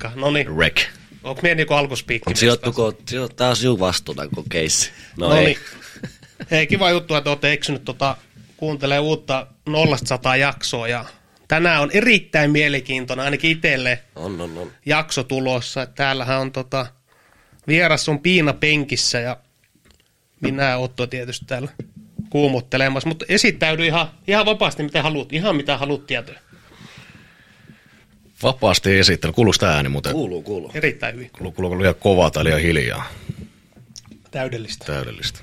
Reka, no niin. Rek. Onko mie niinku alkuspiikki? Mutta sijoittuko taas juu vastuuta koko keissi? No niin. Hei, kiva juttu, että olette eksynyt kuuntelee uutta 0-100 jaksoa ja tänään on erittäin mielenkiintoinen, ainakin itselle on. jakso tulossa. Että täällähän on vieras on Piina penkissä ja minä Otto tietysti täällä kuumottelemassa, mutta esittäydy ihan vapaasti, mitä haluat, ihan mitä haluat tietoja. Vapaasti esittely. Kuuluuko tämä ääni muuten? Kuuluu. Erittäin hyvin. Kuuluuko liian kovaa tai liian hiljaa? Täydellistä.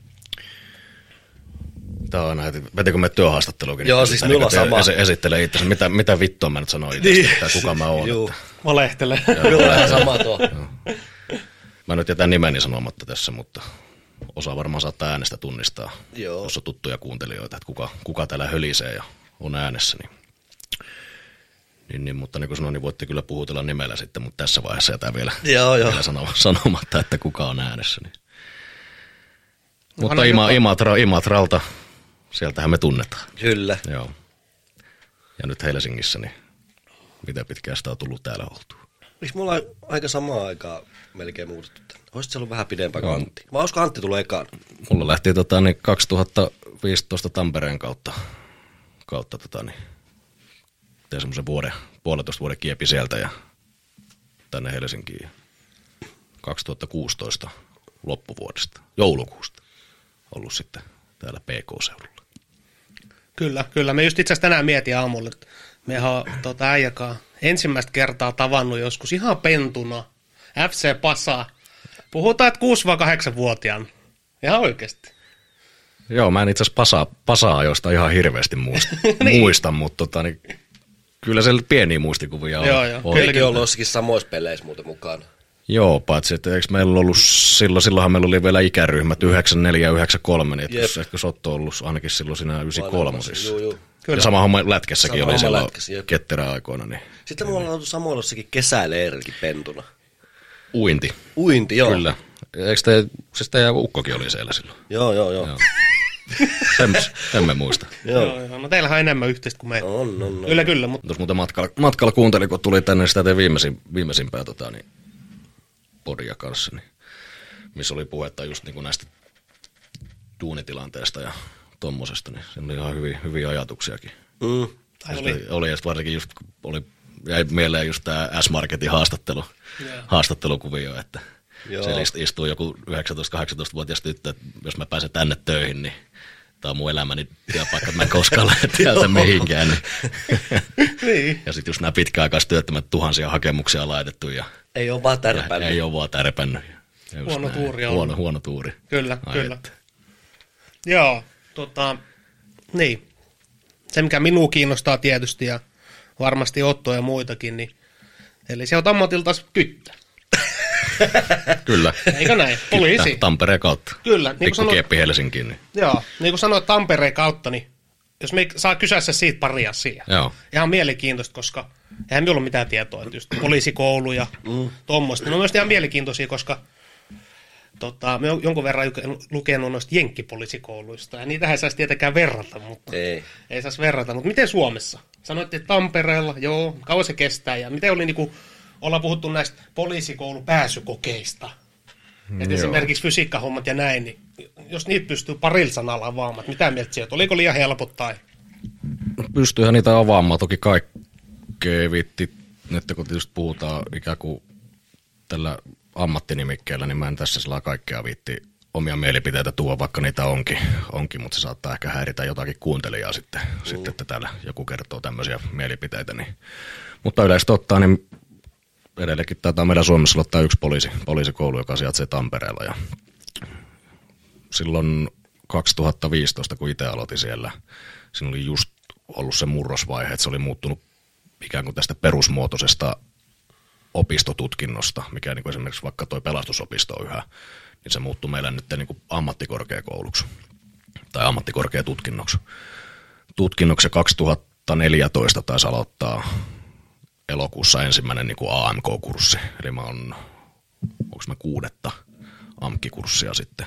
Tämä on aina heti, vetikö me työhaastatteluakin? Joo, siis minulla sama. Esittelee itse, mitä vittua mä nyt sanoin itse, niin. Kuka mä oon. Valehtelee. Minulla sama tuo. Mä nyt jätän nimeni sanomatta tässä, mutta osa varmaan saattaa äänestä tunnistaa, Joo. jos on tuttuja kuuntelijoita, että kuka täällä hölisee ja on äänessä. Niin, mutta niin kuin sanoin, niin voitte kyllä puhutella nimellä sitten, mutta tässä vaiheessa jätän vielä sanomatta, että kuka on äänessä. Niin. Mutta Imatralta, sieltähän me tunnetaan. Kyllä. Joo. Ja nyt Helsingissä, niin miten pitkään sitä on tullut täällä oltua? Miksi mulla on aika samaa aikaa melkein muutettu tänne? Olisitko se ollut vähän pidempään kuin Antti? Mä uskon, Antti tulee ekaan. Mulla lähti 2015 Tampereen kautta tein semmoisen puolentoista vuoden kiepi sieltä ja tänne Helsinkiin 2016 loppuvuodesta, joulukuusta ollut sitten täällä PK-seudulla. Kyllä. Me just itse asiassa tänään mietin aamulla, että mehän on äijäkaan ensimmäistä kertaa tavannut joskus ihan pentuna FC Pasaa. Puhutaan, että 6-8-vuotiaan. Ihan oikeasti. Joo, mä en itse asiassa Pasa-ajoista ihan hirveästi muista, mutta niin, kyllä siellä pieniä muistikuvia on. Joo. Kylläkin ollut jossakin samoissa peleissä muuten mukana. Joo, paitsi että eikö meillä ollut silloinhan meillä oli vielä ikäryhmät 94 ja 93, niin etkö Sotto on ollut ainakin silloin siinä 93. Joo. Ja sama homma Lätkässäkin oli silloin ketterä-aikoina. Niin. Sitten mulla on ollut samoilla jossakin kesäleirilläkin pentuna. Uinti, joo. Kyllä. Eikö teidän ukkokin oli siellä silloin? Joo. Sen me muista. Joo. No teillähän on enemmän yhteistä kuin meillä. On. Kyllä. Mutta tuossa muuten matkalla kuuntelin, kun tuli tänne sitä viimeisimpää niin podia kanssa, niin, missä oli puhetta just niin kuin näistä duunitilanteesta ja tommosesta, niin siinä oli ihan hyviä ajatuksiakin. Oli ja varsinkin just jäi mieleen just tämä S-Marketin haastattelukuvio, että siellä istuu joku 19-18-vuotias tyttö, että jos mä pääsen tänne töihin, niin tämä on mun elämäni työpaikka, että mä en koskaan lähde täältä mihinkään. Niin. Ja sitten just nämä pitkäaikaistyöttömät tuhansia hakemuksia laitettu. Ja ei ole vaan tärpännyt. Ei ole vaan tärpännyt. Huono tuuri. Kyllä. Joo, niin. Se mikä minua kiinnostaa tietysti ja varmasti Otto ja muitakin, niin eli se on ammatiltaas tyttö. Kyllä. Eikö näin? Poliisi. Tampereen kautta. Kyllä. Pikku kieppi Helsinkiin. Niin. Joo, niin kuin sanoit Tampereen kautta, niin jos me saa kysyä siitä pari asiaa. Joo. Ihan mielenkiintoista, koska eihän minulla ole mitään tietoa, että just poliisikoulu ja tuommoista. Ne on myös ihan mielenkiintoisia, koska me on jonkun verran lukenut noista jenkkipoliisikouluista, ja niitähän ei saisi tietenkään verrata, mutta ei saisi verrata. Mutta miten Suomessa? Sanoitte, että Tampereella, joo, kauan se kestää, ja miten oli niinku, ollaan puhuttu näistä poliisikoulupääsykokeista, että esimerkiksi fysiikkahommat ja näin, niin jos niitä pystyy parilla sanalla avaamaan, mitä mieltä sieltä, oliko liian helpot tai? Pystyyhän niitä avaamaan, toki kaikkea viitti, että kun tietysti puhutaan ikään kuin tällä ammattinimikkeellä, niin mä en tässä sillä kaikkea viitti omia mielipiteitä tuoda, vaikka niitä onkin, mutta se saattaa ehkä häiritä jotakin kuuntelijaa sitten että täällä joku kertoo tämmöisiä mielipiteitä. Niin. Mutta yleisesti ottaa, niin edelleenkin taitaa meidän Suomessa ottaa yksi poliisikoulu, joka sijaitsee Tampereella. Ja silloin 2015, kun itse aloitin siellä, siinä oli just ollut se murrosvaihe, että se oli muuttunut ikään kuin tästä perusmuotoisesta opistotutkinnosta, mikä niin kuin esimerkiksi vaikka toi pelastusopisto on yhä, niin se muuttui meillä nyt niin kuin ammattikorkeakouluksi tai ammattikorkeatutkinnoksi. Tutkinnoksi 2014 taisi aloittaa elokuussa ensimmäinen niin kuin AMK-kurssi, eli mä oon, onko mä 6. AMK-kurssia sitten.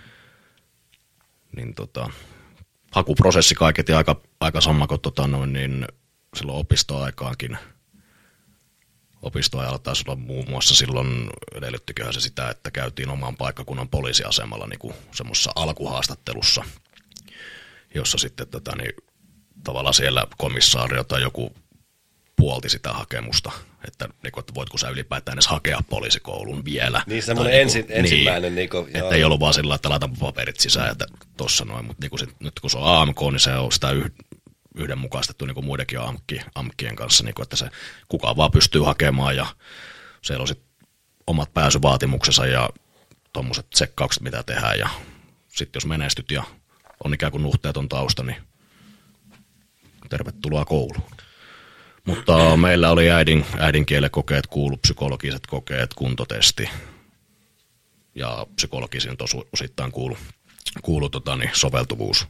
Niin hakuprosessi kaiketi aika sama kuin niin silloin opistoaikaankin. opistoajalla taisi olla muun muassa silloin, edellyttiköhän se sitä, että käytiin oman paikkakunnan poliisiasemalla niin semmoisessa alkuhaastattelussa, jossa sitten tavallaan siellä komissaario tai joku puolti sitä hakemusta, että voitko sä ylipäätään edes hakea poliisikouluun vielä. Niin semmoinen ensimmäinen. Että ei ollut vaan sillä, että laitan paperit sisään ja tossa noin, mutta nyt kun se on AMK, niin se on sitä yhdenmukaistettu niin kuin muidenkin AMKien kanssa, niin kuin, että se kukaan vaan pystyy hakemaan ja siellä on sitten omat pääsyvaatimuksensa ja tuommoiset tsekkaukset, mitä tehdään ja sitten jos menestyt ja on ikään kuin nuhteeton tausta, niin tervetuloa kouluun. Mutta meillä oli äidinkielen kokeet, psykologiset kokeet, kuntotesti ja psykologisiin osittain kuulu soveltuvuus.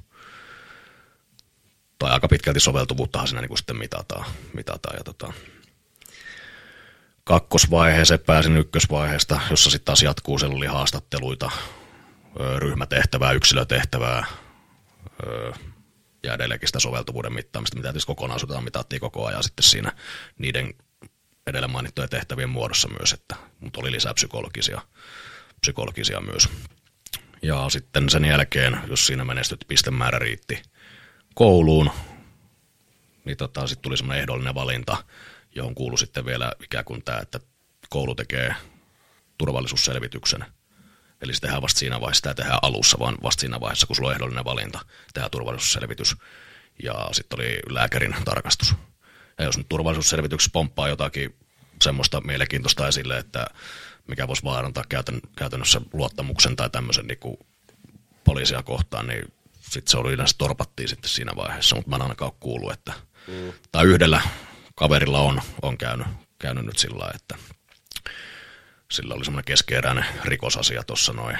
Tai aika pitkälti soveltuvuuttahan siinä niin sitten mitataan. Ja kakkosvaiheeseen pääsin ykkösvaiheesta, jossa sitten taas jatkuu, siellä oli haastatteluita, ryhmätehtävää, yksilötehtävää ja edelleenkin sitä soveltuvuuden mittaamista, mitä tietysti kokonaisuuteen mitattiin koko ajan sitten siinä niiden edellä mainittujen tehtävien muodossa myös, mutta oli lisää psykologisia myös. Ja sitten sen jälkeen, jos siinä menestyt, pistemäärä riitti kouluun, niin sitten tuli semmoinen ehdollinen valinta, johon kuului sitten vielä ikään kuin tämä, että koulu tekee turvallisuusselvityksen. Eli se tehdään vasta siinä vaiheessa, sitä ei tehdä alussa, vaan vasta siinä vaiheessa, kun sulla on ehdollinen valinta, tehdään turvallisuusselvitys. Ja sitten oli lääkärin tarkastus. Ja jos nyt turvallisuusselvityksessä pomppaa jotakin semmoista mielenkiintoista esille, että mikä voisi vaarantaa käytännössä luottamuksen tai tämmöisen niin kuin poliisia kohtaan, niin sitten se oli yleensä torpattiin sitten siinä vaiheessa, mutta mä en ainakaan ole kuullut, että tai yhdellä kaverilla on käynyt nyt sillä lailla, että sillä oli semmoinen keskeeräinen rikosasia tuossa noin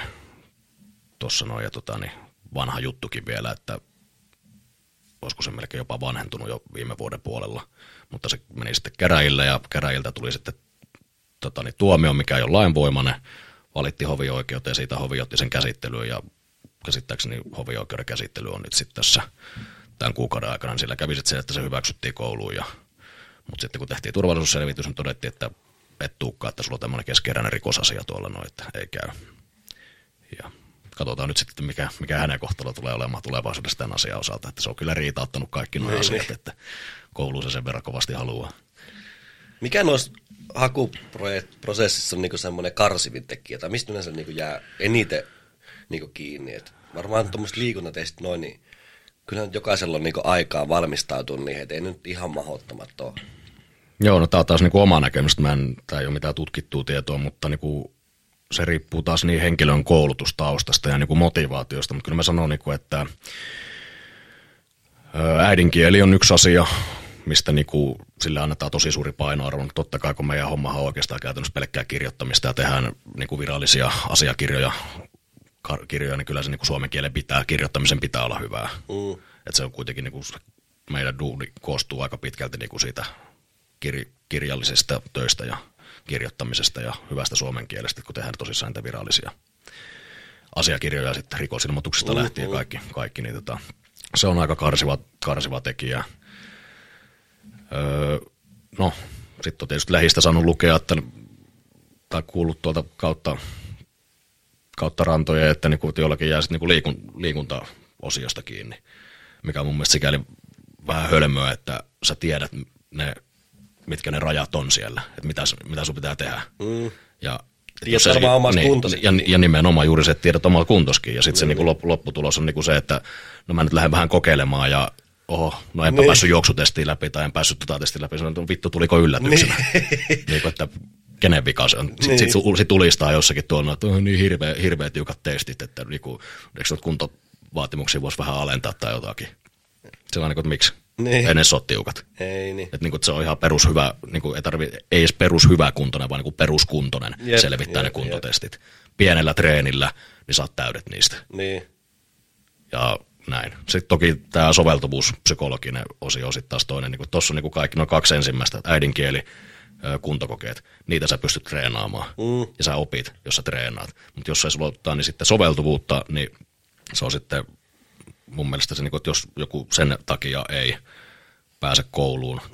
ja vanha juttukin vielä, että olisiko se melkein jopa vanhentunut jo viime vuoden puolella, mutta se meni sitten käräjille ja käräjiltä tuli sitten tuomio, mikä ei ole lainvoimainen, valitti hovioikeuteen, siitä hovi otti sen käsittelyyn ja käsittääkseni hovioikeuden käsittely on nyt sitten tässä tämän kuukauden aikana, niin sillä kävi sitten se, että se hyväksyttiin kouluun. Mutta sitten kun tehtiin turvallisuusselvitys, niin todettiin, että et tuukkaan, että sulla on tämmöinen keskeeräinen rikosasia tuolla noin, että ei käy. Ja katsotaan nyt sitten, mikä hänen kohtalo tulee olemaan tulevaisuudessa tämän asian osalta, että se on kyllä riitauttanut kaikki nuo asiat, että kouluun se sen verran kovasti haluaa. Mikä noissa hakuprosessissa on niinku semmoinen karsivin tekijä, tai mistä yleensä niinku jää eniten niinku kiinni? Et varmaan tuommoiset liikuntatestit noin, niin kyllähän jokaisella on niinku aikaa valmistautua niihin, et ei nyt ihan mahdottomat ole. Joo, no tämä on taas niinku oma näkemystä, tämä ei ole mitään tutkittua tietoa, mutta niinku se riippuu taas niin henkilön koulutustaustasta ja niinku motivaatiosta, mutta kyllä mä sanon, niinku, että äidinkieli on yksi asia, mistä niinku sille annetaan tosi suuri painoarvo. Totta kai, kun meidän hommahan on oikeastaan käytännössä pelkkää kirjoittamista ja tehdään niinku virallisia asiakirjoja, niin kyllä se niinku suomen kielen kirjoittamisen pitää olla hyvää. Että se on kuitenkin, niinku, meidän duuni koostuu aika pitkälti niinku siitä kirjallisista töistä ja kirjoittamisesta ja hyvästä suomen kielestä, kun tehdään tosissaan niitä virallisia asiakirjoja sitten rikosilmoituksista lähtien kaikki niin se on aika karsiva tekijä. No, sitten on tietysti lähistä saanut lukea, tai kuullut tuolta kautta rantoja, että niinku jollakin jää sitten niinku liikuntaosiosta kiinni, mikä on mun mielestä sikäli vähän hölmöä, että sä tiedät mitkä ne rajat on siellä, että mitä sun pitää tehdä. Ja tiedät varmaan omasta kuntosi. Ja nimenomaan juuri se, että tiedät omaa kuntoskin. Ja sitten se niinku lopputulos on niinku se, että no mä nyt lähden vähän kokeilemaan ja no enpä päässyt juoksutestiin läpi tai en päässyt testiin läpi. Sanoin, että vittu tuliko yllätyksenä. Niin, että kenen vika se on. Sitten tulistaa jossakin tuolla, että on niin hirveä tiukat testit, että niinku, eikö kuntovaatimuksia voisi vähän alentaa tai jotakin. Se on niin kuin, että miksi? Niin. Ei ne ole tiukat. Ei niin. Että niinku, se on ihan perushyvä, niinku, ei edes perushyväkuntoinen, vaan niinku peruskuntoinen selvittää ne kuntotestit. Pienellä treenillä, niin saat täydet niistä. Niin. Ja näin. Sitten toki tämä soveltuvuus, psykologinen osio on sitten taas toinen. Niinku, tuossa on niinku kaikki noin 2 ensimmäistä, äidinkieli, kuntokokeet. Niitä sä pystyt treenaamaan. Ja sä opit, jos sä treenaat. Mutta jos sä sulla ottaa, niin sitten soveltuvuutta, niin se on sitten mun mielestä se, että jos joku sen takia ei pääse kouluun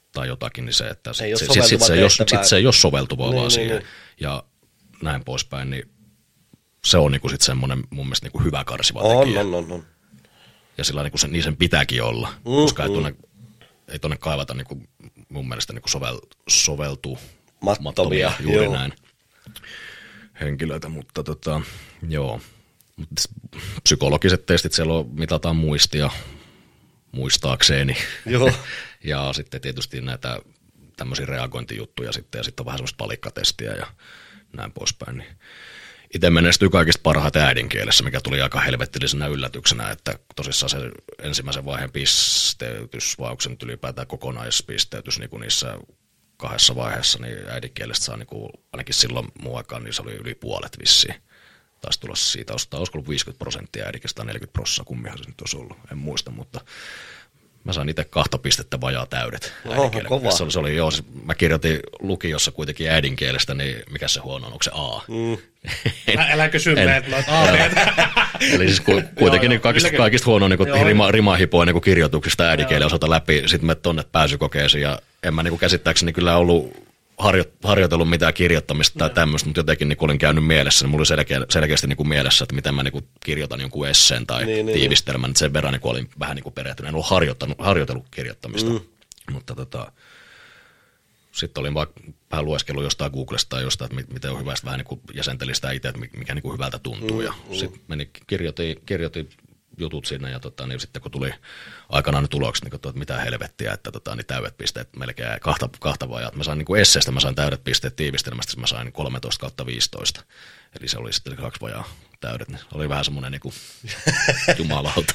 tai jotakin, niin se, että Ei ole sit soveltuva tehtävää. se ei ole soveltuvaa vaan siihen. Niin. Ja näin poispäin, niin se on niinku sit semmoinen mun mielestä niinku hyvä karsiva tekijä. On. Ja sillä niinku niin sen pitääkin olla, koska ei tuonne kaivata niinku mun mielestä niinku soveltumattomia juuri joo. näin henkilöitä, mutta joo. Psykologiset testit siellä mitataan muistia muistaakseni. Joo. Ja sitten tietysti näitä tämmöisiä reagointijuttuja sitten, ja sitten on vähän semmoista palikkatestiä ja näin poispäin. Niin itse menestyy kaikista parhaiten äidinkielessä, mikä tuli aika helvettillisenä yllätyksenä, että tosissaan se ensimmäisen vaiheen pisteytys, vai onko se nyt ylipäätään kokonaispisteytys niin kuin niissä 2 vaiheessa, niin äidinkielestä saa niin kuin, ainakin silloin mun aikaan, niin se oli yli puolet vissiin. Taisi tulla siitä, olisiko ollut 50% äidinkielestä tai 40%, kumminhan se nyt olisi ollut, en muista, mutta mä sain itse 2 pistettä vajaa täydet. Kova. Se oli, joo, mä kirjoitin lukiossa kuitenkin äidinkielestä, niin mikä se huono on, onko se A? Älä kysy meiltä noita A-meitä. Eli siis kuitenkin niin kaikista huono niin rimahipoa niin kirjoituksista äidinkielen osalta läpi, sitten me tonne pääsykokeisiin, ja en mä niin käsittääkseni kyllä ollut harjoitellut mitään kirjoittamista tai tämmöistä, mutta jotenkin niin olin käynyt mielessä, niin mulla oli selkeästi niin mielessä, että miten mä niin kirjoitan jonkun esseen tai tiivistelmän, että sen verran niin olin vähän niin perehtynyt, en ollut harjoitellut kirjoittamista, mutta sitten olin vaan vähän lueskellut jostain Googlesta tai jostain, että miten on hyvä, vähän niin jäsentelin sitä itse, että mikä niin hyvältä tuntuu, ja sitten kirjoitin jutut sinne, ja niin sitten kun tuli aikanaan ne tulokset, niin että mitä helvettiä, että niin täydet pisteet melkein kahta vajaa. Mä sain niin esseestä, mä sain täydet pisteet tiivistelmästä, mä sain 13/15. Eli se oli sitten 2 vajaa täydet. Niin oli vähän semmoinen niin kuin jumalauta.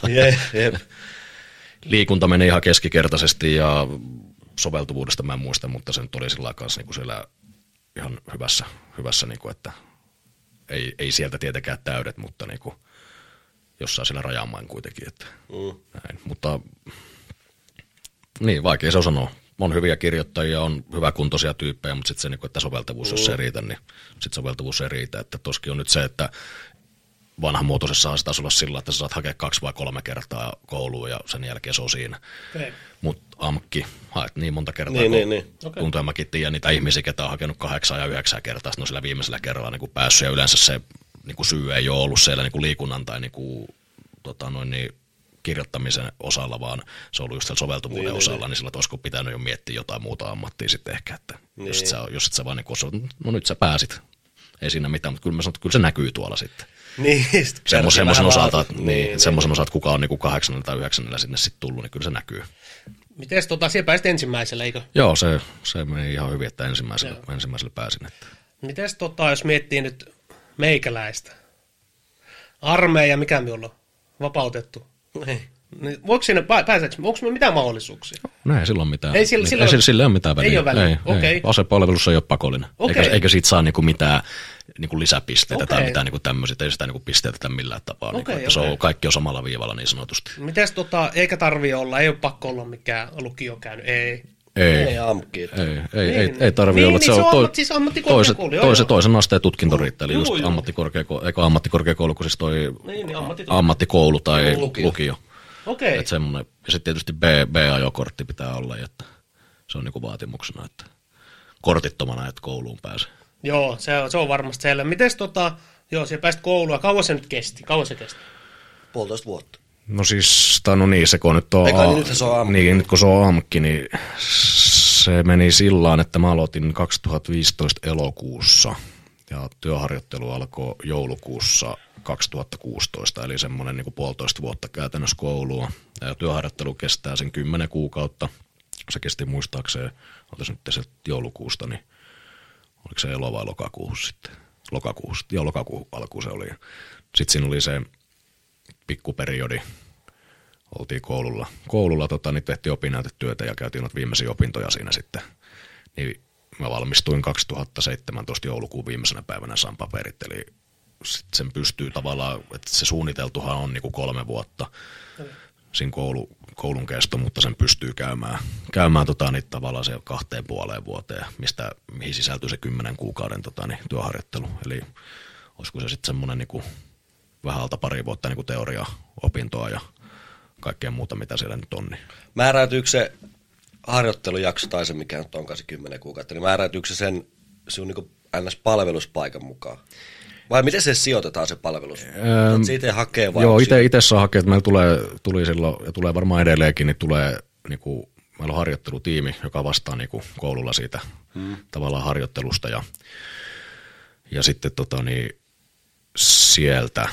Liikunta meni ihan keskikertaisesti, ja soveltuvuudesta mä en muista, mutta se nyt oli sillä kanssa niin kuin siellä ihan hyvässä niin kuin, että ei sieltä tietenkään täydet, mutta niin kuin jossain siellä rajaamaan kuitenkin, että näin. Mutta niin, vaikea se on sanoa. On hyviä kirjoittajia, on hyväkuntoisia tyyppejä, mutta sitten se, että soveltavuus, jos se ei riitä, niin sitten soveltavuus ei riitä. Että toskin on nyt se, että vanhanmuotoisessahan se taisi olla sillä, että sä saat hakea 2 vai 3 kertaa kouluun ja sen jälkeen se on siinä. Mutta AMKki haet niin monta kertaa, tuntuu, ja mäkin tiedän niitä ihmisiä, ketä on hakenut 8 ja 9 kertaa, sitten on sillä viimeisellä kerralla niin päässyt, ja yleensä se niin kuin syy ei ole ollut siellä niin kuin liikunnan tai niin kuin, kirjoittamisen osalla, vaan se on ollut just siellä soveltuvuuden osalla, niin sillä olisiko pitänyt jo miettiä jotain muuta ammattia sitten ehkä, että jos et sä vaan niin no nyt sä pääsit, ei siinä mitään, mutta kyllä mä sanon, että kyllä se näkyy tuolla sitten. Niin, semmoisen osalta, semmoisen osalta, kuka on niin 8 tai 9 sinne sitten tullut, niin kyllä se näkyy. Mites siellä pääsit ensimmäisellä, eikö? Joo, se meni ihan hyvin, että ensimmäiselle pääsin. Että. Mites jos miettii nyt meikäläistä? Armeija, mikä minulla on? Vapautettu. Niin, voiko sinne pääseekö? Onko minulla mitään mahdollisuuksia? No ei silloin mitään. Ei sillä ole mitään väliä. Ei ole väliä. Ei. Asepalvelus ei ole pakollinen. Eikä siitä saa niinku mitään niinku lisäpisteitä tai mitään niinku tämmöisiä. Ei sitä niinku pisteetä millään tapaa. Kaikki on samalla viivalla niin sanotusti. Mites eikä tarvitse olla, ei ole pakko olla mikään lukio käynyt, ei. Ei tarvitse olla. Se on siis ammattikorkeakoulu. Toisen asteen tutkinto riittää, eli just ammattikorkeakoulu, kun siis toi ammattikoulu tai lukio. Okei. Että semmoinen, ja sitten tietysti B-ajokortti pitää olla, että se on niinku vaatimuksena, että kortittomana, että kouluun pääsee. Joo, se on varmasti selvä. Mites siellä pääsit kouluun, kauan se nyt kesti? 1,5 vuotta. No siis, se kun nyt on nyt kun se on AMKki, niin se meni sillaan, että mä aloitin 2015 elokuussa ja työharjoittelu alkoi joulukuussa 2016, eli semmoinen niin kuin 1,5 vuotta käytännössä koulua. Ja työharjoittelu kestää sen 10 kuukautta. Se kesti muistaakseen, otas nyt sieltä joulukuusta, niin oliko se elo vai lokakuussa sitten? Lokakuun alkuun se oli. Sitten siinä oli se pikkuperiodi, oltiin koululla niin tehtiin opinnäytetyötä ja käytiin noita viimeisiä opintoja siinä sitten. Niin mä valmistuin 2017 joulukuun viimeisenä päivänä, saan paperit, eli sitten sen pystyy tavallaan, että se suunniteltuhan on niinku 3 vuotta siinä koulun kesto, mutta sen pystyy käymään niin tavallaan se 2,5 vuoteen, mihin sisältyy se 10 kuukauden työharjoittelu, eli olisiko se sitten semmoinen niinku vähän alta 2 vuotta niin kuin teoria-opintoa ja kaikkea muuta, mitä siellä nyt on. Niin. Määräytyykö se harjoittelujakso tai se, mikä nyt onkaan se 10 kuukautta, niin määräytyykö se sen sinun niin NS-palveluspaikan mukaan? Vai miten se sijoitetaan se palvelus? Siitä ei hakee vai? Joo, itse saa hakea, että meillä tuli silloin, ja tulee varmaan edelleenkin, niin tulee, niin kuin, meillä on harjoittelutiimi, joka vastaa niin kuin koululla siitä tavallaan harjoittelusta, ja sitten sieltä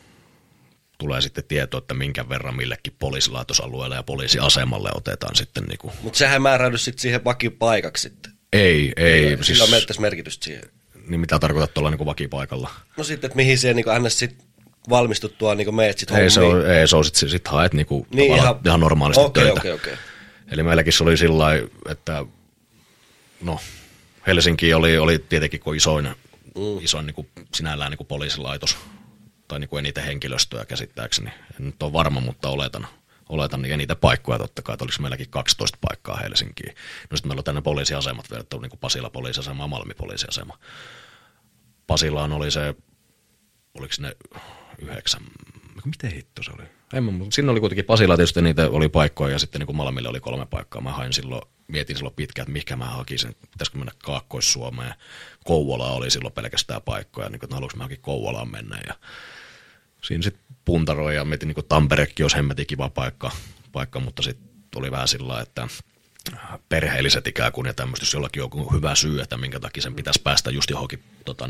tulee sitten tieto, että minkä verran millekin poliisilaitosalueelle ja poliisiasemalle otetaan sitten. Niin kuin. Mutta sehän määräydy sitten siihen vakipaikaksi sitten. Ei. Sillä on menettäisi merkitystä siihen. Niin mitä tarkoitat tuolla niin vakipaikalla? No sitten, että mihin siihen niin ns. Sit valmistuttua niin meet sit hommiin. Ei se on sit haet niin ihan normaalisti töitä. Okay. Eli meilläkin se oli sillä lailla, että no Helsinki oli tietenkin kuin isoin niin kuin sinällään niin kuin poliisilaitos tai niin kuin eniten henkilöstöä käsittääkseni. En nyt ole varma, mutta oletan niin eniten paikkoja totta kai, että oliko meilläkin 12 paikkaa Helsinkiin. No sitten meillä on tänne poliisiasemat verrattuna, niin kuin Pasila poliisiasema ja Malmi poliisiasema. Pasilaan oli se, oliko ne 9, miten hitto se oli? Siinä oli kuitenkin Pasila tietysti niitä oli paikkoja ja sitten niin kuin Malmille oli 3 paikkaa. Mietin silloin pitkään, että mihinkä mä hakisin, pitäisikö mennä Kaakkois-Suomeen. Kouvola oli silloin pelkästään paikkoja, niin kuin, että haluanko mä hakin Kouvolaan mennä. Ja siinä sitten puntaroin ja mietin, niin kuin Tamperekin olisi hemmetin kiva paikka, mutta sitten oli vähän sillä, että perheelliset ikään kuin ja tämmöistä, jos jollakin on hyvä syy, että minkä takia sen pitäisi päästä just johonkin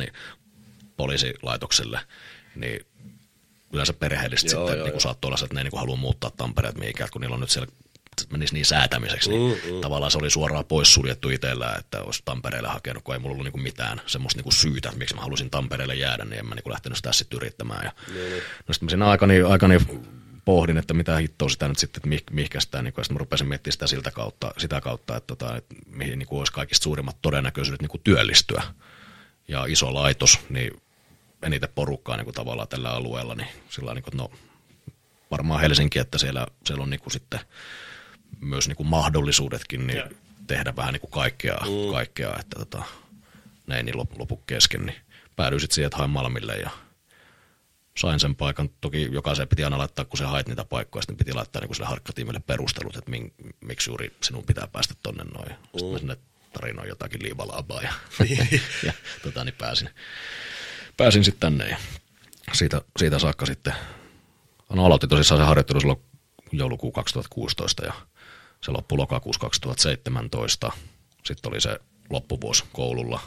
poliisilaitokselle, niin yleensä perheellisesti sitten niin saattoi olla, että ne ei niin halua muuttaa Tampereet mihinkään, kun niillä on nyt siellä menisi niin säätämiseksi, niin tavallaan se oli suoraan poissuljettu itsellä, että olisi Tampereelle hakenut, kun ei mulla ollut niin mimitään semmoista niin syytä, että miksi mä halusin Tampereelle jäädä, niin en mä niin lähtenyt sitä sitten yrittämään. Ja no sitten mä siinä aikani pohdin, että mitä hittoa sitä nyt sitten, että mihinkä sitä, niin sitten mä rupesin miettimään sitä kautta, että mihin niin olisi kaikista suurimmat todennäköisyydet niin työllistyä. Ja iso laitos, niin eniten porukkaa niin tavallaan tällä alueella, niin sillä niin kuin, no varmaan Helsinki, että siellä on niin kuin sitten myös niin kuin mahdollisuudetkin niin tehdä vähän niin kuin kaikkea että ne ei niin lopu kesken, niin päädyin sitten siihen, että hain Malmille ja sain sen paikan. Toki jokaisen piti aina laittaa, kun sä hait niitä paikkoja, sitten piti laittaa niin sille harkkatiimille perustelut, että miksi juuri sinun pitää päästä tonne noin. Sitten mä sinne tarinoin jotakin liivalaabaa ja niin pääsin sitten tänne ja siitä saakka sitten. Aloitin tosissaan se harjoittelu silloin joulukuun 2016 ja se loppui lokakuussa 2017. Sitten oli se loppuvuosi koululla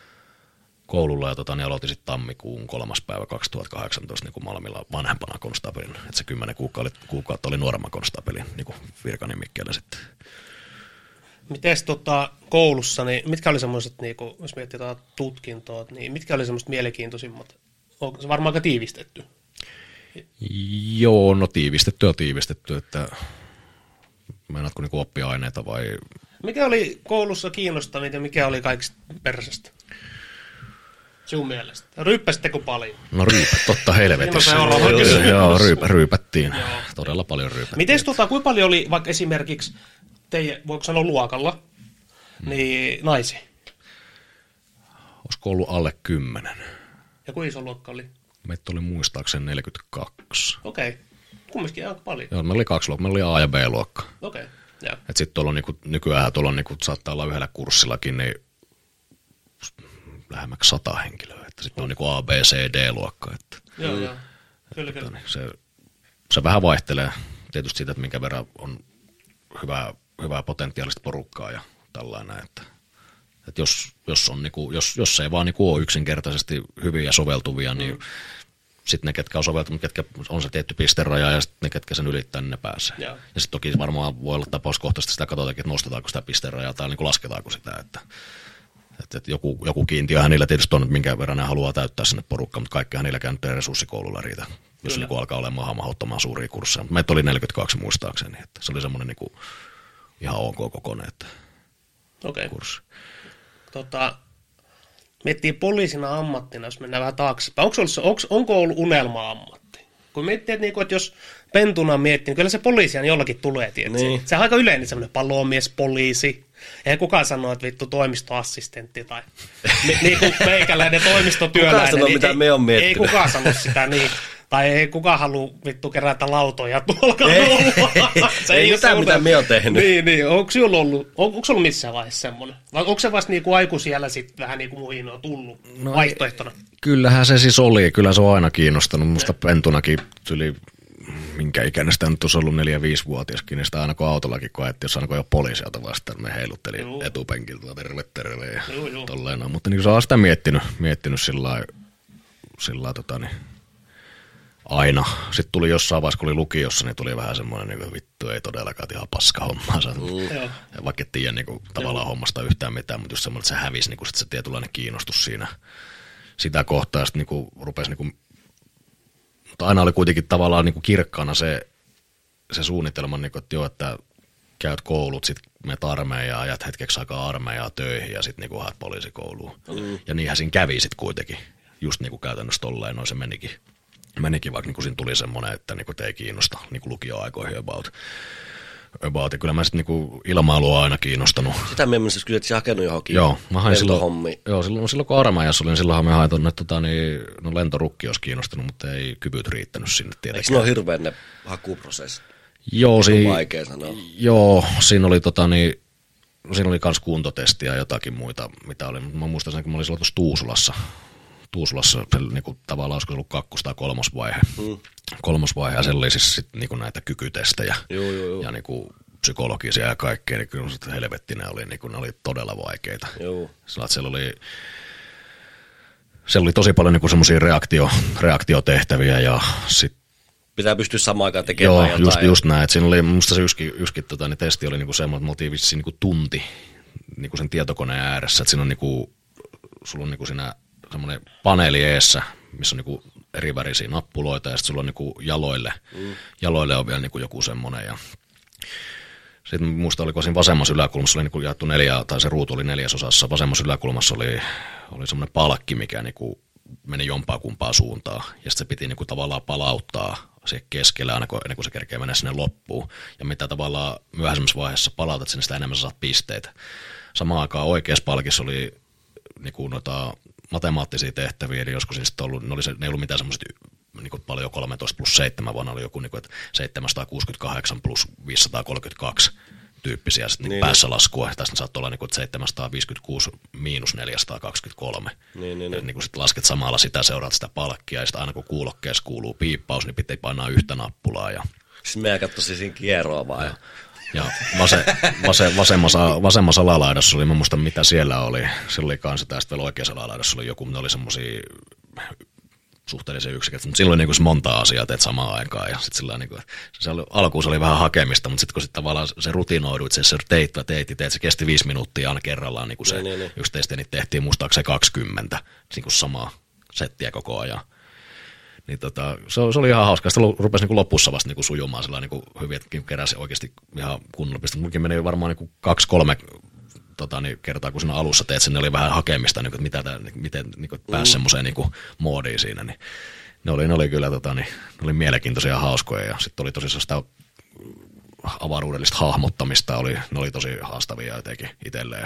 ja niin aloitin sitten tammikuun 3. päivä 2018 niin kuin Malmilla vanhempana konstaapelin. Että se 10 kuukautta oli nuoremman konstaapelin niin kuin virkanimikkeellä sitten. Mites koulussa, niin mitkä oli semmoiset, niin jos miettii tutkintoa, niin mitkä oli semmoiset mielenkiintoisimmat? Onko se varmaan aika tiivistetty? Joo, no tiivistetty, että meinaatko niinku oppiaineita vai? Mikä oli koulussa kiinnostavinta ja mikä oli kaikista persestä? Sinun mielestä. Ryyppäsittekö paljon? No totta helvetissä. Joo, ryypättiin. Todella paljon ryypättiin. Mites kuinka paljon oli vaikka esimerkiksi teidän, voiko sanoa luokalla, niin naisia? Olisiko ollut alle 10? Ja kuinka iso luokka oli? Meitä oli muistaakseni 42. Okei. Kumminkin aika paljon. Joo, meillä oli 2 luokkaa. Meillä oli A- ja B-luokka. Okei. Joo. Että sitten tuolla on nykyään tuolla on saattaa olla yhdellä kurssillakin niin lähemmäksi 100 henkilöä. Että sitten on A, B, C, D-luokka. Että, joo. Kyllä. Niin se vähän vaihtelee tietysti siitä, että minkä verran on hyvää potentiaalista porukkaa ja tällainen, että jos on jos ei vaan ole yksinkertaisesti hyviä soveltuvia, niin sitten ne, ketkä on soveltunut, ketkä on se tietty pisteraja ja sitten ne, ketkä sen ylittää, niin ne pääsee. Ja sitten toki varmaan voi olla tapauskohtaisesti sitä katsotaankin, että nostetaanko sitä pisterajaa tai niin lasketaanko sitä, että joku kiintiöhän niillä tietysti on, minkä verran ne haluaa täyttää sinne porukkaan, mutta kaikkihan niilläkään nyt ei resurssikoululla riitä, jos niin alkaa olemaan mahdottoman suuria kursseja. Meitä oli 42 muistaakseni, että se oli semmoinen niin ihan ok kokoinen kurssi. Miettii poliisina ammattina, jos mennään vähän taaksepäin. Onko ollut unelma-ammatti? Kun miettii, että jos pentuna miettii, niin kyllä se poliisian jollakin tulee tietysti. Niin. Se on aika yleinen semmoinen palomies, poliisi. Eihän kukaan sano, että vittu toimistoassistentti tai niin kuin meikäläinen toimistotyöläinen. Kukaan sano, mitä me on miettinyt. Ei kukaan sano sitä niin. Tai ei kukaan halua vittu kerätä lautoja tuolla kadulla. Ei mitään, mitä me on tehnyt. Niin. Onko ollut missään vaiheessa semmoinen? Vai onko se vasta niinku aikuisiellä sitten vähän niinku muihin on tullut vaihtoehtona? Kyllähän se siis oli. Kyllä se on aina kiinnostanut. Musta pentunakin yli minkä ikäinen sitä nyt olisi ollut 4-5-vuotiaskin, niin sitä aina kun autollakin koettiin, jos aina kun jo poliisiauto vastaan, me heilutteli etupenkiltä terve ja tolleen. Mutta niin se on sitä miettinyt sillä aina. Sitten tuli jossain vaiheessa, kun oli lukiossa, niin tuli vähän semmoinen, niin vittu, ei todellakaan ihan paska hommaa. Ja vaikka et tiedä niin tavallaan hommasta yhtään mitään, mutta just semmoinen, että se hävisi niin se tietynlainen kiinnostus siinä sitä kohtaa. Sitten niin rupesi, niin mutta aina oli kuitenkin tavallaan niin kirkkaana se suunnitelma, niin kuin, että joo, että käyt koulut, sitten menet armeijaan, ajat hetkeksi aikaa armeijaa töihin ja sitten niin haet poliisikouluun. Ja niinhän siinä kävi sitten kuitenkin, just niin kuin käytännössä tolleen, noin se menikin vaikka niin kuin siinä tuli semmoinen, että niin kuin ei kiinnosta niin kuin lukioaikoihin about. Ja kyllä mä sitten niin ilmailu on aina kiinnostanut. Sitä me emme siis kyllä, että sä hakenut johonkin silloin kun armeijassa oli, niin silloinhan me hain lentorukki olisi kiinnostunut, mutta ei kyvyt riittänyt sinne tietenkään. Eikö ne ole hirveän ne hakuprosessit? Joo, vaikea sanoa. Joo, siinä oli siinä oli kans kuntotesti ja jotakin muita, mitä oli. Mä muistan sen, kun mä olin silloin tuossa Tuusulassa niin kuin tavallaan olisiko ollut 2. tai 3. vaihe. Kolmosvaihe, ja siellä oli siis sit, niin kuin näitä kykytestejä ja niin kuin psykologisia ja kaikkea, niin kyllä helvetti ne oli todella vaikeita. Siellä oli tosi paljon niin kuin semmoisia reaktiotehtäviä ja sitten pitää pystyä samaan aikaan tekemään jotain. Joo, just näin. Siinä oli, musta se yksikin testi oli niinku semmoinen, että me oltiin vissiin niinku tunti niinku sen tietokoneen ääressä, että siinä on niinku, sulla on niinku siinä semmoinen paneeli eessä, missä on niinku eri värisiä nappuloita ja sitten sulla on niinku jaloille on vielä niinku joku semmoinen ja sitten muista oliko siinä vasemmassa yläkulmassa oli niinku jaettu tai se ruutu oli 4 osassa, vasemmassa yläkulmassa oli semmoinen palkki, mikä niinku meni jompaa kumpaa suuntaan ja sitten se piti niinku tavallaan palauttaa se keskellä aina ennen kuin se kerkee mennä sinne loppuun. Ja mitä tavallaan myöhemmässä vaiheessa palautat sinne, sitä enemmän sä saat pisteitä. Samaan aikaan oikeassa palkissa oli niinku noita matemaattisia tehtäviä, eli joskus sitten ollut, ne ei ollut mitään semmoiset niinku paljon 13+7, vaan oli joku, niinku, että 768+532 tyyppisiä niin päässä laskua. Tässä saattoi olla niinku, 756 - 423. Niin kun sit lasket samalla sitä, seuraat sitä palkkia, ja sitten aina kun kuulokkeessa kuuluu piippaus, niin pitää painaa yhtä nappulaa. Ja siis meidän katsoisin siinä kierroa vaan. Ja vasemmassa alalaidassa oli, mä muista mitä siellä oli. Siellä oli kanssa, ja sitten vielä oikeassa alalaidassa oli joku, ne oli semmosia suhteellisen yksiköt, mutta silloin niin monta asiaa teet samaan aikaan ja sitten sillä niin alkuun se oli vähän hakemista, mutta sitten kun sit tavallaan se rutinoiduit, se teit, se kesti 5 minuuttia aina kerrallaan niin kuin se yksi testi, niin tehtiin muistaakseni 20, niin kuin samaa settiä koko ajan. Niin se oli ihan hauska. Sitten rupesi niin lopussa vasta niin sujumaan sellainen niin hyvin, että keräsi oikeasti ihan kunnolla pistä. Munkin meni varmaan niin 2-3 kertaa, kun siinä alussa teet sen, ne oli vähän hakemista, niin kuin, että miten niin pääsi semmoiseen niin moodiin siinä. Niin ne oli kyllä ne oli mielenkiintoisia ja hauskoja ja sitten oli tosissaan sitä avaruudellista hahmottamista, ne oli tosi haastavia jotenkin itselleen,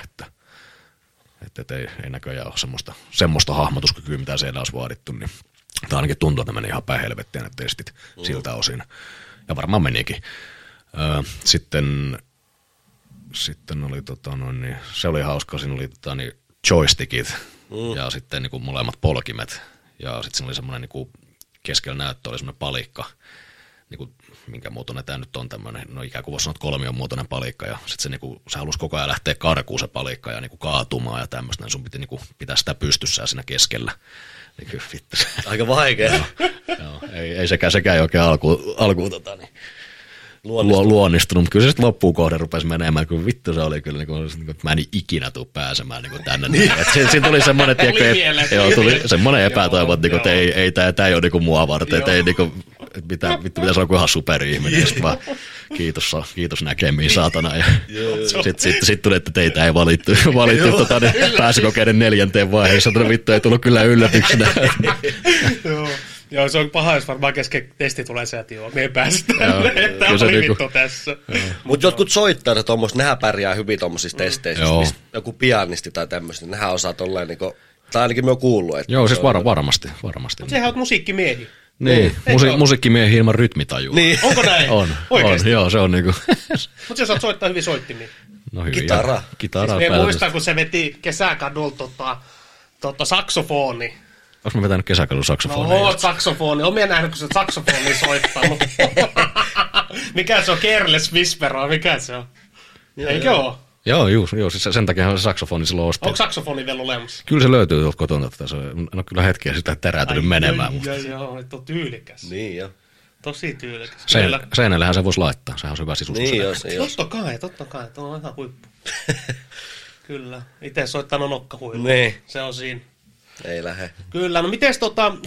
että ei näköjään ole semmoista hahmotuskykyä, mitä siellä olisi vaadittu, niin tämä ainakin tuntuu, että meni ihan päin helvettiä ne testit siltä osin. Ja varmaan menikin. Sitten oli niin se oli hauska, siinä oli joystickit ja sitten niin kuin molemmat polkimet ja sitten siinä oli semmoinen niin kuin keskellä näyttö oli semmoinen palikka, niin kuin, minkä muotoinen tämä nyt on tämmöinen, no ikään kuin voisi sanoa, 3 muotoinen palikka ja sitten se, niin kuin, se halusi koko ajan lähteä karkuun se palikka ja niin kuin kaatumaan ja tämmöistä, niin sun piti niin kuin pitää sitä pystyssä siinä keskellä. Niin kyllä, vittu. Aika vaikea. Joo, ei sekään oikein alkuun luonnistunut, mutta kyllä se sitten loppuun kohden rupesi menemään, kun vittu se oli kyllä, niin kuin, että mä en ikinä tule pääsemään niin tänne. Siinä tuli semmoinen, tuli semmoinen epätoivo, että tämä ei ole niin mua varten, että ei niin kuin, vittu pitäisi olla ihan superihminen, sitten vaan kiitos näkemiin saatana. Ja sitten tuli, että teitä ei valittu pääsykokeiden 4. vaiheessa, että vittu ei tullut kyllä yllätyksenä. Joo, se on paha, jos varmaan kesken testi tulee se, että joo, me ei päästä tänne, että oli vittu tässä. Mutta jotkut soittaa, että nehän pärjää hyvin tuommoisissa testeissä, joku pianisti tai tämmöistä, nehän osaa tolleen niinku, tai ainakin me on kuullut. Että joo, siis varmasti. Mutta sehän on musiikkimiehi. Niin, musiikkimiehen ilman rytmitaju. Niin. Onko näin? On, joo, se on niinku. Mutta se saat soittaa hyvin soittimia. No hyvin. Kitara. Kitaraa Siis me päällä. muistan, kun se veti kesäkadulla saksofoni. Onko mä vetänyt kesäkadun saksofonia? No oot saksofoni. Oon minä nähnyt, kun se saksofoni soittanut. Mikä se on? Careless Whisperer, mikä se on? Eikö oo? Joo, siis sen takia se saksofoni silloin osti. Onko saksofoni vielä olemassa? Kyllä se löytyy tuolta kotona. En ole kyllä hetkeä sitä terätynyt menemään. Mutta Joo, että on tyylikäs. Niin jo. Tosi tyylikäs. Seinällähän se voisi laittaa. Sehän on hyvä sisustus. Niin jos, ei jos. Totta kai. Tuo on ihan huippu. Kyllä. Itse soittanut nokkahuilu. Niin. Se on siinä. Ei lähe. Kyllä. No miten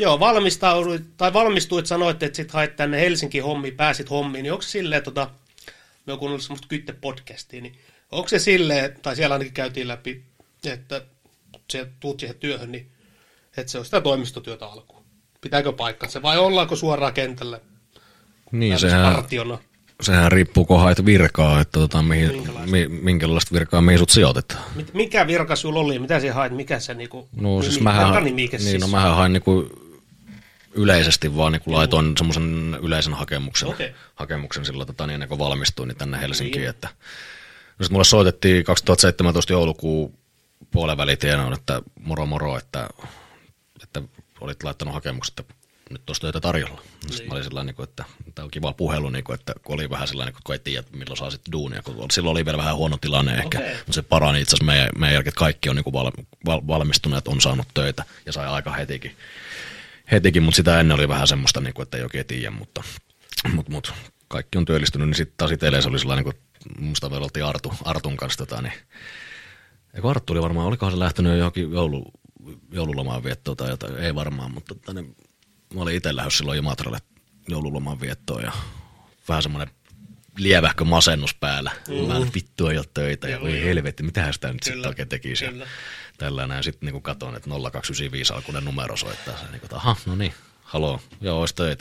valmistuit, sanoitte, että sit hait tänne Helsinki hommiin, pääsit hommiin, niin onko se silleen, me on kuunnellut semmoista Kytte-podcastia, niin onko se silleen, tai siellä ainakin käytiin läpi, että se tuut siihen työhön, niin että se on sitä toimistotyötä alkuun. Pitääkö paikkansa vai ollaanko suoraan kentällä? Niin, Partiona? sehän riippuu, kun haet virkaa, että minkälaista virkaa mihin sut sijoitetaan. Mikä virka sulla oli? Mitä sinä hait? Mikä se niinku, No siis mähän hain niinku yleisesti vaan niinku laitoin semmoisen yleisen hakemuksen silloin niin ennen kuin valmistuin niin tänne Helsinkiin. Niin. Että, no sit mulle soitettiin 2017 joulukuun puolenvälitienoon, että moro, että olit laittanut hakemukset, että nyt olisi töitä tarjolla. Sitten mä olin sellainen, että tämä on kiva puhelu, että kun oli vähän sellainen, kun ei tiedä, milloin saa sitten duunia. Kun silloin oli vielä vähän huono tilanne ehkä, mutta se parani itse asiassa meidän jälkeen, että kaikki on niin valmistuneet, on saanut töitä ja sai aika hetikin, mutta sitä ennen oli vähän semmoista, että ei oikein tiedä, mutta kaikki on työllistynyt, niin sitten taas itselleen se oli sellainen, kun musta vielä oltiin Artun kanssa, eikö Arttu oli varmaan, olikohan se lähtenyt jo johonkin joululomaan viettoon tai jotain, ei varmaan, mutta mä olin itse lähdössä silloin Imatralle joululoman viettoon ja vähän semmoinen lievähkö masennus päällä. Mä vittu ei ole töitä ja voi helvetti, mitähän sitä nyt sitten oikein tekisi. Tällainen ja sitten niinku katon, että 0295 alkuinen numero soittaa. Se niinku, aha, no niin, haloo, joo, olisi töitä.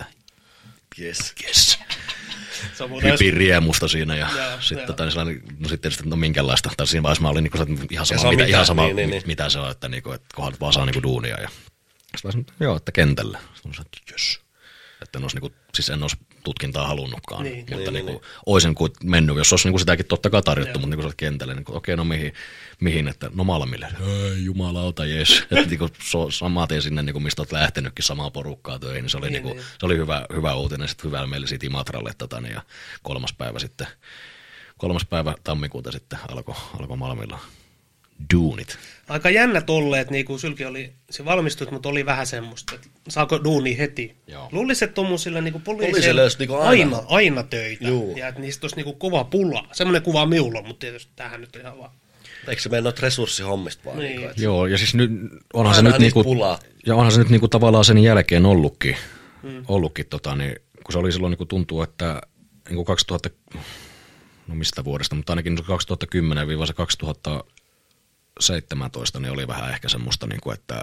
Yes. Hypin riemusta siinä ja sitten no sitten tietysti, no minkälaista. Tai siinä vaiheessa mä olin niinku, ihan sama mitä se on, että kohan vaan saa niinku duunia ja sitten joo, että kentällä. Sitten yes. Että siis en olisi tutkintaa halunnutkaan, mutta olisin mennyt, jos olisi sitäkin totta kai tarjottu, mutta se oli kentällä, okei, no mihin, että no Malmille, ei jumalauta, jes, että samaten sinne, mistä olet lähtenytkin samaa porukkaa töihin, niin se oli hyvä uutinen, sitten hyvä meille siitä Imatralle, ja 3. päivä tammikuuta sitten alkoi Malmilla duunit. Aika jännä tolleet, niin kuin sylki oli, se valmistui, mutta oli vähän semmoista, että saako duuni heti. Luulisin, että tuommoisilla niin poliisilla aina töitä, ja että niistä olisi niin kova pula. Semmoinen kuva minulla, mutta tietysti tämähän nyt ihan vaan. Eikö se mene noita resurssihommista vaan? Niin. Joo, ja siis nyt onhan se nyt niinku tavallaan sen jälkeen ollutkin niin, kun se oli silloin niinku tuntuu, että niinku 2000, no mistä vuodesta, mutta ainakin 2010-2017 niin oli vähän ehkä semmoista, niinku, että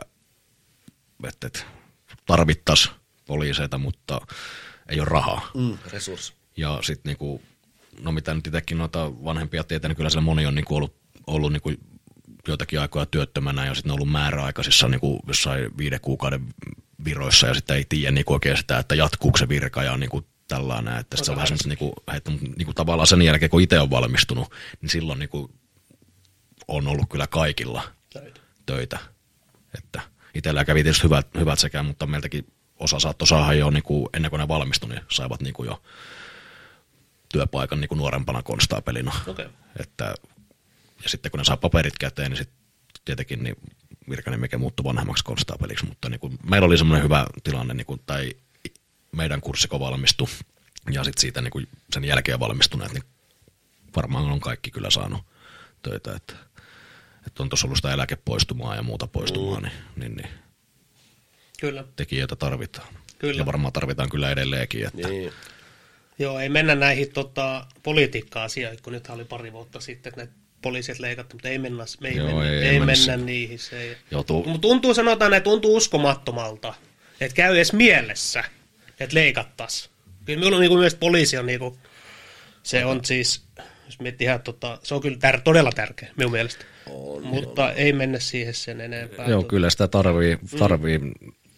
tarvittaisiin poliiseita, mutta ei ole rahaa. Resurssi. Ja sitten niinku, no mitä nyt itsekin noita vanhempia tietää, niin kyllä siellä moni on niinku ollut niinku joitakin aikoja työttömänä ja sitten ne on ollut määräaikaisissa niinku jossain 5 kuukauden viroissa ja sitten ei tiedä niinku oikein sitä, että jatkuuko se virka ja niinku tällainen, että se on vähän semmoista niinku tavallaan sen jälkeen, kun itse on valmistunut, niin silloin niinku on ollut kyllä kaikilla töitä. Että itsellään kävi tietysti hyvät sekä, mutta meiltäkin osa saattoi saada jo niinku, ennen kuin ne valmistui, niin saivat niinku jo työpaikan niinku nuorempana konstaapelina. Okay. Ja sitten kun ne saa paperit käteen, niin sitten tietenkin niin virkanimikin muuttui vanhemmaksi konstaapeliksi, mutta niinku, meillä oli semmoinen hyvä tilanne, niinku, tai meidän kurssiko valmistui, ja sitten siitä niinku, sen jälkeen valmistuneet, niin varmaan on kaikki kyllä saanut töitä, että on tuossa ollut sitä eläkepoistumaa ja muuta poistumaa, niin kyllä. Tekijöitä tarvitaan. Kyllä. Ja varmaan tarvitaan kyllä edelleenkin. Että. Joo, ei mennä näihin politiikka-asioihin, kun nyt oli pari vuotta sitten, että näitä poliisit leikattu, mutta ei mennä niihin. Mutta tuntuu uskomattomalta, että käy edes mielessä, että leikattaisiin. Kyllä minulla on niinku myös poliisi on niinku, se on siis, jos miettii ihan se on kyllä todella tärkeä minun mielestä. Mutta ei mennä siihen sen enempää. Joo, kyllä sitä tarvii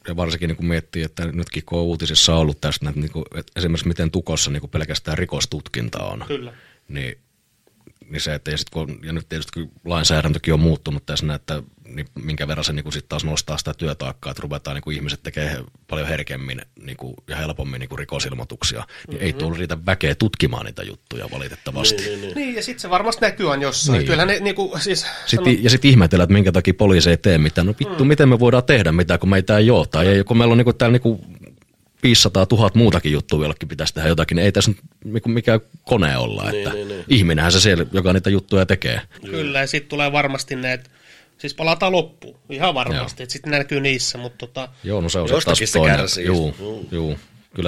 ja varsinkin niin kun miettii, että nytkin kun on uutisissa ollut tästä, että, niin kuin, että esimerkiksi miten Tukossa niin kuin pelkästään rikostutkinta on, Kyllä. niin se, että ja nyt tietysti kun lainsäädäntökin on muuttunut tässä, että niin minkä verran se niin sitten taas nostaa sitä työtaakkaa, että ruvetaan niin kuin ihmiset tekee paljon herkemmin niin kuin, ja helpommin niin kuin rikosilmoituksia, niin ei tullut riitä väkeä tutkimaan niitä juttuja valitettavasti. Niin, ja sitten se varmasti näkyy on jossain. Niin. Kyllähän ne niinku, siis... Ja sitten ihmetellään, että minkä takia poliisi ei tee mitään. No vittu, miten me voidaan tehdä mitään, kun meitä ei ole. Tai ei, kun meillä on niinku täällä niinku 500 000 muutakin juttua, jollekin pitäisi tehdä jotakin, niin ei tässä nyt mikään kone olla. Että ihminenhän se siellä, joka niitä juttuja tekee. Kyllä, ja sitten tulee varmasti ne, että siis palataan loppuun, ihan varmasti, että sitten näkyy niissä, mutta Joo, no se on jostakin se kärsii. Juu. Kyllä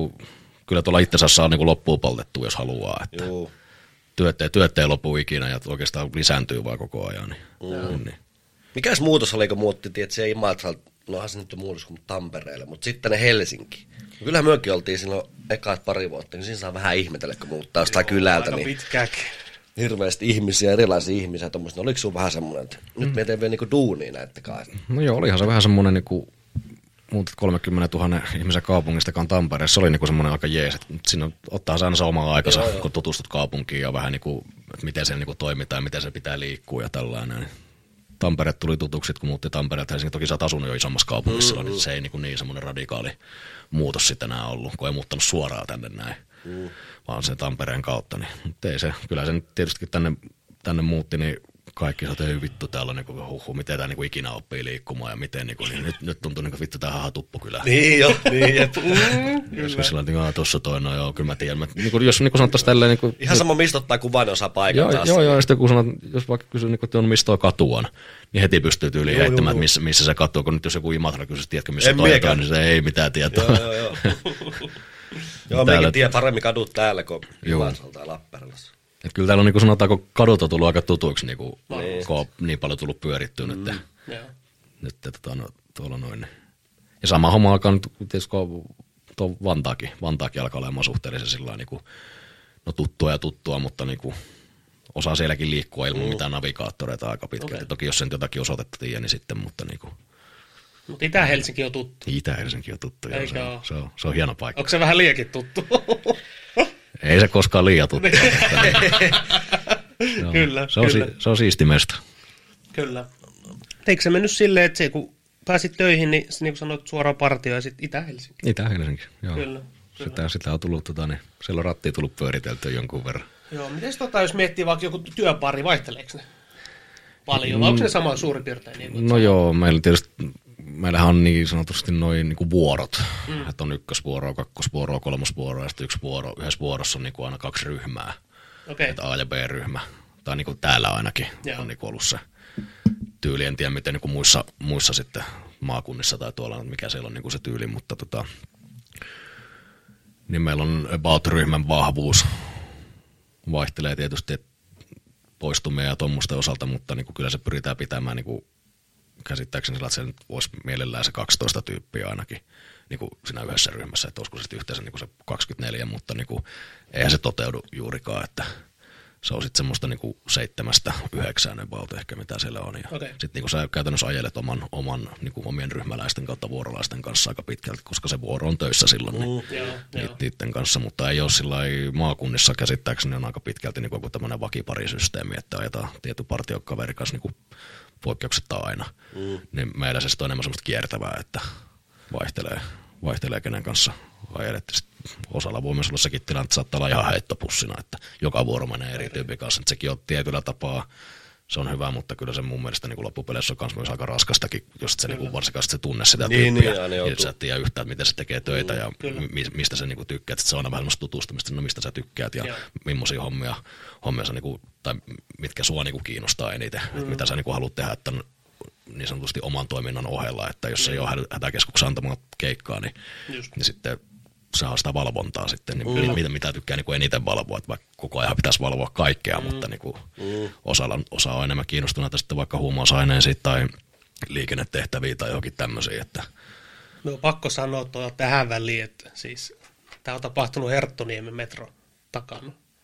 tuolla itsensä saa niinku loppuun poltettua, jos haluaa. Että työt ei lopu ikinä ja oikeastaan lisääntyy vaan koko ajan. Niin. Mikäs muutos oli, kun muuttiin, että se Imatralta, nohan se nyt on muutos kuin Tampereelle, mutta sitten ne Helsinki. Kyllähän myökin oltiin silloin ekaat pari vuotta, niin siinä saa vähän ihmetellä, kun muuttaa sitä kylältä. aika Niin pitkäkin. hirveästi ihmisiä, erilaisia ihmisiä. Tommoista. Oliko sun vähän semmoinen, että nyt me teemme niinku duunia näette kanssa? No joo, olihan se vähän semmoinen niinku, muutat 30 000 ihmisen kaupungista, joka on Tampereessa, se oli niinku semmoinen aika jees, että siinä ottaa se aina se oma aikansa, kun tutustut kaupunkiin ja vähän niinku, että miten se niinku toimitaan ja miten se pitää liikkua ja tällainen. Tampere tuli tutuksi, kun muutti Tampereelta. Helsinki toki sä oot asunut jo isommassa kaupungissa, niin se ei niin semmoinen radikaali muutos sitten enää ollut, kun ei muuttanut suoraan tänne näin, vaan sen Tampereen kautta. Niin. Mutta ei se, kyllä se nyt tietysti tänne muutti, niin kaikki sanoi, että ei vittu, täällä on niinku, miten tämä niinku ikinä oppii liikkumaan ja miten, niinku, niin nyt tuntuu niinku vittu tähän hatuppu kyllä. Niin jo, niin jep. Joskus sillä on, että tuossa toi, no joo, kyllä mä tiedän. Niinku, jos niinku sanottaisiin tälleen... Niinku, ihan sama, mistä ottaa kuvan, osaa paikan taas. Joo, ja sitten kun sanot, jos vaikka kysyy, niinku, että on mistä toi katu on, niin heti pystyy tyyliin heittämään, että missä se katu on, kun nyt jos joku Imatra kysyisi, tiedätkö missä toi on, niin se ei mitään tietoa. Joo, mekin tiedän paremmin kadut täällä kuin Imatralta ja Lappeenrannassa. Että kyllä täällä on niin sanotaanko kadut on tullut aika tutuiksi, niin kun on niin paljon tullut pyörittyä nyt tuolla noin. Ja sama homma alkaa nyt, tietysti tuo Vantaakin alkaa olemaan suhteellisen sillä niin no tuttua, mutta niin kuin, osaa sielläkin liikkua ilman mitään navigaattoreita aika pitkälti. Okay. Toki jos sen jotakin osoitetta tiedä, niin sitten, mutta niin kuin. Mutta Itä-Helsinki on tuttu. Itä-Helsinki on tuttu, joo. Se on hieno paikka. Onko se vähän liiakin tuttu? Ei se koskaan liian tuttu. Kyllä, se on siisti mesta. Kyllä. Eikö se mennyt silleen, että kun pääsit töihin, niin kuin sanoit, suoraan partioon ja sitten Itä-Helsinki? Itä-Helsinki, joo. Kyllä. Sitä on tullut, siellä on rattia tullut pyöriteltyä jonkun verran. Joo, miten jos miettii vaikka joku työpari, vaihteleeko ne paljon, vai onko ne sama suurin piirtein? Niin no joo, meillähän on niin sanotusti noin niin vuorot, että on ykkösvuoroa, kakkosvuoroa, kolmosvuoroa ja sitten yhdessä vuorossa on niin aina 2 ryhmää, että A- ja B-ryhmä, tai niin kuin täällä ainakin on niin ollut se tyyli, en tiedä miten niin muissa sitten maakunnissa tai tuolla, mikä siellä on niin se tyyli, mutta niin meillä on about-ryhmän vahvuus, vaihtelee tietysti poistumia ja tuommoisten osalta, mutta niin kyllä se pyritään pitämään niin käsittääkseni sillä, että se nyt voisi mielellään se 12 tyyppiä ainakin niin kuin siinä yhdessä ryhmässä, että olisiko sitten yhteensä niin se 24, mutta niin kuin, eihän se toteudu juurikaan, että se on sitten semmoista niin 7-9 about ehkä mitä siellä on. Ja sitten niin kuin sä käytännössä ajelet oman niin kuin omien ryhmäläisten kautta vuorolaisten kanssa aika pitkälti, koska se vuoro on töissä silloin niiden kanssa, mutta ei ole sillä maakunnissa käsittääkseni on aika pitkälti niin kuin tämmöinen vakiparisysteemi, että ajetaan tietty partiokaveri kanssa niin kuin poikkeuksetta aina. Niin meillä se on enemmän semmoista kiertävää, että vaihtelee kenen kanssa ajelet. Osalla voi myös olla sekin tilanne, että saattaa olla ihan heittopussina, että joka vuoro menee eri tyypin kanssa. Että sekin on tietyllä tapaa, se on hyvä, mutta kyllä se mun mielestä niin loppupeleissä on myös aika raskastakin, jos se niin varsinkaan se tunne sitä tyyppiä. Ja sä et tiedä yhtään, miten se tekee töitä ja mistä sä niin tykkäät. Se on aina vähän semmoista tutustumista, no mistä sä tykkäät ja millaisia hommia sä, niin kuin, tai mitkä sua niin kiinnostaa eniten. Että mitä sä niin haluat tehdä, että niin sanotusti oman toiminnan ohella, että jos ei ole hätäkeskuksen antamaa keikkaa, niin sitten saa sitä valvontaa sitten, niin mitä tykkää niin eniten valvoa, että vaikka koko ajan pitäisi valvoa kaikkea, mutta niin osa on enemmän kiinnostuneita sitten vaikka huumausaineisiin tai liikennetehtäviä tai johonkin tämmöisiä. Että. No pakko sanoa tähän väliin, että siis tämä on tapahtunut Herttoniemen metron takana.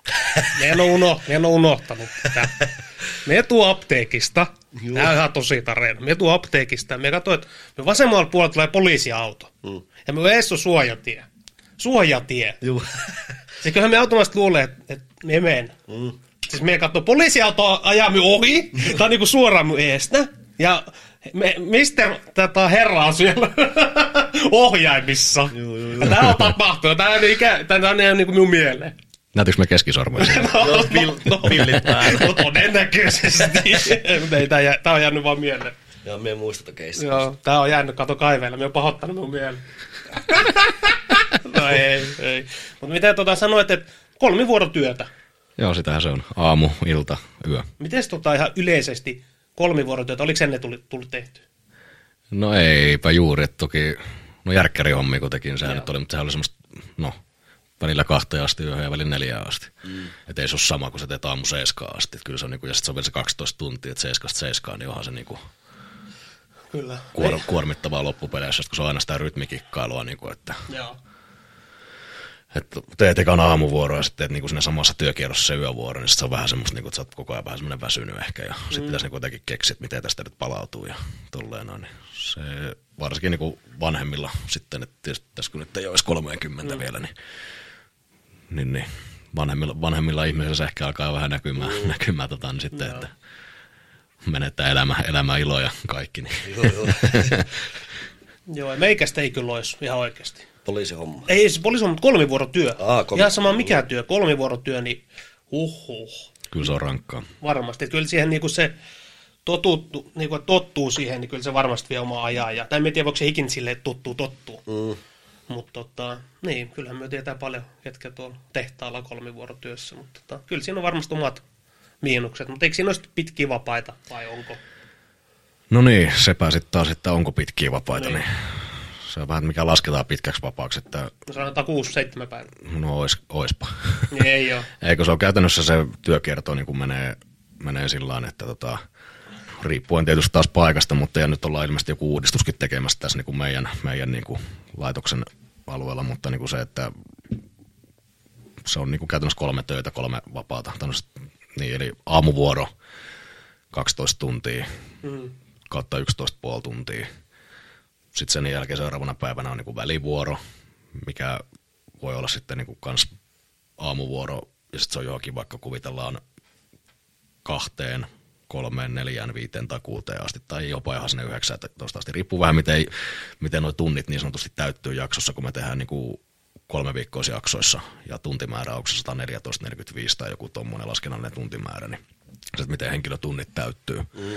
Me en ole unohtanut tätä. Me tuu apteekista. Tämä on ihan tosi tarina. Me tuu apteekista. Me katsoin, että me vasemmalla puolella tulee poliisiauto. Ja me edes on suojatie. Suojatie. Siis kyllähän me automaattisesti luulee, että me menen. Siis me katsoo, poliisiauto ajaa me ohi. Tai niinku suoraan me eestä. Ja mister tätä herraa on siellä ohjaimissa. Ja tämä on tapahtunut. Tämä on niin kuin minun mieleen. Näytinkö me keskisormen? Pillit päällä. No todennäköisesti. Tämä on jäänyt vaan mieleen. Joo, me ei muisteta keistä. Joo, tämä on jäänyt, kato kaiveilla. Me on pahoittanut minun mieleen. No ei. Mutta miten sanoit, että 3 vuorotyötä? Joo, sitähän se on. Aamu, ilta, yö. Miten ihan yleisesti 3 vuorotyötä, oliko ennen tullut tehty? No eipä juuri, että toki, no järkkärihommi kuitenkin se nyt oli, mutta sehän oli semmoista, välillä 2 asti yöhön ja välillä 4 asti. Että ei se ole sama, kun sä teet aamu 7 asti. Et kyllä se on niinku, ja sit se on vielä se 12 tuntia, että 7 niin onhan se niinku kyllä. Kuormittavaa loppupeleissä, kun se on aina sitä rytmikikkailua, niinku, että Joo. että teet ekan aamuvuoro ja sitten teet niinku siinä samassa työkierrossa se yövuoro, niin se on vähän semmoista, niinku, että sä oot koko ajan vähän semmoinen väsynyt ehkä, ja sitten pitäisi niinku jotenkin keksiä, että miten tästä nyt palautuu ja tolleen noin. Niin se varsinkin niinku vanhemmilla sitten, että tietysti tässä kun nyt ei olisi 30 vielä, niin vanhemmilla ihmisillä se ehkä alkaa vähän näkymään niin sitten, että menettää elämä ilo ja kaikki. Niin. Joo, meikästä ei kyllä olisi ihan oikeasti. Poliisihomma. Ei se poliisi on, mutta 3 vuorotyö. Ihan sama mikä työ, 3 vuorotyö, niin Kyllä se on rankkaa. Varmasti, kyllä siihen niinku se tottuu siihen, niin kyllä se varmasti vie omaa ajaa. Ja, tai en tiedä, voiko se ikin silleen tottuu. Mutta niin, kyllähän me tietää paljon, ketkä tuolla tehtaalla 3 vuorotyössä. Mutta kyllä siinä on varmasti omat miinukset. Mutta eikö siinä ole pitkiä vapaita vai onko? No niin, sepä sitten taas, että onko pitkiä vapaita, niin se on vähän, mikä lasketaan pitkäksi vapaaksi. Että no sanotaan 6-7 päivää. No oispa. Niin ei ole. Eikö se on käytännössä se työkierto niin kuin menee sillain, että riippuen tietysti taas paikasta, mutta ja nyt ollaan ilmeisesti joku uudistuskin tekemässä tässä niin kuin meidän niin kuin laitoksen alueella, mutta niin kuin se, että se on niin kuin käytännössä 3 töitä, 3 vapaata. Niin, eli aamuvuoro 12 tuntia, kautta 11,5 tuntia. Sitten sen jälkeen seuraavana päivänä on niin kuin välivuoro, mikä voi olla sitten niin kuin kans aamuvuoro, ja sitten se on johonkin, vaikka kuvitellaan 2, 3, 4, 5 tai 6 asti, tai jopa ihan sinne 19 asti. Riippuu vähän, miten nuo tunnit niin sanotusti täyttyy jaksossa, kun me tehdään niin kuin 3 viikkoisia jaksoissa, ja tuntimäärä onko se 114,45 tai joku tommoinen laskennallinen tuntimäärä, niin se, miten henkilötunnit täyttyy.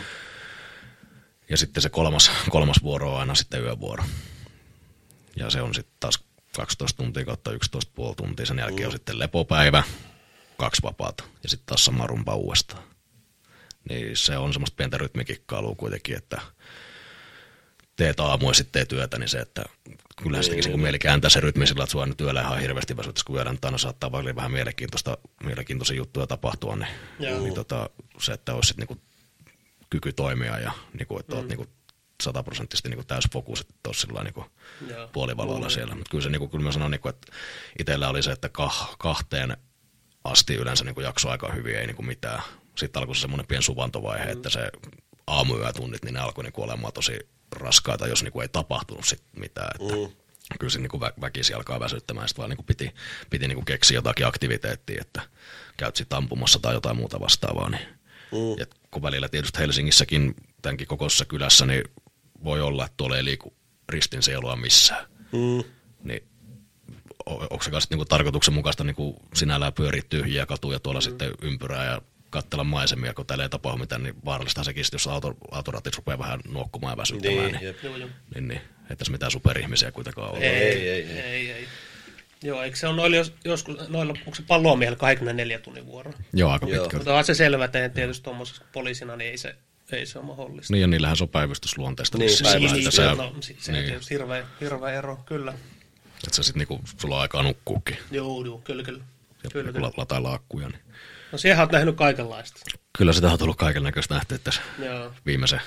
Ja sitten se kolmas vuoro on aina sitten yövuoro. Ja se on sitten taas 12 tuntia kautta 11,5 tuntia. Sen jälkeen on sitten lepopäivä, 2 vapaata ja sitten taas sama rumpa uudestaan. Niin se on semmoista pientä rytmikikkailua kuitenkin, että teet aamu ja sitten teet työtä, niin se, että kyllähän se tekisi mieli kääntää se rytmi sillä, että sua nyt yöllä ihan hirveästi väsyttäisi, kun yöllä aina saattaa vähän mielenkiintoisia juttuja tapahtua, niin se, että olisi sitten niinku kyky toimia ja niinku, että olet niinku 100% niinku täysfokus, että olet sillä niinku puolivaloilla siellä. Mutta kyllä se niinku, kyllä mä sanon, niinku, että itsellä oli se, että 2 asti yleensä niinku jaksoi aika hyvin, ei niinku mitään. Sitten alkoi se semmoinen pieni suvantovaihe, että se aamuyötunnit, niin ne alkoi niinku olemaan tosi raskaita, jos niinku ei tapahtunut sit mitään. Että kyllä se niinku väkisin alkaa väsyttämään, sitten vaan niinku piti niinku keksiä jotakin aktiviteettia, että käyt sitten ampumassa tai jotain muuta vastaavaa. Niin. Ja kun välillä tietysti Helsingissäkin, tämänkin kokoisessa kylässä, niin voi olla, että tuolla ei liiku ristinsielua missään. Niin onko se kanssa niinku tarkoituksenmukaista niinku sinällään pyöriä tyhjiä katuja tuolla sitten ympyrää ja katsella maisemia, kun täällä ei tapahdu mitään, niin vaarallistahan sekin, jos autoratit rupeaa vähän nuokkumaan ja väsyttämään, niin ei tässä mitään superihmisiä kuitenkaan ole. Ei. Joo, eikö se ole noilla onko se pallomiehellä 24 tunnin vuoro? Joo, aika pitkä. Mutta on se selvä, että tietysti tuommoisessa poliisina niin ei se ole mahdollista. Niin, ja niillähän se on päivystysluonteista. Se on tietysti hirveä ero, kyllä. Että sä sitten niinku, sulla on aikaa nukkuukin. Joo, kyllä. Ja latailla akkuja. Niin. No siihen olet nähnyt kaikenlaista. Kyllä sitä on tullut kaiken näköistä nähtyä tässä viimeisen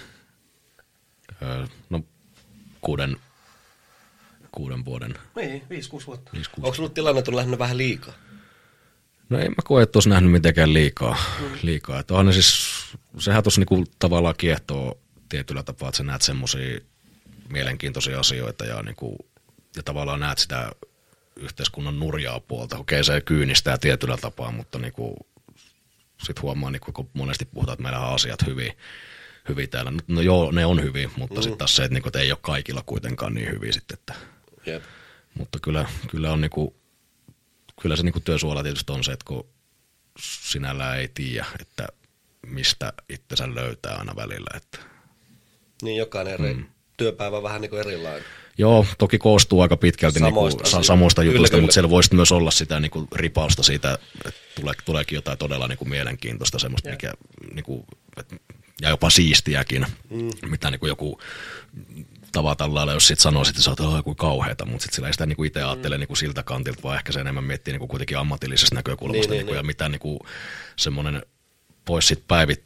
6 vuoden. Niin, 5-6 vuotta. Onko sulla tilanne tullut lähinnä vähän liikaa? No en mä koe, että olisi nähnyt mitenkään liikaa. Että onhan ne siis, sehän tuossa niinku tavallaan kiehtoo tietyllä tapaa, että sä näet semmoisia mielenkiintoisia asioita ja, niinku, ja tavallaan näet sitä yhteiskunnan nurjaa puolta. Okei, se kyynistää tietyllä tapaa, mutta niinku, sitten huomaa, niinku, kun monesti puhutaan, että meillä on asiat hyvin täällä. No joo, ne on hyviä, mutta sitten taas se, että, niinku, että ei ole kaikilla kuitenkaan niin hyviä sitten. Että. Jep. Mutta kyllä on niinku, kyllä se niinku työsuola tietysti on se, että kun sinällään ei tiedä, että mistä itsensä löytää aina välillä. Että. Niin jokainen työpäivä vähän niin kuin erilainen. Joo, toki koostuu aika pitkälti samoista jutuista, kyllä. mutta siellä voisi myös olla sitä niinku ripausta siitä, että tuleekin jotain todella niinku mielenkiintoista, semmoista, mikä, niinku, ja jopa siistiäkin, mitä niinku joku tavataan lailla, jos sitten sanoo, että sä oot joku kauheata, mutta sitten sillä ei sitä niinku itse ajattele niinku siltä kantilta, vaan ehkä se enemmän miettii niinku kuitenkin ammatillisesta näkökulmasta, niin. Ja mitä niinku semmoinen pois sit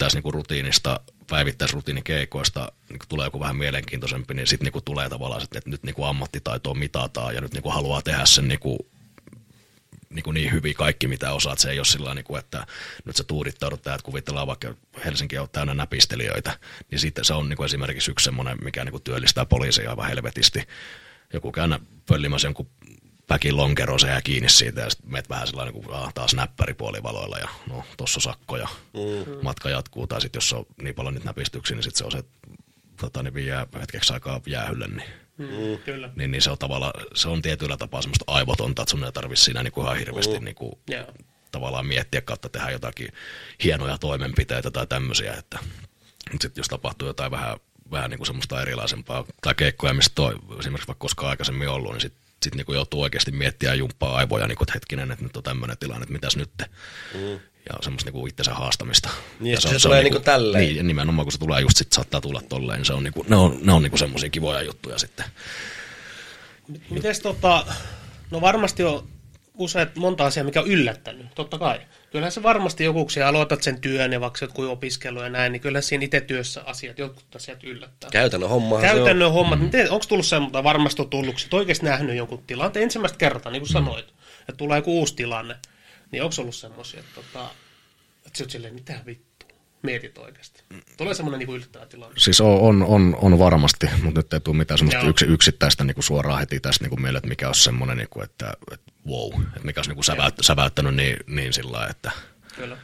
päivittäisrutiinikeikoista niin tulee joku vähän mielenkiintoisempi, niin sitten niin tulee tavallaan, että nyt niin ammattitaitoa mitataan ja nyt niin haluaa tehdä sen niin hyvin kaikki, mitä osaat. Se ei ole sillä tavalla, että nyt sä tuudittaudut tähän, että kuvitellaan vaikka Helsinki on täynnä näpistelijöitä, niin sitten se on niin esimerkiksi yksi semmoinen, mikä niin työllistää poliisia aivan helvetisti. Joku käy pöllimässä jonkun päkin lonkeroon, se jää kiinni siitä ja sitten meet vähän sellainen kuin taas näppäri puolivaloilla ja no tossa sakko ja matka jatkuu. Tai sitten jos on niin paljon niitä näpistyksiä, niin sitten se on se, niin jää hetkeksi aikaa jäähylle. Kyllä. Niin se on tavallaan, se on tietyllä tapaa semmoista aivotonta, että sun ei tarvitse siinä niin kuin ihan hirveästi niin kuin, tavallaan miettiä kautta tehdä jotakin hienoja toimenpiteitä tai tämmöisiä. Mutta sitten jos tapahtuu jotain vähän niin kuin semmoista erilaisempaa tai keikkoja, mistä esimerkiksi vaikka koskaan aikaisemmin ollut, niin sitten niin joutuu oikeasti miettimään jumppaa aivoja, niin kuin, että hetkinen, että nyt on tämmöinen tilanne, että mitäs nyt? Ja semmoista niin kuin itsensä haastamista. Niin, se tulee niin kuin tälleen. Niin, nimenomaan kun se tulee just sitten saattaa tulla tolleen, niin se on, niin kuin, ne on niin kuin semmoisia kivoja juttuja sitten. Mites no varmasti on monta asiaa, mikä on yllättänyt, totta kai. Kyllähän se varmasti joku, kun sä aloitat sen työn ja vaikka jotkut opiskelu ja näin, niin kyllähän siinä itse työssä jotkut asiat yllättää. Käytännön homma. Hommat. Onko tullut semmoista, varmasti on tullut, kun oikeasti nähnyt jonkun tilanteen ensimmäistä kertaa, niin kuin sanoit, että tulee joku uusi tilanne, niin onko ollut semmoisia, että sä oot silleen, mitä vittua, mietit oikeasti. Tulee semmoinen niin yllättävä tilanne. Siis on varmasti, mutta nyt ei tule mitään semmoista yksittäistä niin kuin suoraan heti tästä niin mieleen, että mikä olisi semmoinen, niin kuin, että wow, että mikä olisi niin kuin säväyttänyt niin sillä lailla, että. Kyllä.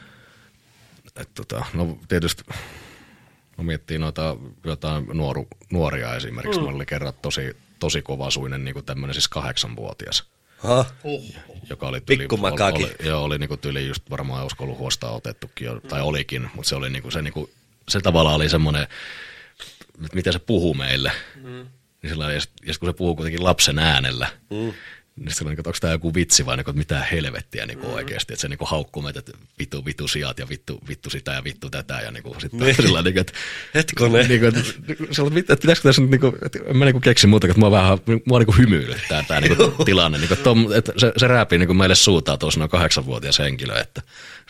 No tietysti, no miettii noita jotain nuoria esimerkiksi, mulla oli kerran tosi kovasuinen niin kuin tämmöinen siis 8-vuotias. Joka oli oli niinku tyyli just varmaan olisiko ollut huostaa otettukin jo, tai olikin, mutta se oli niinku se tavallaan oli semmoinen, miten se puhuu meille. Niin sellainen, ja kun se puhuu kuitenkin lapsen äänellä, niin sitten onko tämä joku vitsi vai niin mitään helvettiä niin oikeasti, että se niin haukkuu meitä, että vittu sijat ja vittu sitä ja vittu tätä ja niin sitten sillä niin että hetkonen. Että pitäisikö tässä nyt, että en mä niin keksi muuta, että mua niin hymyilyttää tämä niin tilanne, niin että se rääpii niin meille suutaan tuossa noin 8-vuotias henkilö, että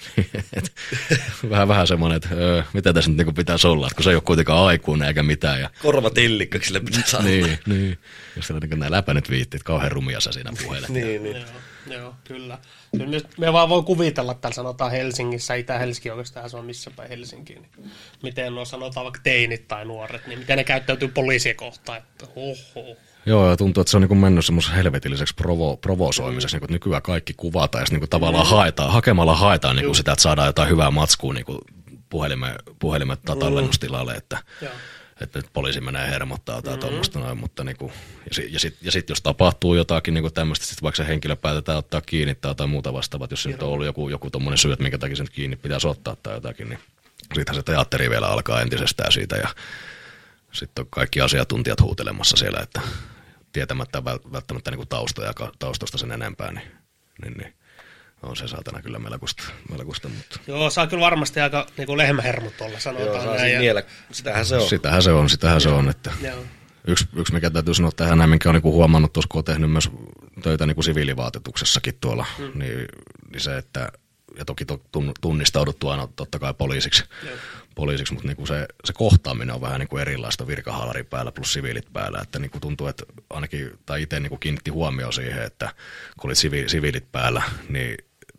vähän semmoinen, että mitä tässä nyt niin pitäisi olla, että kun se ei ole kuitenkaan aikuinen eikä mitään. Ja korvatillikko, sille pitäisi olla. Niin. Jos siellä niin nämä läpänyt viittit, kauhean rumia sä siinä puhelet. Niin. Joo, kyllä. Nyt me vaan voi kuvitella, että täällä sanotaan Helsingissä, Itä-Helsinki oikeastaan se on missä päin Helsinkiin. Niin miten no sanotaan vaikka teinit tai nuoret, niin miten ne käyttäytyy poliisia kohtaan, että Joo, ja tuntuu, että se on niin mennyt semmoisen helvetilliseksi provosoimiseksi, niin nykyään kaikki kuvataan, ja niin tavallaan hakemalla haetaan niin sitä, että saadaan jotain hyvää matskua niin puhelimet datanlennustilalle, että nyt poliisi menee hermottaa tai tuommoista noin, mutta niinku, ja sit jos tapahtuu jotakin niinku tämmöistä, sit vaikka se henkilö päätetään ottaa kiinni tai jotain muuta vastaavaa, jos nyt on ollut joku tommoinen syy, että minkä takia se nyt kiinni pitäisi ottaa tai jotakin, niin siitähän se teatteri vielä alkaa entisestään siitä ja sitten on kaikki asiantuntijat huutelemassa siellä, että tietämättä välttämättä niinku taustasta sen enempää, niin on se saatana kyllä melkoista. Mutta. Joo, saa kyllä varmasti aika niin lehmähermot olla, sanotaan. Joo, näin. Sitähän se on. Sitähän se on. Että yksi mikä täytyy sanoa tähän näin, minkä on niin huomannut tuossa, kun on tehnyt myös töitä niin siviilivaatetuksessakin tuolla, niin se, että, ja toki tunnistauduttu aina totta kai poliisiksi, mutta niin se kohtaaminen on vähän niin kuin erilaista virkahaalari päällä plus siviilit päällä, että niin kuin tuntuu, että ainakin, tai itse niin kuin kiinnitti huomioon siihen, että kun oli siviilit päällä, niin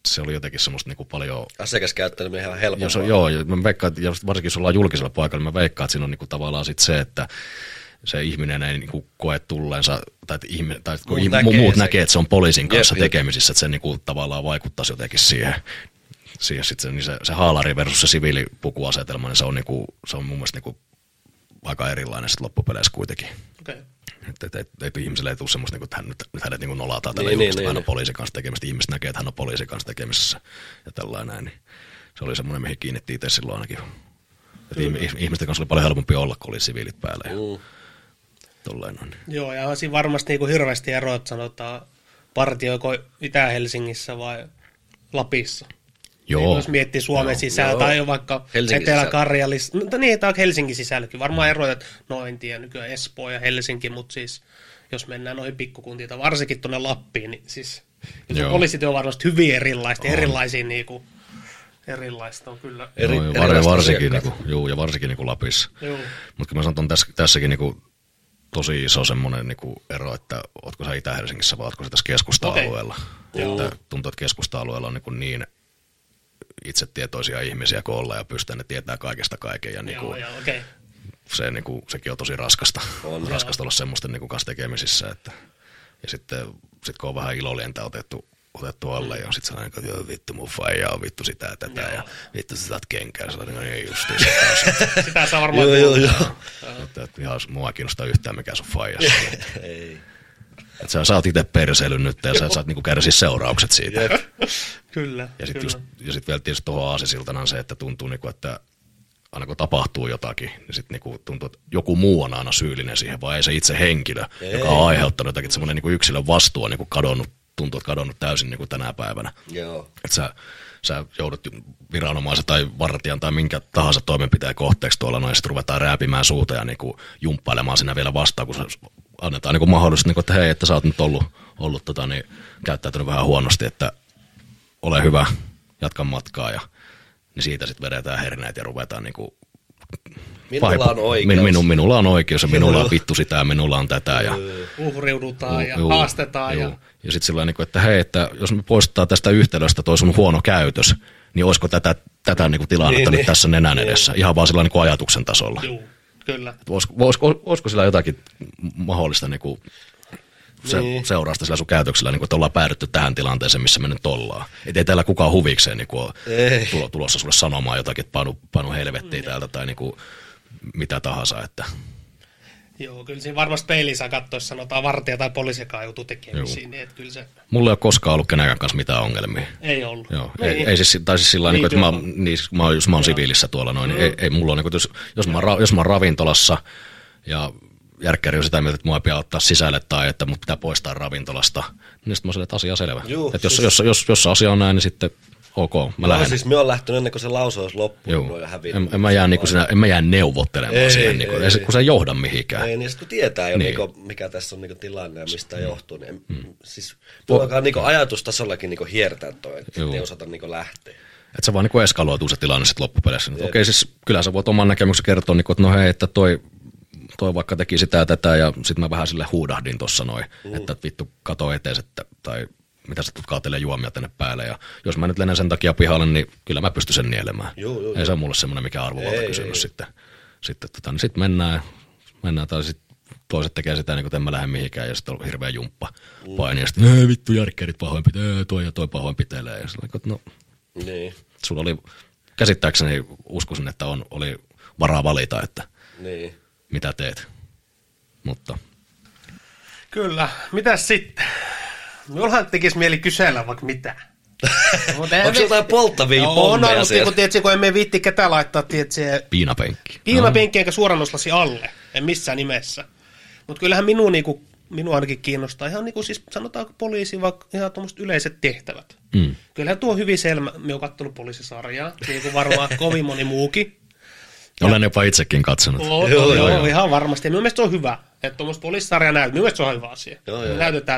se oli jotenkin semmoista niinku paljon... Asiakaskäyttäminen ihan helpompaa. Joo, mä veikkaan, että varsinkin jos ollaan julkisella paikalla, niin mä veikkaan, että siinä on niinku tavallaan sit se, että se ihminen ei niinku koe tulleensa, tai kun muut näkee, että se on poliisin kanssa tekemisissä, että se niinku tavallaan vaikuttaisi jotenkin siihen sitten se haalari versus se siviilipukuasetelma, niin se on mun mielestä niinku aika erilainen sitten loppupeleissä kuitenkin. Okay. Että ihmiselle ei tule semmoista, että nyt hänet niin nolataan tällä julkista, hän on poliisin kanssa tekemistä. Ihmiset näkee, että hän on poliisin kanssa tekemisessä ja tällainen näin. Niin se oli semmoinen, mihin kiinnitti itse silloin ainakin. Ihmisten kanssa oli paljon helpompi olla, kun oli siviilit päällä. Tollainen. Joo, ja on siinä varmasti niin hirveästi eroa, että sanotaan partioiko Itä-Helsingissä vai Lapissa. Joo. Jos miettii Suomen sisällä tai vaikka Etelä-Karjalissa, niin tai Helsingin sisälläkin. Varmaan eroja, että en tiedä, nykyään Espoo ja Helsinki, mutta siis jos mennään noihin pikkukuntiin, tai varsinkin tuonne Lappiin, niin siis poliisit on varmasti hyvin erilaista, erilaisia niinku, erilaista on kyllä. Varsinkin, niinku, ja varsinkin niinku Lapissa. Mutta mä sanon, tässäkin niinku, tosi iso semmoinen niinku ero, että ootko sä Itä-Helsingissä vai ootko sä tässä keskusta-alueella. Että tuntuu, että keskusta-alueella on niin itsetietoisia ihmisiä kuin ollaan ja pystyy, ne tietää kaikesta kaiken. Ja niinku, sekin on tosi raskasta. Raskasta olla semmoisten niinku kanssa tekemisissä. Ja sitten kun on vähän ilolientä otettu alle ja sitten sanoin, että joo, vittu mun faija on vittu sitä ja tätä ja vittu sä saat kenkää. Ja sanoin, ei justiin sitä. Sitä saa varmaan että ihan mua kiinnostaa yhtään mikä sun faijassa. Ei. Että sä oot itse perseilyn nyt ja sä saat niinku kärsiä seuraukset siitä. Kyllä. Ja sitten vielä tietysti tuohon aasisiltana se, että tuntuu, niinku, että aina kun tapahtuu jotakin, niin sitten niinku tuntuu, että joku muu on aina syyllinen siihen, vai ei se itse henkilö, joka on aiheuttanut jotakin, että semmoinen niinku yksilön vastuu on niinku tuntuu, että kadonnut täysin niinku tänä päivänä. Joo. Että sä joudut viranomaisen tai vartijan tai minkä tahansa toimenpiteen kohteeksi tuolla noin, ja sitten ruvetaan rääpimään suuta ja niinku jumppailemaan sinä vielä vastaan, kun annetaan niinku mahdollisuus, niinku, että hei, että sä oot nyt ollut niin, käyttäytynyt vähän huonosti, että ole hyvä, jatka matkaa, ja niin siitä sitten vedetään herneet ja ruvetaan niinku... Minulla on oikeus. Minulla on oikeus ja minulla on vittu sitä ja minulla on tätä. Ja, uhriudutaan ja haastetaan. Ja sitten sillä tavalla, että hei, että jos me poistetaan tästä yhtälöstä toi sun huono käytös, niin olisiko tätä niinku tilannetta nyt tässä nenän edessä, ihan vaan sillä niinku ajatuksen tasolla. Joo, kyllä. Olisiko sillä jotakin mahdollista niinku seurausta sillä sun käytöksellä, niinku, että ollaan päädytty tähän tilanteeseen, missä me nyt ollaan. Että ei täällä kukaan huvikseen niinku ole tulossa sulle sanomaan jotakin, että panu helvettiin täältä tai niinku, mitä tahansa. Että. Joo, kyllä siinä varmasti peiliin saa katsoa, jos sanotaan vartija tai poliisikaan joutuu tekemisiin. Niin, että kyllä se... Mulla ei ole koskaan ollut kenenkään kanssa mitään ongelmia. Ei ollut. Joo, ei siis sillä niin, että jos mä oon siviilissä tuolla noin, niin ei mulla ole, niin kuin, jos mä oon ravintolassa ja järkkäri on sitä mieltä, että mua ei pidä ottaa sisälle tai että mut pitää poistaa ravintolasta, niin sitten mä sanoin, että asia on selvä. Että jos asia on näin, niin sitten ok, mä lähden. Siis me on lähtenyt ennen kuin se lause olisi loppuun. En mä jää neuvottelemaan siihen, niin kun se ei johda mihinkään. Ei, niin sitten kun tietää jo, niin. Mikä tässä on niin tilanne ja mistä johtuu, niin siis tuollakaan niin ajatustasollakin niin hiertää toi, että ei osata niin lähteä. Että se vaan niin eskaloituu se tilanne sitten loppupeleissä. Okei, siis kyllä sä voit oman näkemyksen kertoa, niin että no hei, että toi vaikka teki sitä ja tätä ja sitten mä vähän sille huudahdin tuossa noin, että vittu kato etees, tai mitä sä tulet kaatelee juomia tänne päälle. Ja jos mä nyt lennän sen takia pihalle, niin kyllä mä pystyn sen nielemään. Ei se ole mulle semmoinen mikään arvovaltakysymys sitten. Niin sitten mennään tai sitten toiset tekee sitä, niin kuin en mä lähde mihinkään, ja sitten on hirveä jumppa paini, ja sitten vittu järkkärit pahoinpitelee, toi ja toi pahoinpitelee. Ja sitten no, niin. Sulla oli, käsittääkseni uskoisin, että oli varaa valita, että mitä teet. Mutta. Kyllä, mitäs sitten? Minullahan tekisi mieli kysellä vaikka mitä. Onko jotain polttavia pommeja siellä? Kun emme viitti ketään laittaa, piinapenkki. Piinapenkki eikä suorannuslasi alle, en missään nimessä. Mutta kyllähän minua ainakin kiinnostaa ihan niin kuin siis sanotaanko poliisi, vaikka ihan tuommoiset yleiset tehtävät. Kyllähän tuo on hyvin selvä, minä olen katsonut poliisisarjaa, niin kuin varmaan kovin moni muukin. Olen jopa itsekin katsonut. Joo, ihan varmasti. Ja minun mielestä se on hyvä, että tuommoista poliisisarjaa näytetään. Minun mielestä se on hyvä asia. Näytetään,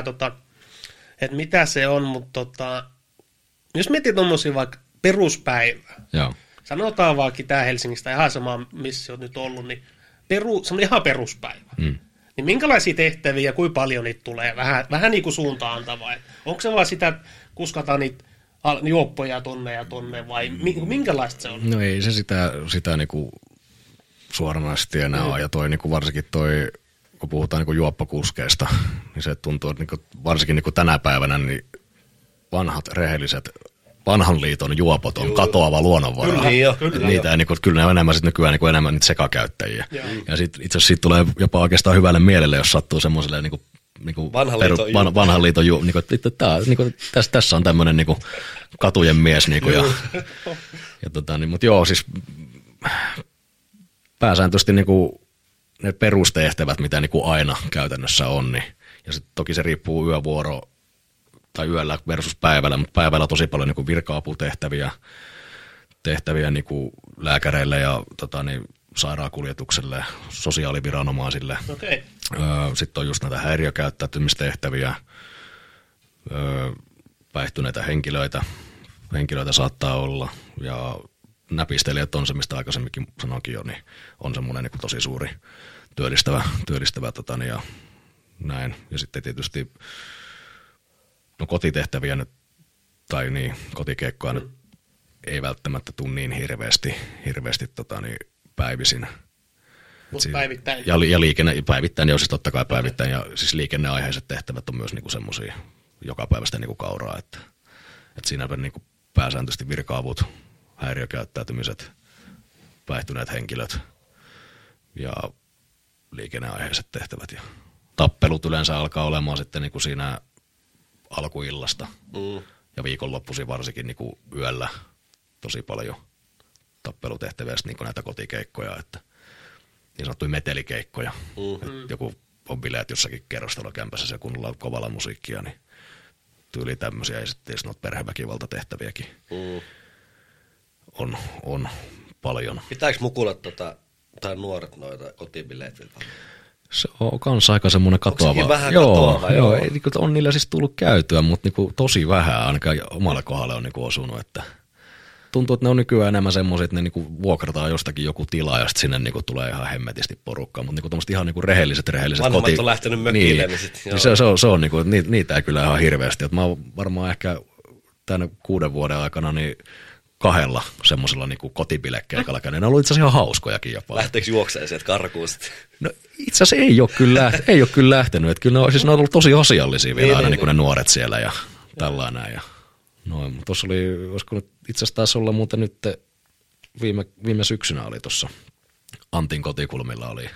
että mitä se on, mutta jos miettii tuommoisia vaikka peruspäivää, sanotaan vaikka Itä-Helsingistä ihan sama, missä olet nyt ollut, niin semmoinen ihan peruspäivä. Niin minkälaisia tehtäviä ja kuinka paljon niitä tulee? Vähän niin kuin suuntaan antavaa. Onko se vaan sitä, että kuskataan niitä juoppoja tonne ja tonne, vai minkälaista se on? No ei se sitä niinku suoranaisesti enää ole, ja toi niinku varsinkin toi, kun puhutaan niinku juoppokuskeista, niin se tuntuu, että niinku, varsinkin niinku tänä päivänä niin vanhat rehelliset vanhan liiton juopot on katoava luonnonvara. Niitä ei, niinku, kyllä ne on enemmän sit nykyään niinku enemmän niitä sekakäyttäjiä. Ja sit itse asiassa siitä tulee jopa oikeastaan hyvälle mielelle, jos sattuu semmoiselle niinku vanhan liiton niinku, tässä on tämmöinen niinku katujen mies niinku, ja niin, mutta joo, siis pääsääntöisesti niinku ne perustehtävät, mitä niinku aina käytännössä on, niin, ja sitten toki se riippuu yövuoro tai yöllä versus päivällä, mutta päivällä on tosi paljon niinku virka-aputehtäviä niinku lääkäreille ja sairaankuljetukselle, sosiaaliviranomaisille. Okay. Sitten on just näitä häiriökäyttäytymistehtäviä, päihtyneitä henkilöitä saattaa olla, ja näpistelijät on se, mistä aikaisemminkin sanoinkin jo, niin on semmoinen niin tosi suuri työllistävä ja näin. Ja sitten tietysti kotitehtäviä nyt, tai niin, kotikeikkoja nyt ei välttämättä tule niin hirveästi päivisin. Päivittäin. Ja päivittäin, joo siis totta kai päivittäin, ja siis liikenneaiheiset tehtävät on myös niinku semmoisia jokapäiväistä niinku kauraa, että siinä niinku pääsääntöisesti virka-avut, häiriökäyttäytymiset, päihtyneet henkilöt ja liikenneaiheiset tehtävät. Ja tappelut yleensä alkaa olemaan sitten niinku siinä alkuillasta ja viikonloppuisin varsinkin niinku yöllä tosi paljon tappelutehtäviä ja niin näitä kotikeikkoja, että niin sanottuja metelikeikkoja. Joku on bileet jossakin kerrostalokämpässä se kunnolla kovalla musiikkia, niin tyyli tämmöisiä ja sitten noita perheväkivaltatehtäviäkin on paljon. Pitääkö mukulat tai nuoret noita kotibileet? Se on kans aika semmoinen katoava. Onko vähän katoava? Joo, on niillä siis tullut käytyä, mutta niinku tosi vähän ainakaan omalle kohdalle on niinku osunut, että tuntuu, että ne on nykyään enemmän semmoiset, että ne niinku vuokrataan jostakin joku tila ja sitten sinne niinku tulee ihan hemmetisti porukkaa, mutta niinku tommoset ihan niinku rehelliset vanhemmat on lähtenyt mökille. Niin se on niinku, niitä ei kyllä ihan hirveästi. Mä oon varmaan ehkä tämän 6 vuoden aikana niin 2 semmoisella niinku kotibilekeikalla käynyt. Ne on ollut itse asiassa ihan hauskojakin jopa. Lähteekö juokseen sieltä karkuun sitten? No itse asiassa ei ole kyllä lähtenyt. Että kyllä ne on ollut tosi asiallisia vielä aina niin ne nuoret siellä ja tällainen. Ja noin. Tuossa oli, olisiko nyt itse asiassa taisi olla muuten nyt viime syksynä oli tuossa Antin kotikulmilla oli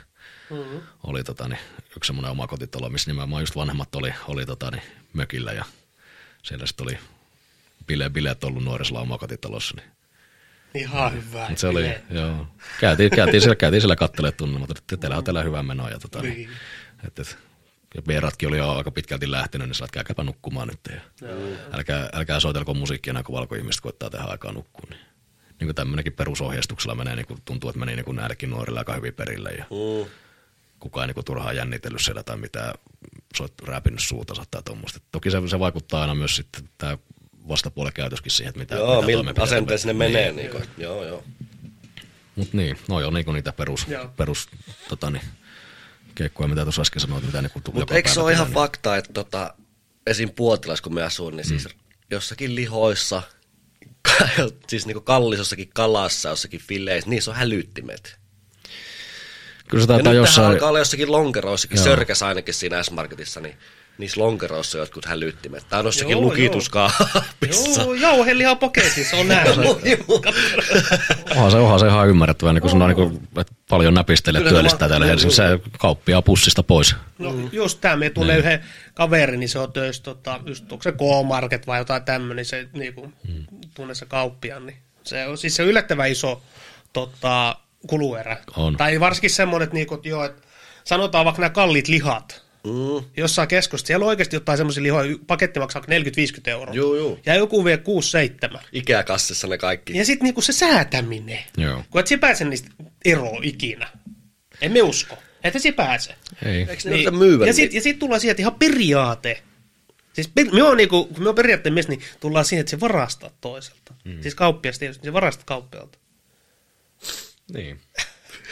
yksi semmoinen oma kotitalo, missä nimenomaan just vanhemmat oli mökillä ja siellä sitten oli bileet ollut nuorisella omakotitalossa. Niin. Ihan hyvä. Mutta se oli, joo. Käytiin siellä katselemaan tunnelmat, että teillä on täällä hyvä meno. Ja, ja Beeratkin oli jo aika pitkälti lähtenyt, niin sanoit, käykääpä nukkumaan nyt. Ja älkää soitelko musiikkia enää, kun valkoihmiset koittaa tehdä aikaa nukkua. Niin tämmöinenkin perusohjeistuksella menee, niin tuntuu, että meni niin näillekin nuorille aika hyvin perille. Ja kukaan ei niin turhaan jännitellyt siellä tai mitään, rääpinyt suutansa tai tuommoista. Toki se vaikuttaa aina myös sitten tämä vastapuolen käytöskin siihen, että mitä millä asenteessa ne menee. Niin. Joo. Mut niin, no joo, niinku niitä perus keikkoja, mitä tuossa äsken sanoit, mitä niinku joka päivä. Mutta eikö se ole ihan fakta, että esim. Puotilassa, kun me asun, niin siis jossakin lihoissa, siis niinku kallisossakin kalassa, jossakin fileissä, niissä on hälyttimet. Kyllä se taitaa jossain alkaa olla jossakin lonkeroissakin, Sörkäs ainakin siinä S-Marketissa, niin niissä lonkeroissa on jotkut hälyttimet. Tai on jossakin lukituskaapissa. Joo, jauhelihaa poketissa on näin. Onhan se ihan ymmärrettävää, niin kun sanoo, niin että paljon näpistelee työllistää täällä Helsingissä. Se kauppia pussista pois. No just tämä, me tulee yhden kaveri, niin se on töissä, just onko se K-Market vai jotain tämmöinen, se niinku, tunne se kauppiaan. Niin se on siis se yllättävän iso kuluerä. On. Tai varsinkin semmoinen, että, niinku, että sanotaan vaikka nämä kalliit lihat. Jossain keskusta. Siellä on oikeasti jotain semmoisia lihoja, paketti maksaa 40-50 €. Joo. Ja joku vie 6-7. Ikäkassissa ne kaikki. Ja sitten niinku se säätäminen. Joo. Kun et sä pääse niistä eroon ikinä. En me usko. Et sä pääse. Ei. Eikö ne niin. Myyvä? Ja sit tullaan siihen, että ihan periaate. Siis me on niinku, kun me on periaatteen mies, niin tullaan siihen, että se varastaa toiselta. Siis kauppiasta, se varastaa kauppialta. Niin.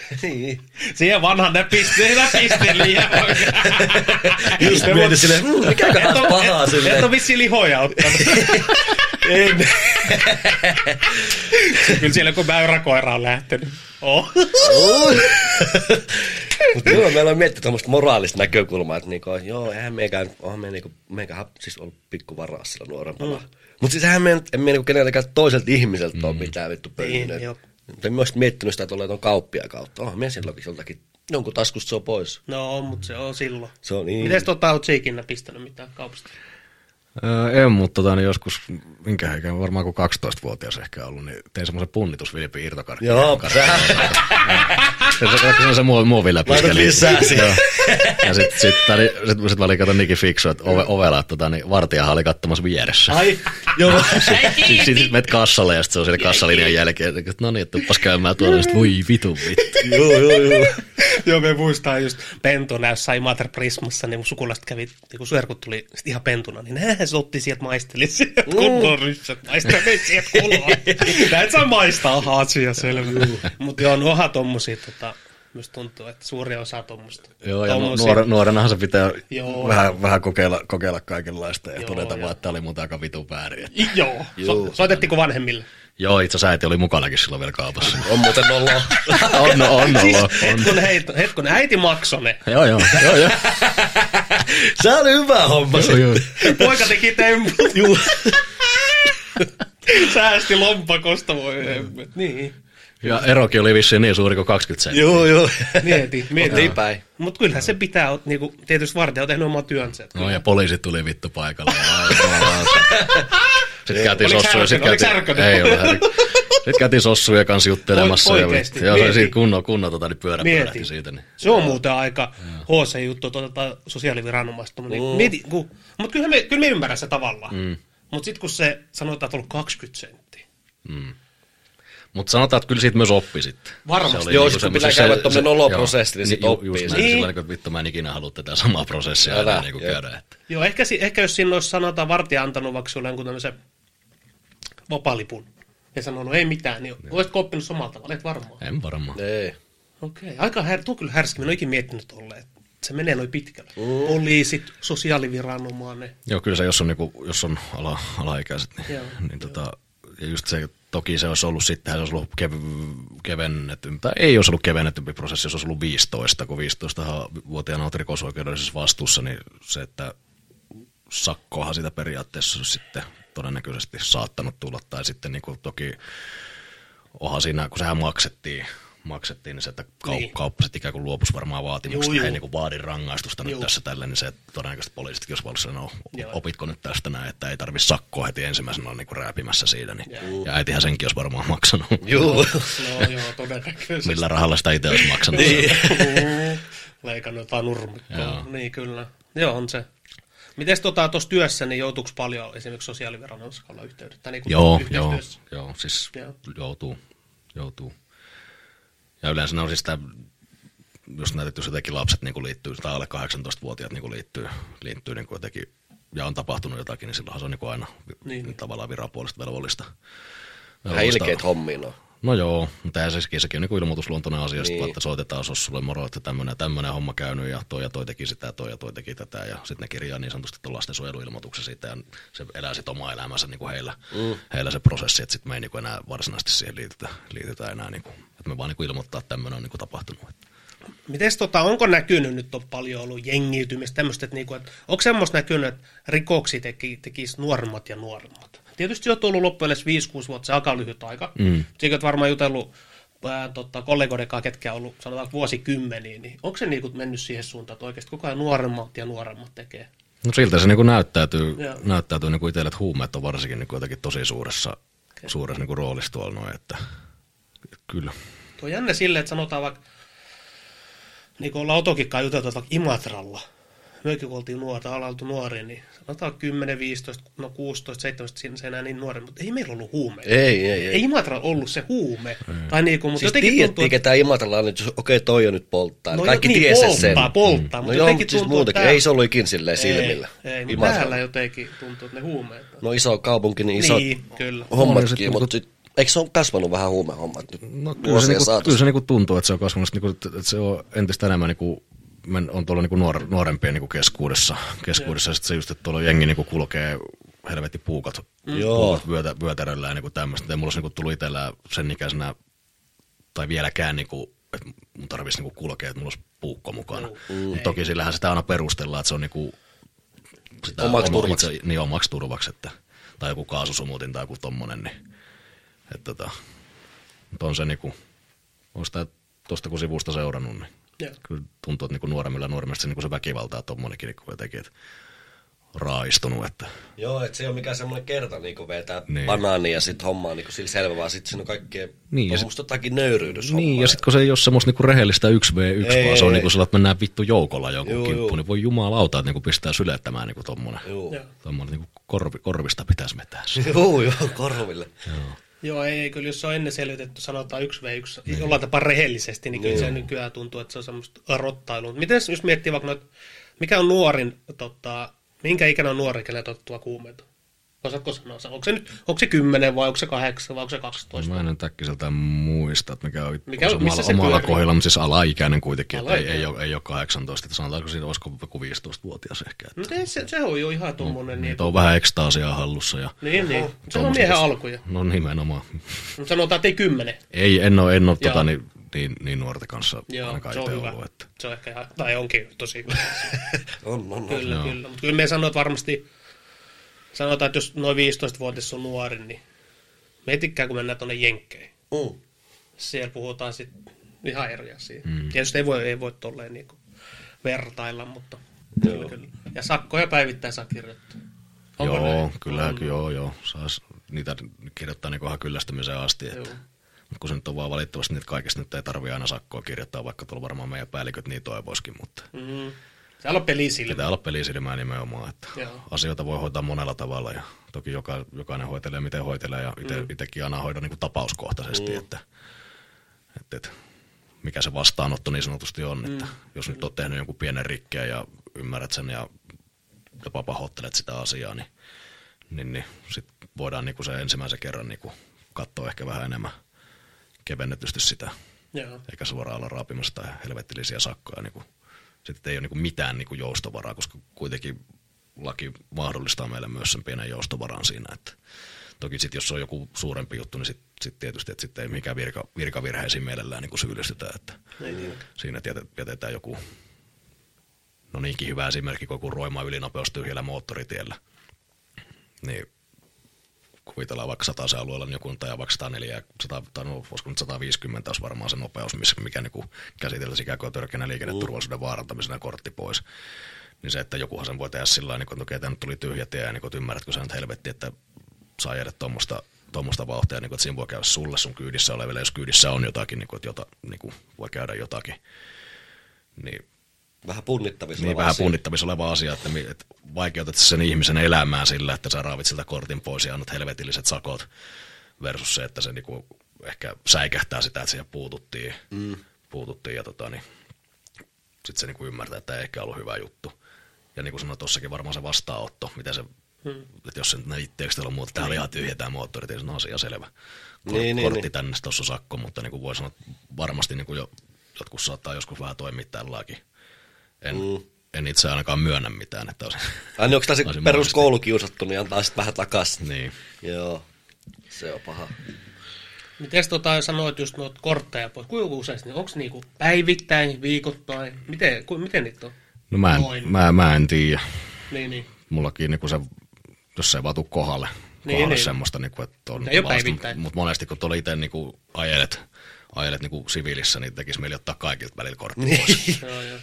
Niin. Siihen vanhan ne pisti liian. Just mietin silleen, mikäköhän pahaa silleen. Et ole vissiin lihoja ottanut. En. Kyllä siellä kun mäyräkoira on lähtenyt. Mutta joo, meillä on miettinyt tämmöistä moraalista näkökulmaa, että niinku, joo, eihän meikähän siis ollut pikku varas sillä nuorempana. Mutta siis eihän me niinku keneltäkään toiselta ihmiseltä ole mitään vittu pöynyt. Mutta mä olisin miettinyt sitä, että on kauppia kautta. Onhan me silloinkin joltakin, jonkun taskusta se on pois. No, mutta se on silloin. Se on niin. Mites oot ikinä pistänyt mitään kaupasta? En, mutta niin joskus, varmaan kun 12-vuotias ehkä ollut, niin tein semmoisen punnitusvilpin irtokarkkiin. Joo, se on se muoviläpiskeli. Laitat lisää siihen. Ja sit mä olin kato niinkin fiksu, että ovella, että niin vartijahan oli katsomassa vieressä. Ai, joo. Sitten menet kassalle ja sit se on siellä kassalinjan jälkeen, että no niin, että tuppas käymään tuolla, ja voi vittu. Joo. Joo, me muistaa just pentuna jossain Imatera Prismassa, niin mun sukulaiset kävi, niin kun suerkut tuli ihan pentuna, niin se otti sieltä maisteli sieltä kunnon ryssät, maisteli sieltä kuloa. Näet saa maistaa haasia selvä. Mutta joo, onhan tommosia, myös tuntuu, että suuri osa tommoista. Joo, ja nuorenahan se pitää vähän kokeilla kaikenlaista ja todeta vaan, että tämä oli muuten aika vitun väärin. Joo, soitettiinko vanhemmille? Joo, itse asiassa äiti oli mukanakin silloin vielä kaupassa. On muuten nollo. on. Hetkun, äiti maksoi ne. Joo. Se oli hyvä homma. Joo. Poika teki temput. Juu. Säästi lompakosta, voi niin. Ja erokin oli vissiin niin suuri kuin 20 senttiä. Joo. Mieti. Päin. Mutta kyllähän se pitää, niinku, tietysti vartija on tehnyt oman työnsä. No ja poliisi tuli vittu paikalle. Sitten käytiin sossuja. Sitten käytiin sossuja kanssa juttelemassa. Oikeesti. Ja se siitä kunnon pyörä pyörähti siitä. Niin. Se on muuten aika HC-juttu, sosiaaliviranomaista. Mutta kyllä me ymmärrän se tavallaan. Mutta sitten kun se sanotaan, että on ollut 20 senttiä. Mutta sanotaan, että kyllä siitä myös oppi sitten. Varmasti. Joo, sitten pitää käydä tuommoinen oloprosessi, niin sitten oppii. Just näin, sillä että vittu mä en ikinä halua tätä samaa prosessia aina niin käydä. Joo, ehkä jos siinä olisi sanotaan vartija antanut vaikka sulle jonkun tämmöisen vapaalipun ja sanonut ei mitään, niin olisitko oppinut samalla tavalla? Et varmaan. En varmaan. Ei. Okei, tuo kyllä härski. Minä olen ikinä miettinyt tolleen, että se menee noin pitkälle. Poliisit, sosiaaliviranomainen. Joo, kyllä se, jos on alaikäiset, niin ja just se, toki se olisi ollut sittenhän, se olisi ollut kevennetty, tai ei olisi ollut kevennetty prosessi, jos olisi ollut 15, kun 15-vuotiaana olet rikosoikeudellisessa vastuussa, niin se, että sakkoahan sitä periaatteessa sitten todennäköisesti saattanut tulla, tai sitten niin kuin toki onhan siinä, kun sehän maksettiin niin se, että kauppaset ikään kuin luopuisi varmaan vaatimuksesta, ei niin kuin vaadi rangaistusta nyt tässä tällä, niin se todennäköisesti poliisitkin olisi voinut sanoa, opitko nyt tästä näin, että ei tarvitse sakkoa heti ensimmäisenä olla niin kuin rääpimässä siitä, niin, ja äitihän senkin olisi varmaan maksanut. Joo, todennäköisesti. Millä rahalla sitä itse olisi maksanut. Leikannut jotain nurmikkoa, niin kyllä. Joo, on se. Miten tuossa työssä, niin joutuuko paljon esimerkiksi sosiaaliviranomaisessa olla yhteydettä? Niin joo, siis joutuu. Ja yleensä ne on siis sitä, just näitä, jos jotenkin lapset niin liittyy, tai alle 18-vuotiaat niin liittyy niin jotenkin, ja on tapahtunut jotakin, niin silloinhan se on niin aina tavallaan virapuolista velvollista. Vähän ilkeät hommiin on. No joo, mutta sekin on niin ilmoitusluontoinen asia, sitten että soitetaan sulle moro, että tämmöinen homma käynyt, ja toi teki sitä, ja toi teki tätä, ja sitten ne kirjaa niin sanotusti tuon lastensuojeluilmoituksen siitä, ja se elää sitten omaa elämänsä niin kuin heillä se prosessi, että sitten me ei niin kuin enää varsinaisesti siihen liitytä enää, niin kuin, että me vaan niin kuin ilmoittaa, että tämmöinen on niin kuin tapahtunut. Mites onko näkynyt, nyt on paljon ollut jengiytymistä, tämmöistä, että onko semmoista näkynyt, että rikoksia tekisi nuoremmat ja nuoremmat? Tietysti on tullut loppujen 5-6 vuotta, se aika lyhyt aika. Siitä varmaan jutellut kollegoiden kanssa, ketkä on ollut sanotaan vuosikymmeniä, niin onko se niin mennyt siihen suuntaan, että oikeasti koko ajan nuoremmat ja nuoremmat tekee? No siltä se niin näyttäytyy niin kuin itselle, että huumeet on varsinkin niin jotenkin tosi suuressa niin kuin roolissa tuolla noin, että kyllä. Tuo on jännä silleen, että sanotaan vaikka, niin kuin ollaan Otokikkaan juteltu, että vaikka Imatralla, mekin kun oltiin nuoria, niin sanotaan 10, 15, 16, 17, se enää niin nuori, mutta ei meillä ollut huumeita. Ei Imatra ollut se huume. Tai niin kuin, mutta siis tiedettiin, ketä Imatralla on, että okei, toi on nyt polttaa. No, kaikki niin, tiesi sen. Polttaa, mutta jotenkin siis tuntuu, muutenkin. Ei se ollut ikin silleen silmillä. Ei, mutta täällä jotenkin tuntuu, että ne huumeet. No iso kaupunki, niin isot kyllä. hommatkin, mutta Eikö se ole kasvanut vähän huumehommat nyt? No kyllä se niinku tuntuu, että se on kasvanut, niinku, että se on entistä enemmän niinku, on tuolla niinku nuorempien niinku keskuudessa ja sitten se just, että tuolla jengi niinku kulkee helvetti puukat vyötäröllä ja niinku tämmöistä. Ei mulla olisi niinku tullut itsellään sen ikäisenä, tai vieläkään, niinku, että mun tarvitsisi niinku kulkea, että mulla olisi puukko mukana. Toki sillähän sitä aina perustellaan, että se on niinku, sitä omaksi turvaksi, että, tai joku kaasusumutin tai joku tommonen, niin että on se niinku, on sitä tuosta kun sivusta seurannut, niin kyllä tuntuu, että niinku nuoremmista se, niinku se väkivaltaa tommonenkin niinku jotenkin, että raaistunut. Että. Joo, että se ei ole mikään semmoinen kerta niinku vetää banaania ja sit hommaa niinku sillä selvä, vaan sit siinä on kaikkea tuommoista jotakin nöyryydyshommaa. Niin, ja sit kun se ei ole semmoista niinku rehellistä 1v1, vaan se on niinku sellainen, että mennään vittu joukolla jonkun kimppuun, niin voi jumalauta, että niinku pistää sylettämään niinku tommonen niinku korvista pitäisi vetää. Joo, korville. Joo, ei kyllä, jos se on ennen selvitetty, sanotaan 1v1, jollain tapaa rehellisesti, niin kyllä se nykyään tuntuu, että se on semmoista rottailua. Miten jos miettii vaikka noita, mikä on nuorin, minkä ikäinen on nuori, kenelle otettua kuumeita? Osaatko sanoa? Onko se 10 vai onko se 8 vai onko se 12? Mä en äkkiseltään muista, että mikä on missä se omalla kohdalla, mutta siis alaikäinen kuitenkin, että ei ole 18, että sanotaanko siinä olisiko joku 15-vuotias ehkä. Että. No se on jo ihan tuommoinen. Niin, on vähän ekstaasia hallussa. Ja niin. Se on miehen alkuja. No nimenomaan. Sanotaan, että ei 10. En ole niin nuorten kanssa ainakaan se on itse hyvä. ollut. Että. Se on ehkä ihan, tai onkin tosi hyvä. on. Kyllä. Mutta kyllä me sanoo, että varmasti, sanotaan, että jos noin 15-vuotias on nuori, niin mietitkää, kun mennään tuonne Jenkkeihin. Siellä puhutaan sitten ihan eri asia. Tietysti ei voi tolleen niinku vertailla, mutta kyllä. Ja sakkoja päivittäin saa kirjoittaa. Onko joo, kyllähän joo. Saisi niitä kirjoittaa niinku ihan kyllästymiseen asti. Että. Mutta kun se nyt on vaan valitettavasti, niin kaikista nyt ei tarvitse aina sakkoa kirjoittaa, vaikka tuolla varmaan meidän päälliköt niin toivoisikin. Mutta täällä on pelisilmää. Pitää olla pelisilmää nimenomaan, että asioita voi hoitaa monella tavalla ja toki jokainen hoitelee miten hoitelee ja itsekin aina hoida niin kuin tapauskohtaisesti, että mikä se vastaanotto niin sanotusti on, että jos nyt olet tehnyt jonkun pienen rikkeen ja ymmärrät sen ja jopa pahoittelet sitä asiaa, niin sitten voidaan niin kuin se ensimmäisen kerran niin kuin katsoa ehkä vähän enemmän kevennetysti sitä, eikä suoraan olla raapimassa tai helvettillisiä sakkoja. Niin sitten ei ole niin mitään niin joustovaraa, koska kuitenkin laki mahdollistaa meille myös sen pienen joustovaran siinä. Että toki sitten jos on joku suurempi juttu, niin sit tietysti, että sitten ei mikään virkavirheisiin mielellään niin syyllistytä. Että siinä jätetään joku, no niinkin hyvä esimerkki, kun joku roima ylinopeus tyhjällä moottoritiellä. Niin kuvitellaan vaikka 100 alueella, niin joku tai vaikka 104, tai voisiko nyt 150 olisi varmaan se nopeus, mikä niin käsiteltäisiin ikään kuin törkeänä liikenneturvallisuuden vaarantamisena kortti pois. Niin se, että jokuhan sen voi tehdä sillä tavalla, niin että nyt tuli tyhjä tie, ja niin kuin, ymmärrätkö sä nyt helvetti, että saa jäädä tuommoista vauhtia, niin kuin, että siinä voi käydä sulle sun kyydissä oleville, jos kyydissä on jotakin, niin kuin, että niin kuin, voi käydä jotakin. Niin, vähän punnittavissa oleva asia, että vaikeutat sen ihmisen elämää sillä, että sä raavit siltä kortin pois ja annat helvetilliset sakot versus se, että se niinku ehkä säikähtää sitä, että siihen puututtiin ja sitten se niinku ymmärtää, että ei ehkä ollut hyvä juttu. Ja niin kuin sanoin tuossakin varmaan se vastaanotto, mitä se, että jos se nyt itseeksi on muuta, täällä oli ihan tyhjä tämä moottori, niin se on asia selvä. Kortti tänne, tuossa sakko, mutta niin kuin voi sanoa, varmasti niin kuin jotkut saattaa joskus vähän toimia tälläkin. En itse ainakaan myönnä mitään. Että onko tässä peruskoulukiusattu, niin antaa sitten vähän takaisin. Niin. Joo, se on paha. Miten sanoit just noita kortteja pois? Kuinka useasti? Onko niinku päivittäin, viikoittain? Miten niitä on? No mä en tiedä. Niin. Mullakin niinku se, jos se ei vaan tuu kohdalle semmoista, niinku, että on päivittäin. Mutta monesti kun tuolla itse niinku ajelet niinku siviilissä, niin tekisi mieli ottaa kaikilta välillä kortti pois.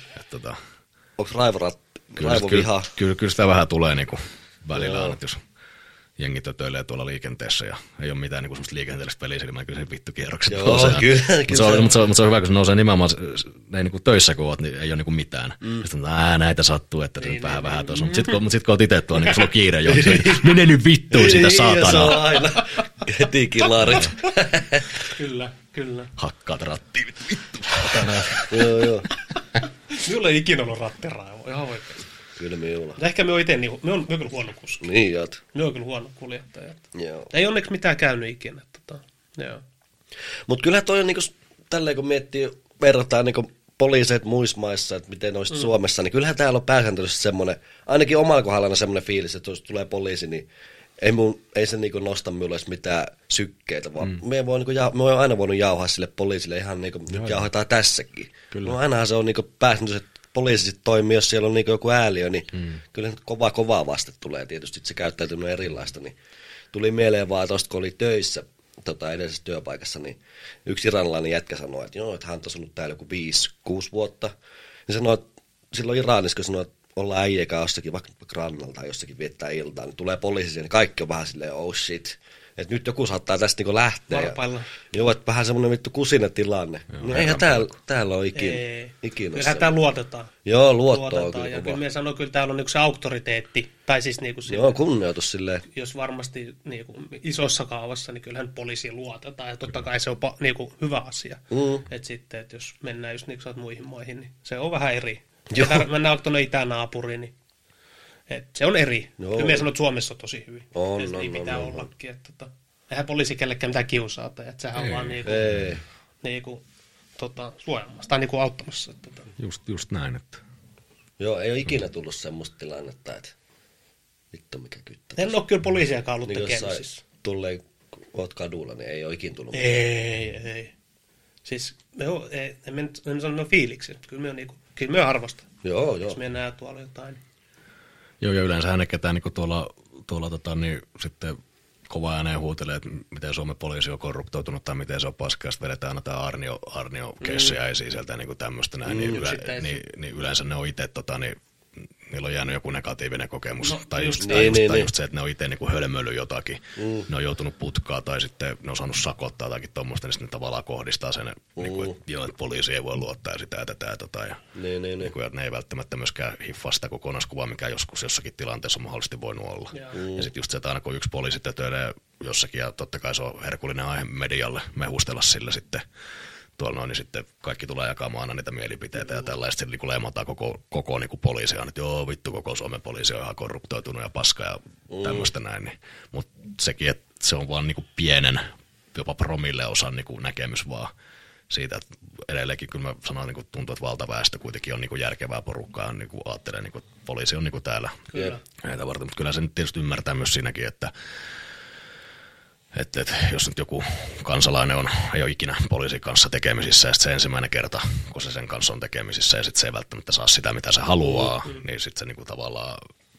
Onko raivovihaa? Kyllä sitä vähän tulee niinku välillä, että jos jengi tötöilee tuolla liikenteessä ja ei ole mitään niinku semmoista liikenteellistä pelisilmää, kyllä se vittu kierrokset nousee. Mutta se on hyvä, kun se nousee nimenomaan, ne ei niinku töissä kun oot, niin ei ole niinku mitään. Sitten näitä sattuu, että se vähän tuossa. Mutta sit kun oot itse tuolla, niin sulla on kiire jo. Mene nyt vittuun sitä saatana. Se on aina. Heti kilarit. Kyllä. Hakkaat rattiin, vittu. Joo. Minulla ei ikinä ollut rattiraivoa, ihan oikeasti. Kyllä minulla. Ehkä me on itse, me on kyllä huono kuski. Niin, jat. Me on kyllä huono kuljettaja. Joo. Ei onneksi mitään käynyt ikinä. Joo. Mutta kyllä toi on niinku, tälleen kun miettii, verrataan niinku poliiseet muissa maissa, että miten olisi Suomessa, niin kyllähän täällä on pääsääntöisesti semmoinen, ainakin omalla kohdalla semmoinen fiilis, että jos tulee poliisi, niin ei se niinku nosta minulle edes mitään sykkeitä, vaan me on aina voinut jauhaa sille poliisille ihan niin kuin nyt jauhetaan tässäkin. No ainahan se on niinku pääsääntöisesti, että poliisi sit toimii, jos siellä on niinku joku ääliö, niin kyllä kovaa vaste tulee tietysti, että se käyttäytyminen erilaista. Niin tuli mieleen vaan tuosta, kun oli töissä edellisessä työpaikassa, niin yksi iranilainen jätkä sanoi, että joo, että hän on asunut täällä joku 5-6 vuotta. Ja sanoi, että silloin Iranissa, kun sanoi, että ollaan äijäkään jossakin vaikka rannalla tai jossakin viettää iltaa, niin tulee poliisi niin kaikki on vähän silleen, oh shit. Että nyt joku saattaa tästä niinku lähteä. Varpailla. Joo, että vähän semmoinen vittu kusinen tilanne. Niin eihän täällä ole ikinä. Kyllähän täällä luotetaan. Joo, luottoa on kyllä ja kova. kyllä me sanoo, kyllä täällä on niinku se auktoriteetti. Tai siis niinku Joo, kunnioitus silleen. Jos varmasti niinku isossa kaavassa, niin kyllähän poliisiin luotetaan. Ja totta kai se on niinku hyvä asia. Että sitten, että jos mennään just niinku muihin maihin, niin se on vähän eri. Mennään tuonne itänaapuriin, niin se on eri. Joo. Kyllä me sanoo, että Suomessa on tosi hyvin. Niin pitää ollakin. Että eihän poliisi kellekään mitään kiusauta. Että sehän on vaan niinku suojelmassa tai niinku auttamassa. Just näin, että... Joo, ei ole ikinä tullut semmoista tilannetta, että vittu mikä kyttä. En ole kyllä poliisiakaan ollut niin tekemisissä. Tulleen, kun oot kadulla, niin ei ole ikinä tullut. Ei. Siis en sano fiiliksi. Kyllä me arvostan. Joo. Jos me näe tuolla jotain. Joo, ja yleensähän ne ketään niin tuolla niin sitten kova ääneen huutelee, että miten Suomen poliisi on korruptoitunut tai miten se on paskaa, sitten vedetään aina tämä Arnio-keissiä esiin sieltä niin tämmöistä näin, niin yleensä ne on itse, niin niillä on jäänyt joku negatiivinen kokemus, tai just se, että ne on itse niin hölmöillyt jotakin, ne on joutunut putkaa tai sitten ne on saanut sakottaa jotakin tuommoista, niin sitten ne tavallaan kohdistaa sen, että poliisi ei voi luottaa ja sitä ja tätä ja ne ei välttämättä myöskään hiffaa sitä kokonaiskuvaa, mikä joskus jossakin tilanteessa on mahdollisesti voinut olla. Ja sitten just se, että aina kun yksi poliisi tötöilee jossakin, ja totta kai se on herkullinen aihe medialle mehustella sillä sitten, tuolla noin, niin sitten kaikki tulee jakamaan aina niitä mielipiteitä ja tällaista niin leimataan koko niin poliisia, että joo vittu koko Suomen poliisi on ihan korruptoitunut ja paska ja tämmöistä näin. Niin. Mutta sekin, että se on vaan niin pienen, jopa promille osan niin näkemys vaan siitä, että edelleenkin kyllä mä sanoin, niin tuntuu, että valtaväestö kuitenkin on niin järkevää porukkaa, niin ajattelee, niin että poliisi on niin täällä näitä varten, mutta kyllä se nyt tietysti ymmärtää myös siinäkin, että jos nyt joku kansalainen ei ole ikinä poliisin kanssa tekemisissä, ja sitten se ensimmäinen kerta, kun se sen kanssa on tekemisissä, ja sitten se ei välttämättä saa sitä, mitä se haluaa, niin sitten se niinku tavallaan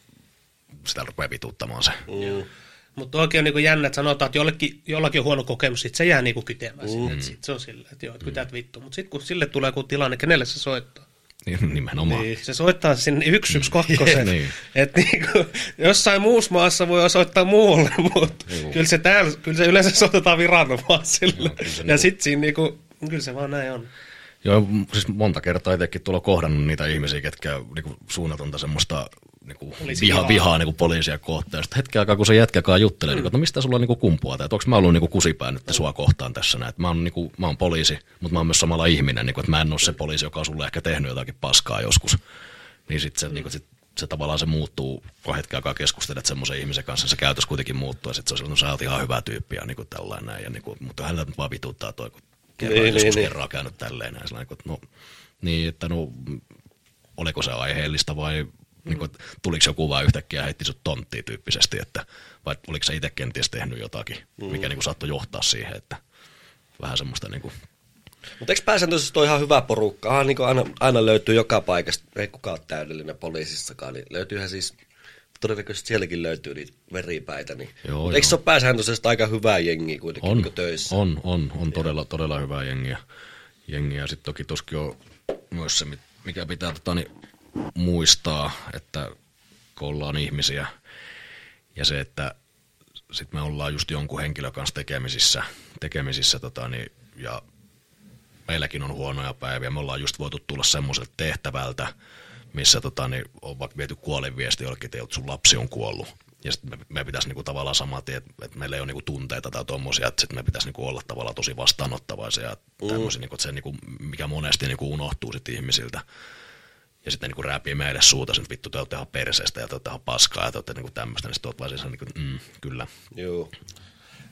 sitä rupeaa vituuttamaan se. Mutta oikein on niinku jännä, että sanotaan, että jollakin on huono kokemus, sitten se jää niinku kytemään sinne. Sitten se on silleen, että joo, kytät vittu. Mutta sitten kun sille tulee joku tilanne, kenelle se soittaa? Nimenomaan. Niin, se soittaa sinne 112. Niin. Että niinku, jossain muussa maassa voi osoittaa muualle, mutta kyllä se yleensä soitetaan viranomaisille. Ja sitten siinä niinku, kyllä se vaan näin on. Joo, siis monta kertaa itsekin tuolla kohdannut niitä ihmisiä, ketkä niinku suunnatonta semmoista niinku vihaa niinku poliisia kohtaan. Sitten hetken aikaa, kun se jätkäkaan juttelee, niin, että no mistä sulla niinku kumpuaa, että onko mä ollut niinku kusipää nyt sua kohtaan tässä näin. Mä oon poliisi, mutta mä oon myös samalla ihminen, niinku, että mä en ole se poliisi, joka on sulle ehkä tehnyt jotakin paskaa joskus. Niin sitten se tavallaan se muuttuu, kun hetken aikaa keskustelet semmoisen ihmisen kanssa, se käytös kuitenkin muuttuu, ja sitten se on sellainen, sä oot ihan hyvä tyyppi, ja niinku tällainen näin, ja niinku, mutta hänellä nyt vaan vituuttaa toi, kun kerran käynyt tälleen näin, että oliko se aiheellista vai niin tuliko joku vaan yhtäkkiä heitti sut tonttiin tyyppisesti, että vai oliko se itse kenties tehnyt jotakin, mikä niin saattoi johtaa siihen, että vähän semmoista niin kuin. Mutta eikö pääsääntöisesti ole ihan hyvä porukka? Niin aina löytyy joka paikasta, ei kukaan ole täydellinen poliisissakaan, niin löytyyhän siis, todennäköisesti sielläkin löytyy niitä veripäitä, niin eikö se ole pääsääntöisesti aika hyvää jengiä kuitenkin niin töissä? On todella hyvää jengiä. Ja sitten toki toskin on myös se, mikä pitää muistaa, että kun ollaan ihmisiä ja se, että sitten me ollaan just jonkun henkilön kanssa tekemisissä ja meilläkin on huonoja päiviä. Me ollaan just voitu tulla semmoiselta tehtävältä, missä on vaikka viety kuolinviesti jollekin, että sun lapsi on kuollut. Ja sitten me pitäisi niinku tavallaan samaa tietää, että meillä ei ole niinku tunteita tai tommosia, että sitten me pitäisi niinku olla tavallaan tosi vastaanottavaisia ja tämmöisiä, niinku, että se niinku, mikä monesti niinku unohtuu sitten ihmisiltä. Ja sitten niinku rääpii meille suuta, että vittu te olette ihan perseestä ja te olette ihan paskaa ja te olette niinku tämmöistä, niin sitten olet vaan siis kyllä. Joo.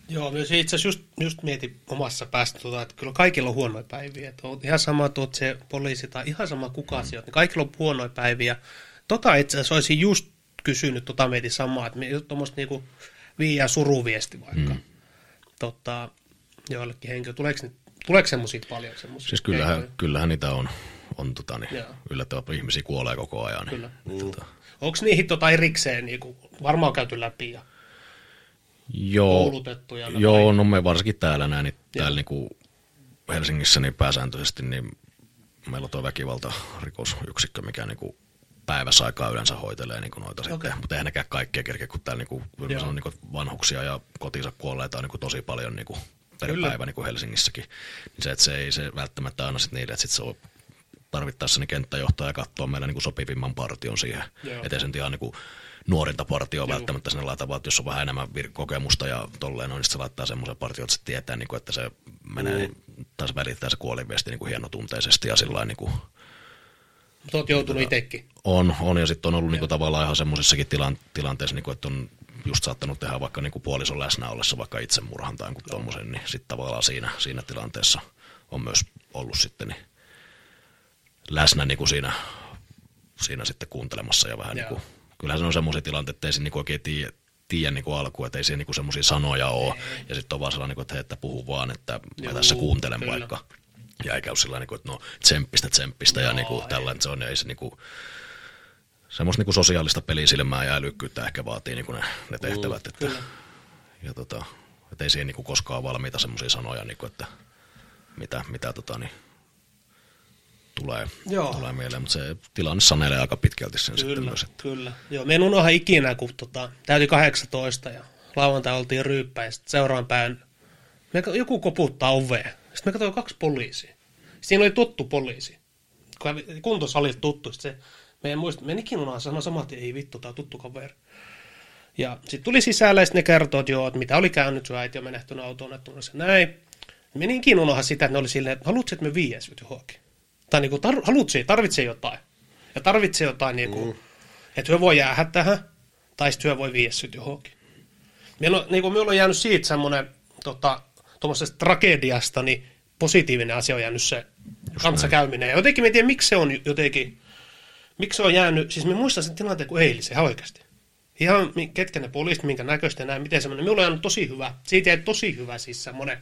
Joo, myös itse asiassa just mietin omassa päästä, että kyllä kaikilla on huonoja päiviä. Että on ihan sama tuot se poliisi tai ihan sama kuka sijoit, niin kaikilla on huonoja päiviä. Itse asiassa olisin just kysynyt, mietin samaa, että tuommoista niinku viiää suruviesti vaikka joillekin henkilöille. Tuleeko semmoisia paljon? Siis kyllähän niitä on yllättävän ihmisiä kuolee koko ajan. Kyllä. Onko niihin erikseen niinku, varmaan käyty läpi ja koulutettu? Joo, no me varsinkin täällä näin, niin täällä niinku Helsingissä niin pääsääntöisesti niin meillä on tuo väkivaltarikosyksikkö, mikä niinku päivässä aikaa yleensä hoitelee niinku noita sitten, mutta eihän nekään kaikkia kerkeä, kun täällä niinku, on niinku vanhuksia ja kotiinsa kuolleita on niinku tosi paljon niinku per päivä niinku Helsingissäkin. Niin että se ei se välttämättä aina sitten niille, että sitten se on tarvittaessa niin kenttäjohtaja katsoo meillä niinku sopivimman partion siihen. Ettei sen ihan niinku nuorinta partioa välttämättä sinne laittaa, että jos on vähän enemmän kokemusta ja tolleen, niin se laittaa semmoisen partion, että se tietää, niinku, että se menee, tai se välittää se kuolinviesti niinku hienotunteisesti ja sillain niinku. Mutta olet joutunut itsekin. On, ja sitten on ollut niinku tavallaan ihan semmoisessakin tilanteessa, niinku, että on just saattanut tehdä vaikka niinku puolison läsnä ollessa vaikka itsemurhan tai tommosen, niin sitten tavallaan siinä tilanteessa on myös ollut sitten niin läsnä niinku siinä sitten kuuntelemassa ja vähän niinku, kyllähän se on semmoisia tilanteita, että ei siinä niinku oikein tiedä niinku alkuun, että ei siinä niinku semmoisia sanoja ole, ja sitten on vaan sellainen, että hei, että puhu vaan, että mä tässä kuuntelen kyllä vaikka. Ja ei käy sillä tavalla, että no tsemppistä ja niinku tällainen se on, ja ei se niinku, semmoista niinku sosiaalista pelisilmää ja älykkyyttä ehkä vaatii niinku ne tehtävät, että, ja että ei siihen niinku koskaan valmiita semmoisia sanoja, niinku, että mitä tulee mieleen, mutta se tilanne sanelee aika pitkälti sen sitten myös. Että. Kyllä, joo, me en unohda ikinä, kun täytyi 18 ja lauantai oltiin ryyppä ja sitten seuraavan päivän joku koputtaa oveen. Sitten me katsoin 2 poliisia. Siinä oli tuttu poliisi. Kuntosalit tuttu. Me en ikinä unohda sanoa samat, että ei vittu, tää on tuttu kaveri. Ja sitten tuli sisälle ja sitten ne kertoi, että mitä oli käynyt, sun äiti on menehtynyt auto-onnettomuudessa ja näin. Me en ikinä unohda sitä, että ne oli silleen, että haluatko, että me viies johonkin? Tai niinku, tarvitsee jotain. Ja tarvitsee jotain, niinku, että hyö voi jäädä tähän, tai sitten hyö voi viies johonkin. Meillä on jäänyt siitä semmoinen tuommoisesta tragediasta, niin positiivinen asia on jäänyt se kanssakäyminen. Ja jotenkin me en tiedä, miksi se on jäänyt, siis me muistan sen tilanteen kuin eilisen, ihan oikeasti. Ihan ketkä ne poliisit, minkä näköistä ja näin, miten semmoinen. Minulla on jäänyt tosi hyvä, siitä jäi tosi hyvä siis semmoinen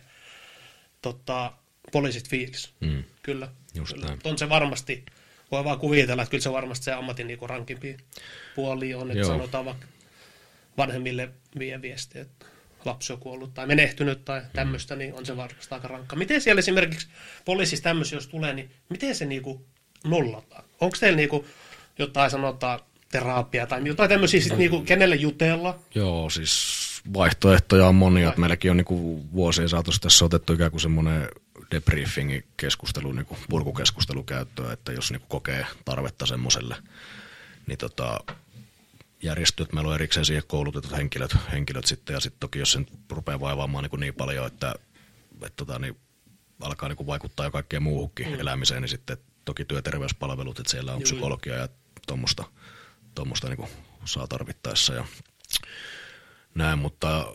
poliisit fiilis. Kyllä. Kyllä. On se varmasti, voi vaan kuvitella, että kyllä se varmasti se ammatin niinku rankimpi puoli on, että sanotaan vaikka vanhemmille viestiä, että lapsi on kuollut tai menehtynyt tai tämmöistä, niin on se varmasti aika rankka. Miten siellä esimerkiksi poliisissa tämmöisiä, jos tulee, niin miten se niinku nollataan? Onko teillä niinku jotain sanotaan terapiaa tai jotain tämmöisiä sitten niinku kenelle jutella? Joo, siis vaihtoehtoja on monia. Että meilläkin on niinku vuosien saatossa tässä otettu ikään kuin semmoinen debriefingin keskustelu, niinku purkukeskustelu käyttöön, että jos niinku kokee tarvetta semmoiselle, niin järjestöt, meillä on erikseen siihen koulutetut henkilöt sitten, ja sitten toki jos sen rupeaa vaivaamaan niin paljon, että niin alkaa niin vaikuttaa jo kaikkeen muuhunkin elämiseen, niin sitten toki työterveyspalvelut, että siellä on psykologia ja tuommoista niin saa tarvittaessa ja näin, mutta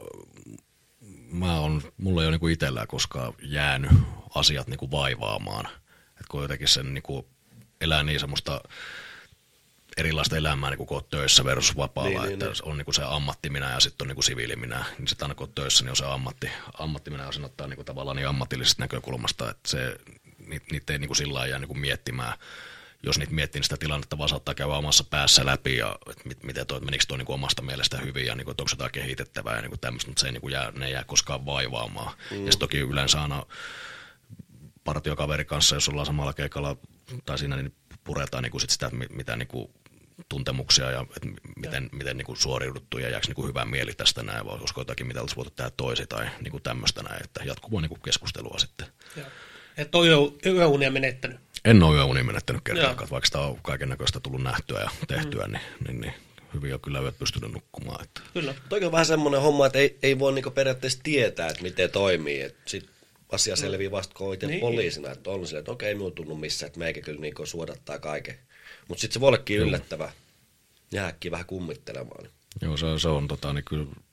mulla ei ole niin itsellään koskaan jäänyt asiat niin vaivaamaan, että kun jotenkin sen niin elää niin semmoista erilaista elämää, niin kun olet töissä versus vapaalla, että on niin se ammatti-minä ja sitten on niin siviili-minä, niin sitten aina kun olet töissä, niin on se ammatti-minä ja sen ottaa niin tavallaan niin ammatillisesta näkökulmasta, että niitä ei niin sillä lailla jää niin miettimään, jos niitä miettii, niin sitä tilannetta vaan saattaa käydä omassa päässä läpi ja että menikö tuo niin omasta mielestä hyvin ja niin onko jotain kehitettävää ja niin tämmöistä, mutta se ei niin ne ei jää koskaan vaivaamaan. Ja sitten toki yleensä aina partiokaveri kanssa, jos ollaan samalla keikalla tai siinä, niin puretaan niin sit sitä, mitä niin tuntemuksia ja miten niin suoriuduttu ja jääkö niin hyvä mieli tästä näin, vai olisiko jotakin, mitä olisi voitu tehdä toisin tai niin tämmöistä näin, että jatkuvaa niin keskustelua sitten. Et ole yöunia menettänyt? En ole yöunia menettänyt kertaakaan, vaikka sitä on kaiken näköistä tullut nähtyä ja tehtyä, niin hyvin on kyllä yöt pystynyt nukkumaan. Että. Kyllä. Toi on vähän semmoinen homma, että ei voi niinku periaatteessa tietää, että miten toimii. Sitten asia selvii vasta, kun on itse poliisina, että on silleen, että okei, minun tunnu missään, että meikä kyllä niinku suodattaa kaiken. Mutta sitten se voi ollakin yllättävää. Jääkin vähän kummittelemaan. Joo, se on niin kyllä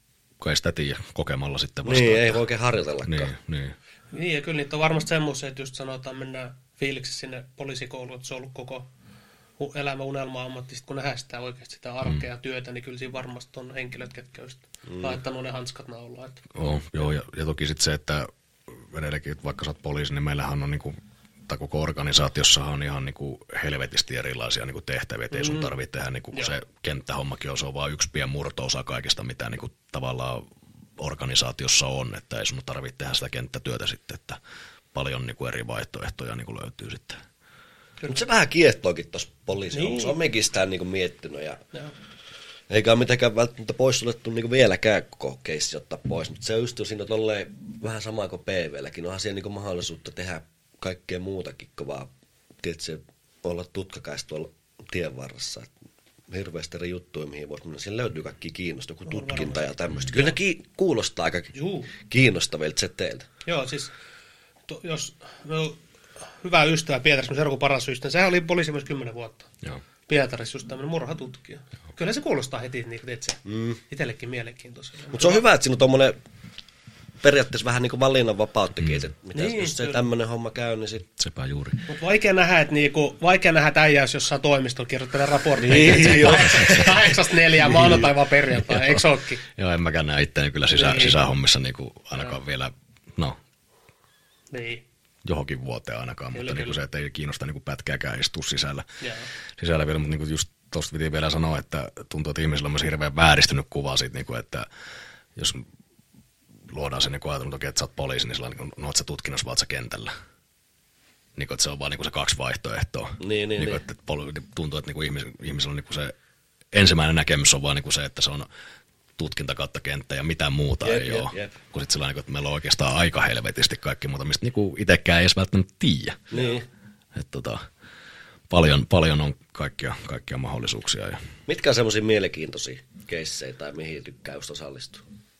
kun ei sitä tiedä kokemalla sitten vasta. Niin, ei voi oikein harjoitellakaan. Niin. Niin, ja kyllä niitä on varmasti semmoisia, että just sanotaan, mennään fiiliksi sinne poliisikouluun, että se on ollut koko elämä unelma-ammatti, kun nähdään sitä oikeasti sitä arkea ja työtä, niin kyllä siinä varmasti on henkilöt, ketkä on laittanut ne hanskat naulaan. Joo, ja toki sitten se, että edelleenkin, vaikka sä oot poliisi, niin meillähän on niinku, tai koko organisaatiossa on ihan niinku helvetisti erilaisia niinku tehtäviä, että ei sun tarvitse tehdä, niinku, kun se kenttähommakin on, se on vaan yksi pieni murto-osa kaikesta, mitä niinku tavallaan organisaatiossa on, että ei sun tarvitse tehdä sitä kenttätyötä sitten, että paljon niinku eri vaihtoehtoja niinku löytyy sitten. Mutta se vähän kiehtookin tuossa poliisihommassa. On mekin sitä niinku miettinyt eikä ole mitenkään välttämättä poissuljettu niinku vieläkään koko keissi ottaa pois, mutta se on just siinä tolleen vähän sama kuin PV:lläkin. Onhan siellä niinku mahdollisuutta tehdä kaikkea muutakin kuin vaan, tietysti olla tutkakaista tuolla tien varressa. Hirveästi eri juttuja, mihin voisi mennä. Siellä löytyy kaikki kiinnostaa, kuin tutkinta ja tämmöistä. Kyllä ne kuulostaa aika kiinnostavilta seteiltä. Joo, siis jos hyvä ystävä Pietarissa, Serkun paras ystävä, sehän oli poliisi myös 10 vuotta. Joo. Pietarissa just tämmöinen murhatutkija. Kyllä se kuulostaa heti, niin kuin teet itsellekin mielenkiintoista. Mutta se on hyvä, että siinä on tommonen periaatteessa vähän niin kuin valinnanvapauttekin, että jos se tämmöinen homma käy, niin sitten... Sepä juuri. Mutta vaikea nähdä, että äijäys jossain toimistolla kirjoittelee raporttia. Niin, 8-4 maanantai vaan perjantai, eikö ookin? Joo, en mäkään näe itseäni kyllä sisähommissa niinku ainakaan vielä, johonkin vuoteen ainakaan, mutta niinku se, että ei kiinnosta niinku pätkääkään istua sisällä vielä, mutta niinku just tuosta piti vielä sanoa, että tuntuu, että ihmisillä on myös hirveän vääristynyt kuva siitä, niinku, että jos luodaan se niinku ajatus, että sä oot poliisi, niin sillä on, no oot sä tutkinnossa, vaan sä kentällä. Niin, että se on vaan niinku se 2 vaihtoehtoa. Niin. Että tuntuu, että niinku ihmisellä on niinku se ensimmäinen näkemys on vaan niinku se, että se on tutkinta kautta kenttä ja mitään muuta ei ole. Kun sitten sillä on, että meillä on oikeastaan aika helvetisti kaikki muuta, mistä niinku itsekään ei edes välttämättä tiedä. Niin. Että paljon on kaikkia mahdollisuuksia. Ja... Mitkä on semmoisia mielenkiintoisia keissejä tai mihin tykkää just osallistua?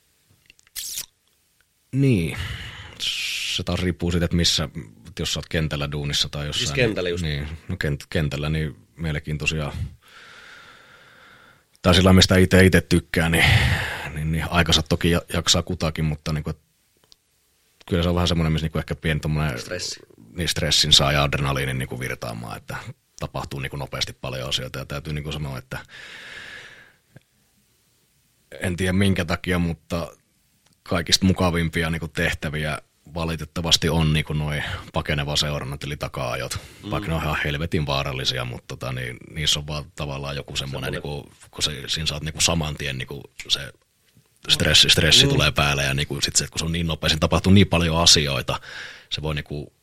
Niin. Se taas riippuu siitä, että missä, jos sä oot kentällä duunissa tai jossain. Siis kentällä just. Niin, no kentällä niin mielenkiintoisia. Tai sillä mistä itse tykkää, niin aikansa toki jaksaa kutakin, mutta niin kuin, kyllä se on vähän semmoinen, missä niin ehkä pieni tommoinen stressin saa ja adrenaliinin niin kuin virtaamaan, että tapahtuu niin kuin nopeasti paljon asioita ja täytyy niin kuin sanoa, että en tiedä minkä takia, mutta kaikista mukavimpia niin kuin tehtäviä valitettavasti on niin kuin noi pakeneva seurannat eli taka-ajot. Vaikka ne on ihan helvetin vaarallisia, mutta niin, niissä on vaan tavallaan joku semmoinen, niin kuin, kun siinä saat niin kuin saman tien niin kuin se stressi tulee päälle ja niin kuin sit se, kun se on niin nopea, siinä tapahtuu niin paljon asioita, se voi, niin kuin,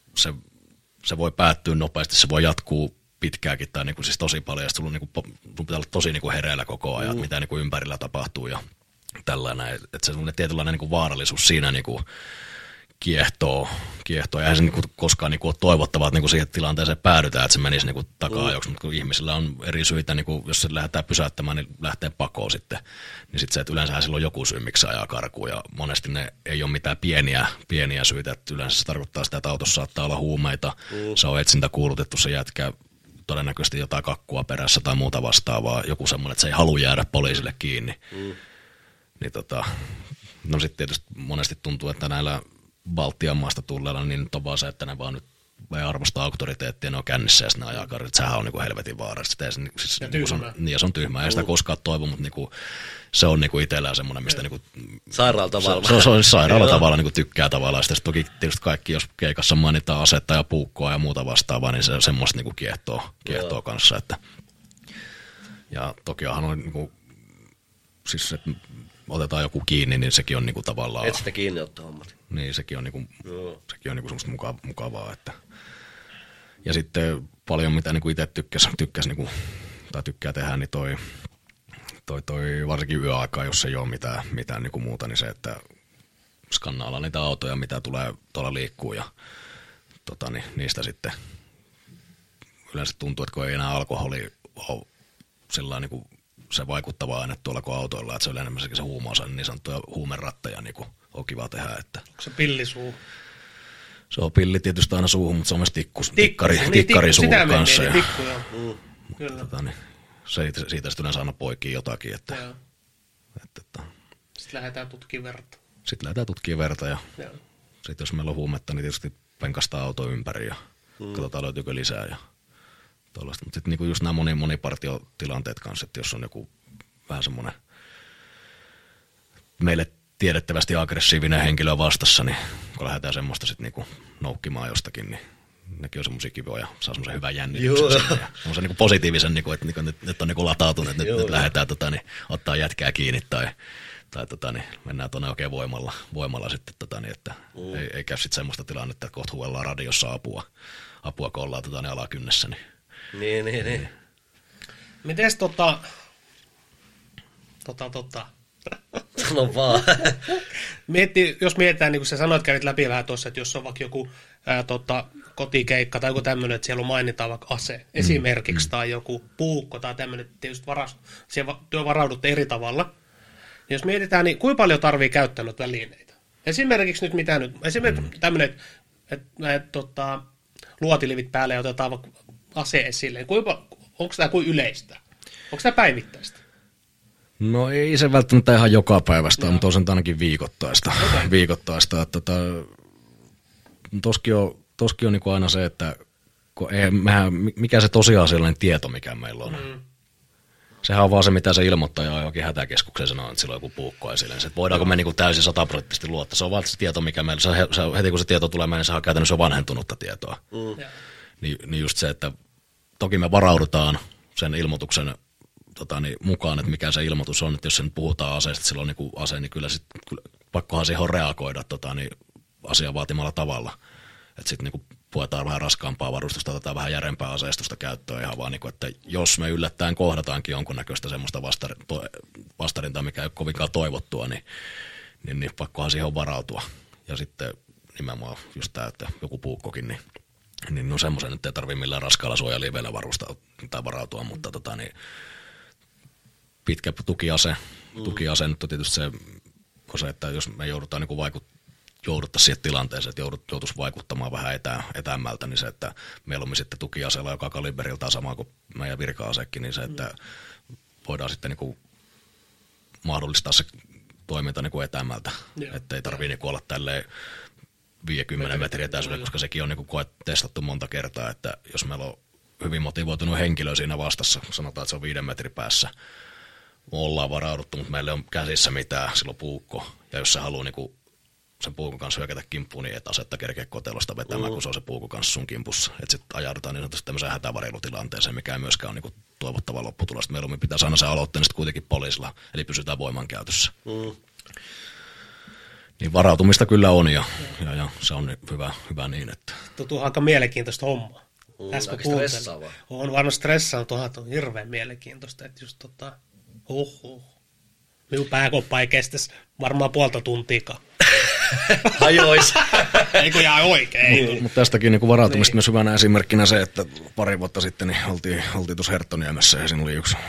se voi päättyä nopeasti, se voi jatkuu pitkääkin tai niin kuin, siis tosi paljon ja sitten niin sun pitää olla tosi niin kuin hereillä koko ajan, mitä niin kuin ympärillä tapahtuu ja tällainen, että se on tietynlainen niin kuin vaarallisuus siinä niin kuin kiehtoo. Eihän se niinku koskaan niinku ole toivottavaa, että niinku siihen tilanteeseen päädytään, että se menisi niinku taka-ajoksi, mutta kun ihmisillä on eri syitä, niinku, jos se lähdetään pysäyttämään, niin lähtee pakoon sitten. Niin sitten se, että yleensähän sillä on joku syy, miksi se ajaa karkuun, ja monesti ne ei ole mitään pieniä syitä, että yleensä se tarkoittaa sitä, että autossa saattaa olla huumeita, se on etsintä kuulutettu, se jätkä todennäköisesti jotain kakkua perässä tai muuta vastaavaa, joku semmoinen, että se ei halua jäädä poliisille kiinni. Niin no sitten tietysti monesti tuntuu, että näillä Baltian maasta tulleilla, niin nyt on vaan se, että ne vaan nyt ei arvosta auktoriteettia, ne on kännissä ja sitten ne ajaa karrit. Sehän on niinku helvetin vaarallista. Ja se on tyhmää. Ei sitä koskaan toivo, mutta niinku, se on niinku itsellään semmoinen, mistä niinku, sairaalla tavalla. Se on sairaalla tavalla niinku tykkää tavallaan. Sitten toki tietysti kaikki, jos keikassa mainitaan asetta ja puukkoa ja muuta vastaavaa, niin se semmoista niinku kiehtoo kanssa. Että. Ja tokihan on niinku, siis että otetaan joku kiinni, niin sekin on niinku tavallaan... Et sitä kiinni ottaa hommat. Niin, sekin on niinku semmoista mukavaa. Että. Ja sitten paljon, mitä niinku itse tykkäs niinku, tai tykkää tehdä, niin toi varsinkin yöaikaa, jos ei ole mitään niinku muuta, niin se, että skannaillaan niitä autoja, mitä tulee tuolla liikkuu, ja niin, niistä sitten yleensä tuntuu, että kun ei enää alkoholi ole sillä niinku se vaikuttava aine tuolla kuin autoilla, että se on enemmän se huumausa, niin sanottuja huumeratteja niin on kiva tehdä. Että. Onko se pillisuu? Se on pilli tietysti aina suuhun, mutta se on myös tikkari suuhun kanssa. Niin, tikku, joo. Kyllä. Siitä sitten yleensä aina poikii jotakin. Että. Sitten lähdetään tutkimaan verta. Sitten lähdetään tutkimaan verta ja Joo. sitten jos meillä on huumetta, niin tietysti penkastaa auto ympäri ja katsotaan löytyykö lisää ja tuollaista. Mutta sitten niinku just nämä monipartiotilanteet kanssa, että jos on joku vähän semmoinen meille tiedettävästi aggressiivinen henkilö vastassa, niin kun lähdetään semmoista sitten niinku noukkimaan jostakin, niin nekin on semmoisia kivoja, saa semmoisen hyvän jännityksen sinne ja semmoisen niinku positiivisen, niinku, että niinku, nyt on niinku latautunut, että nyt lähdetään niin, ottaa jätkää kiinni tai niin, mennään tuonne oikein voimalla sitten, niin, että ei käy sitten semmoista tilannetta, että kohta huuellaan radiossa apua kun ollaan niin alakynnessä. Niin. Mites Sano vaan. Jos mietitään, niin kuin sä sanoit, kävit läpi vähän tuossa, että jos on vaikka joku kotikeikka tai joku tämmöinen, että siellä on mainitaan vaikka ase esimerkiksi, tai joku puukko tai tämmöinen, tietysti siellä varaudutte eri tavalla. Niin jos mietitään, niin kuinka paljon tarvii käyttää noita välineitä? Esimerkiksi nyt mitä nyt? Esimerkiksi tämmöinen, että luotilivit päälle ja otetaan vaikka ase esille. Onko tämä kuin yleistä? Onko tämä päivittäistä? No ei se välttämättä ihan joka päivästä, mutta on sen ainakin viikoittaista. Että toskin on niin kuin aina se, että mikä se tosiasiallinen tieto, mikä meillä on. Sehän on vaan se, mitä se ilmoittaja jokin hätäkeskukseen sanoo, että sillä on joku puukko esille. Että voidaanko me niin kuin täysin 100% luottaa. Se on vaan se tieto, mikä meillä, heti kun se tieto tulee meille, niin se on käytännössä vanhentunutta tietoa. Niin just se, että toki me varaudutaan sen ilmoituksen mukaan, että mikä se ilmoitus on, että jos sen puhutaan aseesta, että sillä on niin ase, niin kyllä pakkohan siihen on reagoida asian vaatimalla tavalla. Että sitten niin puetaan vähän raskaampaa varustusta, otetaan vähän järempää aseistusta käyttöön ihan vaan, niin kuin, että jos me yllättäen kohdataankin jonkunnäköistä semmoista vastarintaa, mikä ei ole kovinkaan toivottua, niin pakkohan siihen on varautua. Ja sitten nimenomaan just tämä, että joku puukkokin, niin no semmoisen nyt ei tarvitse millään raskaalla suojaliiveillä varustaa tai varautua, mutta pitkä tukiase nyt on tietysti se, että jos me joudutaan niin jouduttaisiin siihen tilanteeseen, että joutuisi vaikuttamaan vähän etäämmältä, niin se, että mieluummin sitten tukiaseella, joka kaliberiltaan sama kuin meidän virka-asekin, niin se, että voidaan sitten niin mahdollistaa se toiminta niin etäämmältä, että ei tarvitse niin olla tälleen 50 metriä etäisyydellä, koska sekin on niin testattu monta kertaa, että jos meillä on hyvin motivoitunut henkilö siinä vastassa, sanotaan, että se on 5 metrin päässä, me ollaan varauduttu, mutta meillä on käsissä mitään, silloin puukko, ja jos se haluaa niin sen puukon kanssa hyökätä kimppuun, niin et asetta kerkeä kotelosta vetämään, kun se on se puukon kanssa sun kimpussa. Että sitten ajaudutaan niin sanotusti tämmöiseen hätävarjelutilanteeseen, mikä ei myöskään ole niin toivottava lopputulos. Meillä pitää saada se aloitteen sitten kuitenkin poliisilla, eli pysytään voimankäytössä. Niin varautumista kyllä on, ja se on hyvä niin, että... Tuntuu aika mielenkiintoista hommaa. Aika stressaavaa. On varmaan stressaavaa, on hirveän mielenkiintoista, että just minun pääkoppa ei kestäisi varmaan 0,5 tuntiakaan. Hajois. Eikö jää oikein? Mutta tästäkin niin varautumista myös hyvänä esimerkkinä se, että pari vuotta sitten niin oltiin tuossa Herttoniemessä ja siinä oli yksi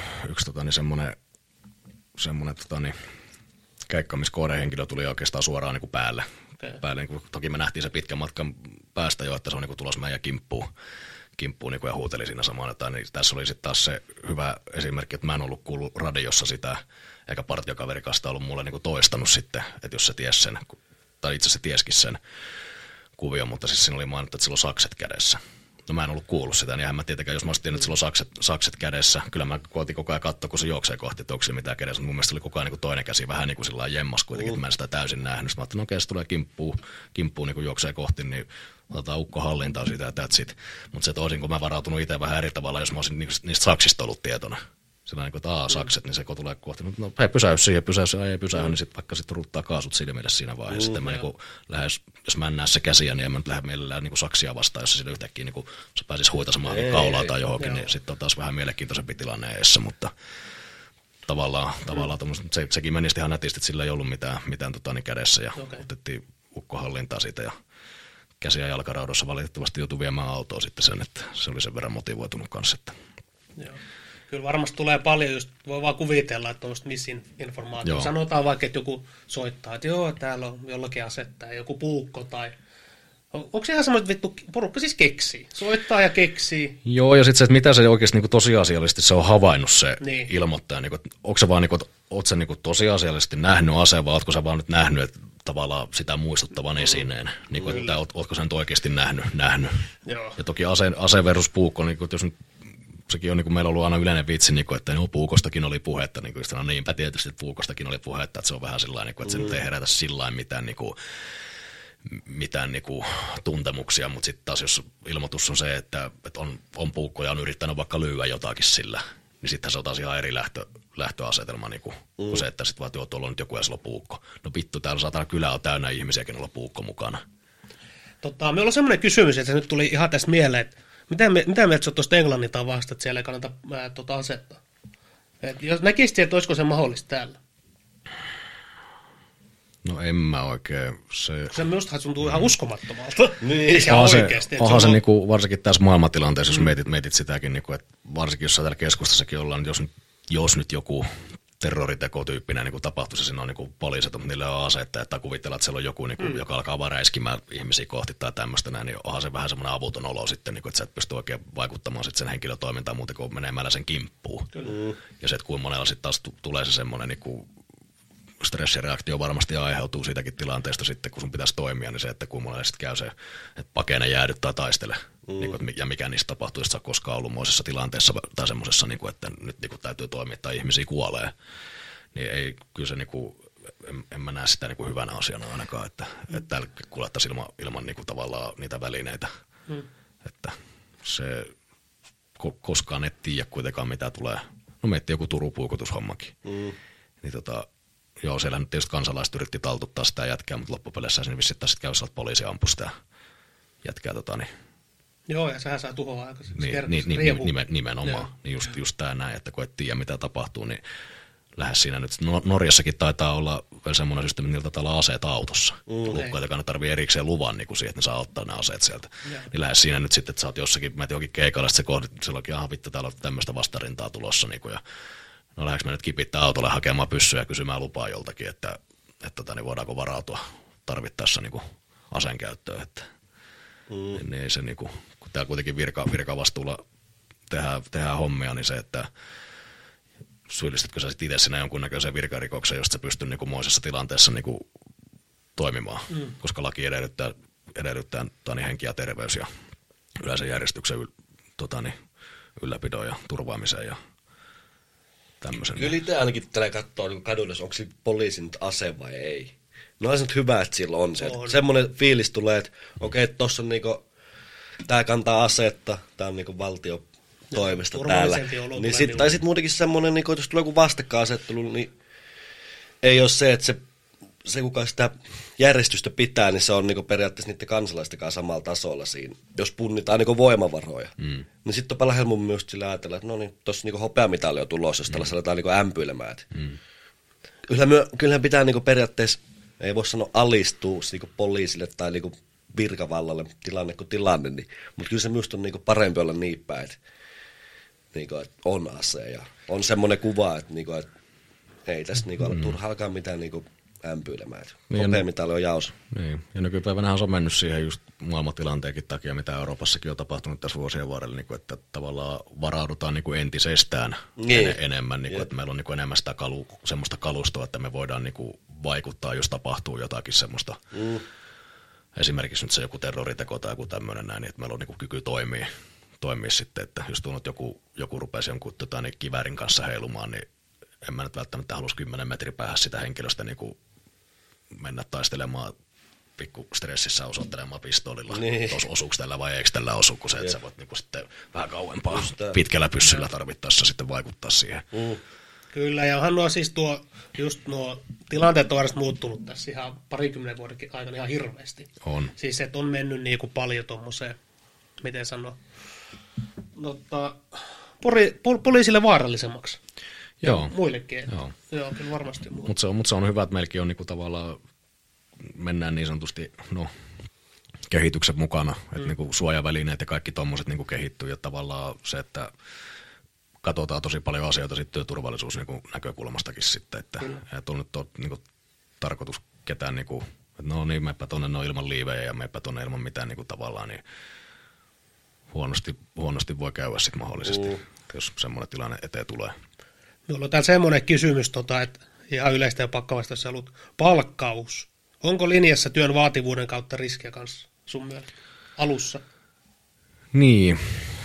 semmoinen keikka, missä kohdehenkilö tuli oikeastaan suoraan niin kuin päälle. Päälle niin kuin, toki me nähtiin se pitkän matkan päästä jo, että se on niin kuin tulossa meidän kimppuun niin kuin, ja huuteli siinä samaan jotain. Niin tässä oli sitten taas se hyvä esimerkki, että mä en ollut kuullut radiossa sitä, eikä partiokaverikasta ollut mulle niin kuin toistanut sitten, että jos se ties sen, tai itse asiassa tieskin sen kuvion, mutta siis siinä oli mainittu, että sillä on sakset kädessä. No mä en ollut kuullut sitä, niin eihän mä tietenkään, jos mä olisin tiennyt, että sillä on sakset kädessä, kyllä mä koitin koko ajan katsoa, kun se juoksee kohti, että onko se mitään kädessä. Mun mielestä oli koko ajan niin kuin toinen käsi vähän niin kuin sillä jemmas kuitenkin, että mä en sitä täysin nähnyt. Sitten mä ajattelin, okei, se tulee kimppuun niin kuin juoksee kohti, niin otetaan ukko hallintaa siitä ja that's it. Mutta se toisin, kun mä varautunut itse vähän eri tavalla, jos mä olisin niistä saksista ollut tietona. Sillä niin kuin, että sakset, niin se kun tulee kohti, no hei, pysäy siihen, ei pysäy, niin sitten vaikka sitten ruttaa kaasut silmille siinä vaiheessa. Sitten mä niin kuin lähes, jos mä en näe se käsiä, niin en mä nyt lähde mielellään niin kuin saksia vastaan, jos se sillä yhtäkkiä niin kuin, se pääsisi huitasemaan kaulaa tai johonkin, niin sitten on taas vähän mielenkiintoisempi tilanne eessä, mutta tavallaan sekin meni ihan nätisti, että sillä ei ollut mitään niin kädessä ja otettiin ukkohallintaa siitä ja käsi- ja jalkaraudossa valitettavasti joutui viemään autoa sitten sen, että se oli sen verran motivoitunut kanssa, että... Joo. Kyllä varmasti tulee paljon, just voi vaan kuvitella, että on misinformaatio. Sanotaan vaikka, että joku soittaa, että joo, täällä on jollakin asetta, joku puukko tai Onko se ihan semmoinen, että vittu porukka siis keksii? Soittaa ja keksii. Joo, ja sitten se, että mitä se oikeasti niin tosiasiallisesti se on havainnut se Niin. ilmoittaja. Niin kuin, onko se vaan, niin kuin, ootko sä niin tosiasiallisesti nähnyt aseen, vai ootko sä vaan nyt nähnyt, että tavallaan sitä muistuttavan esineen? Niin kuin, että ootko sä nyt oikeasti nähnyt. Joo. Ja toki ase versus puukko, niin kuin, jos nyt, sekin on niin kuin meillä on ollut aina yleinen vitsi, niin kuin, että no, puukostakin oli puhetta. Niin kuin, no niinpä tietysti, että puukostakin oli puhetta, että se on vähän sillä niin kuin, että se nyt ei herätä sillä mitään mitään niinku tuntemuksia, mutta sitten taas jos ilmoitus on se, että on puukko ja on yrittänyt vaikka lyödä jotakin sillä, niin sittenhän se on taas ihan eri lähtöasetelma niinku, kuin se, että sitten vaan tuolla on nyt joku ja sillä on puukko. No vittu, täällä saatana kylä on täynnä ihmisiä, kenellä on puukko mukana. Meillä on semmoinen kysymys, että se nyt tuli ihan tästä mieleen, että mitä mieltä sä oot tuosta Englannin tavasta, että siellä ei kannata asettaa? Et jos näkisit, että olisiko se mahdollista täällä? No en mä oikein. Se minustahan tuntuu ihan uskomattomalta. Niin. Onhan se niinku, varsinkin tässä maailmantilanteessa, jos mietit sitäkin, niinku, että varsinkin jos täällä keskustassakin ollaan, jos nyt joku terroritekotyyppinen niin tapahtuisi, siinä on niin poliisit, mutta niillä on aseita, että kuvitellaan, että siellä on joku, niin joka alkaa vaan räiskimään ihmisiä kohti tai tämmöistä näin, niin onhan se vähän semmoinen avuton olo sitten, niin kuin, että sä et pysty oikein vaikuttamaan sitten sen henkilötoimintaan muuten kuin menemällä sen kimppuun. Ja se, että kuinka monella sitten taas tulee se semmoinen niin stressireaktio varmasti aiheutuu siitäkin tilanteesta sitten, kun sun pitäisi toimia, niin se, että kuinka monella sitten käy se, että pakene jäädy tai taistele. Niin kuin, ja mikä niistä tapahtuu, jos sä oot koskaan ollut moisessa tilanteessa tai semmoisessa, niin kuin, että nyt niin kuin, täytyy toimia tai ihmisiä kuolee. Niin ei, kyllä se, niin kuin, en mä näe sitä niin kuin hyvänä asiana ainakaan, että täällä kuljettaisiin ilman niin kuin, tavallaan niitä välineitä. Että se koskaan et tiedä kuitenkaan mitä tulee. No miettii joku Turun puukotushommakin. Niin joo, siellä nyt tietysti kansalaiset yritti taltuttaa sitä jätkää, mutta loppupeleissä sinne vissiin taas käy sieltä poliisi ampui sitä jätkää niin. Joo, ja sehän saa tuhoa aikaisemmin. Nimenomaan. Niin just tämä näin, että kun et tiedä mitä tapahtuu, niin lähes siinä nyt. Norjassakin taitaa olla vielä semmoinen systeemi, että niiltä taitaa olla aseet autossa. Lukkoitakaan ne tarvii erikseen luvan niin siihen, että ne saa ottaa ne aseet sieltä. Niin lähes siinä nyt sitten, että sä oot jossakin, mä et johonkin keikalle, sitten se kohdit, silloinkin ihan vittu, täällä on tämmöistä vastarintaa tulossa. Niin kuin, ja no lähdekö me nyt kipittää autolle hakemaan pyssyä ja kysymään lupaa joltakin, että niin voidaanko varautua tarvittaessa niin aseen käyttöön. Että, niin ei se, niin kuin, kun täällä kuitenkin virkavastuulla tehdään hommia, niin se, että syyllistytkö sä sitten itse sinä jonkunnäköiseen virkarikokseen, josta sä pystyt niin moisessa tilanteessa niin toimimaan, koska laki edellyttää henki ja terveys ja yleisen järjestyksen ylläpidon ja turvaamisen ja tämmöisen. Kyllä itse ainakin tällä katsoo niin kadulla, onko se poliisin ase vai ei. No on se nyt hyvä, että sillä on se. Semmoinen fiilis tulee, että okei, tossa on niinku, tää kantaa asetta, tää on niinku valtio toimesta täällä. Niin tai sitten muutenkin semmoinen, niin jos tulee joku vastakkainasettelu, niin ei ole se, että se kuka sitä järjestystä pitää, niin se on niin periaatteessa niiden kansalaisten kanssa samalla tasolla siinä. Jos punnitaan niin voimavaroja, niin sitten on paljon helpommin myös sillä ajatella, että no niin, tuossa niin hopeamitali on tulossa, jos tällaisella aletaan niin ämpyilemään. Kyllähän pitää niin periaatteessa, ei voi sanoa alistua niin poliisille tai niin virkavallalle tilanne kuin tilanne, niin, mutta kyllä se myös on niin parempi olla niin päin, että on ase ja on semmoinen kuva, että ei tässä turha alkaa mitään ämpyilemään. Hopeamitali on jaos. Niin. Ja nykypäivänähän se on mennyt siihen just maailmantilanteenkin takia, mitä Euroopassakin on tapahtunut tässä vuosien varrella, että tavallaan varaudutaan entisestään enemmän, että meillä on enemmän sitä semmoista kalustoa, että me voidaan vaikuttaa, jos tapahtuu jotakin semmoista. Esimerkiksi nyt se joku terroriteko tai joku tämmöinen näin, että meillä on kyky toimia sitten, että jos tunnut joku rupesi jonkun kiväärin kanssa heilumaan, niin en mä nyt välttämättä halus 10 metrin päähän sitä henkilöstä mennä taistelemaan pikku stressissä osoittelemaan pistoolilla, niin. Osuuko tällä vai eikö tällä osu, kun se, että sä voit sitten vähän kauempaa pitkällä pyssyllä tarvittaessa sitten vaikuttaa siihen. Kyllä, ja onhan nuo siis nuo tilanteet on muuttunut tässä ihan 20 vuoden aikana ihan hirveästi. On. Siis että on mennyt paljon tuommoiseen, miten sanoa, poliisille vaarallisemmaksi. Joo. Muillekin. Joo, kyllä varmasti. Mutta se on hyvä, että meilläkin on tavallaan, mennään niin sanotusti kehityksen mukana, että suojavälineet ja kaikki tommoset kehittyy ja tavallaan se, että katsotaan tosi paljon asioita sitten työturvallisuus näkökulmastakin sitten, että ei ole nyt tarkoitus ketään että no niin, meppä tonne no ilman liivejä ja meppä tonne ilman mitään niin kuin tavallaan, niin huonosti voi käydä sitten mahdollisesti, jos semmoinen tilanne eteen tulee. Minulla on täällä semmoinen kysymys, että ihan yleistä ja pakkavastassa ollut palkkaus. Onko linjassa työn vaativuuden kautta riskiä kanssa sun mielestä alussa? Niin.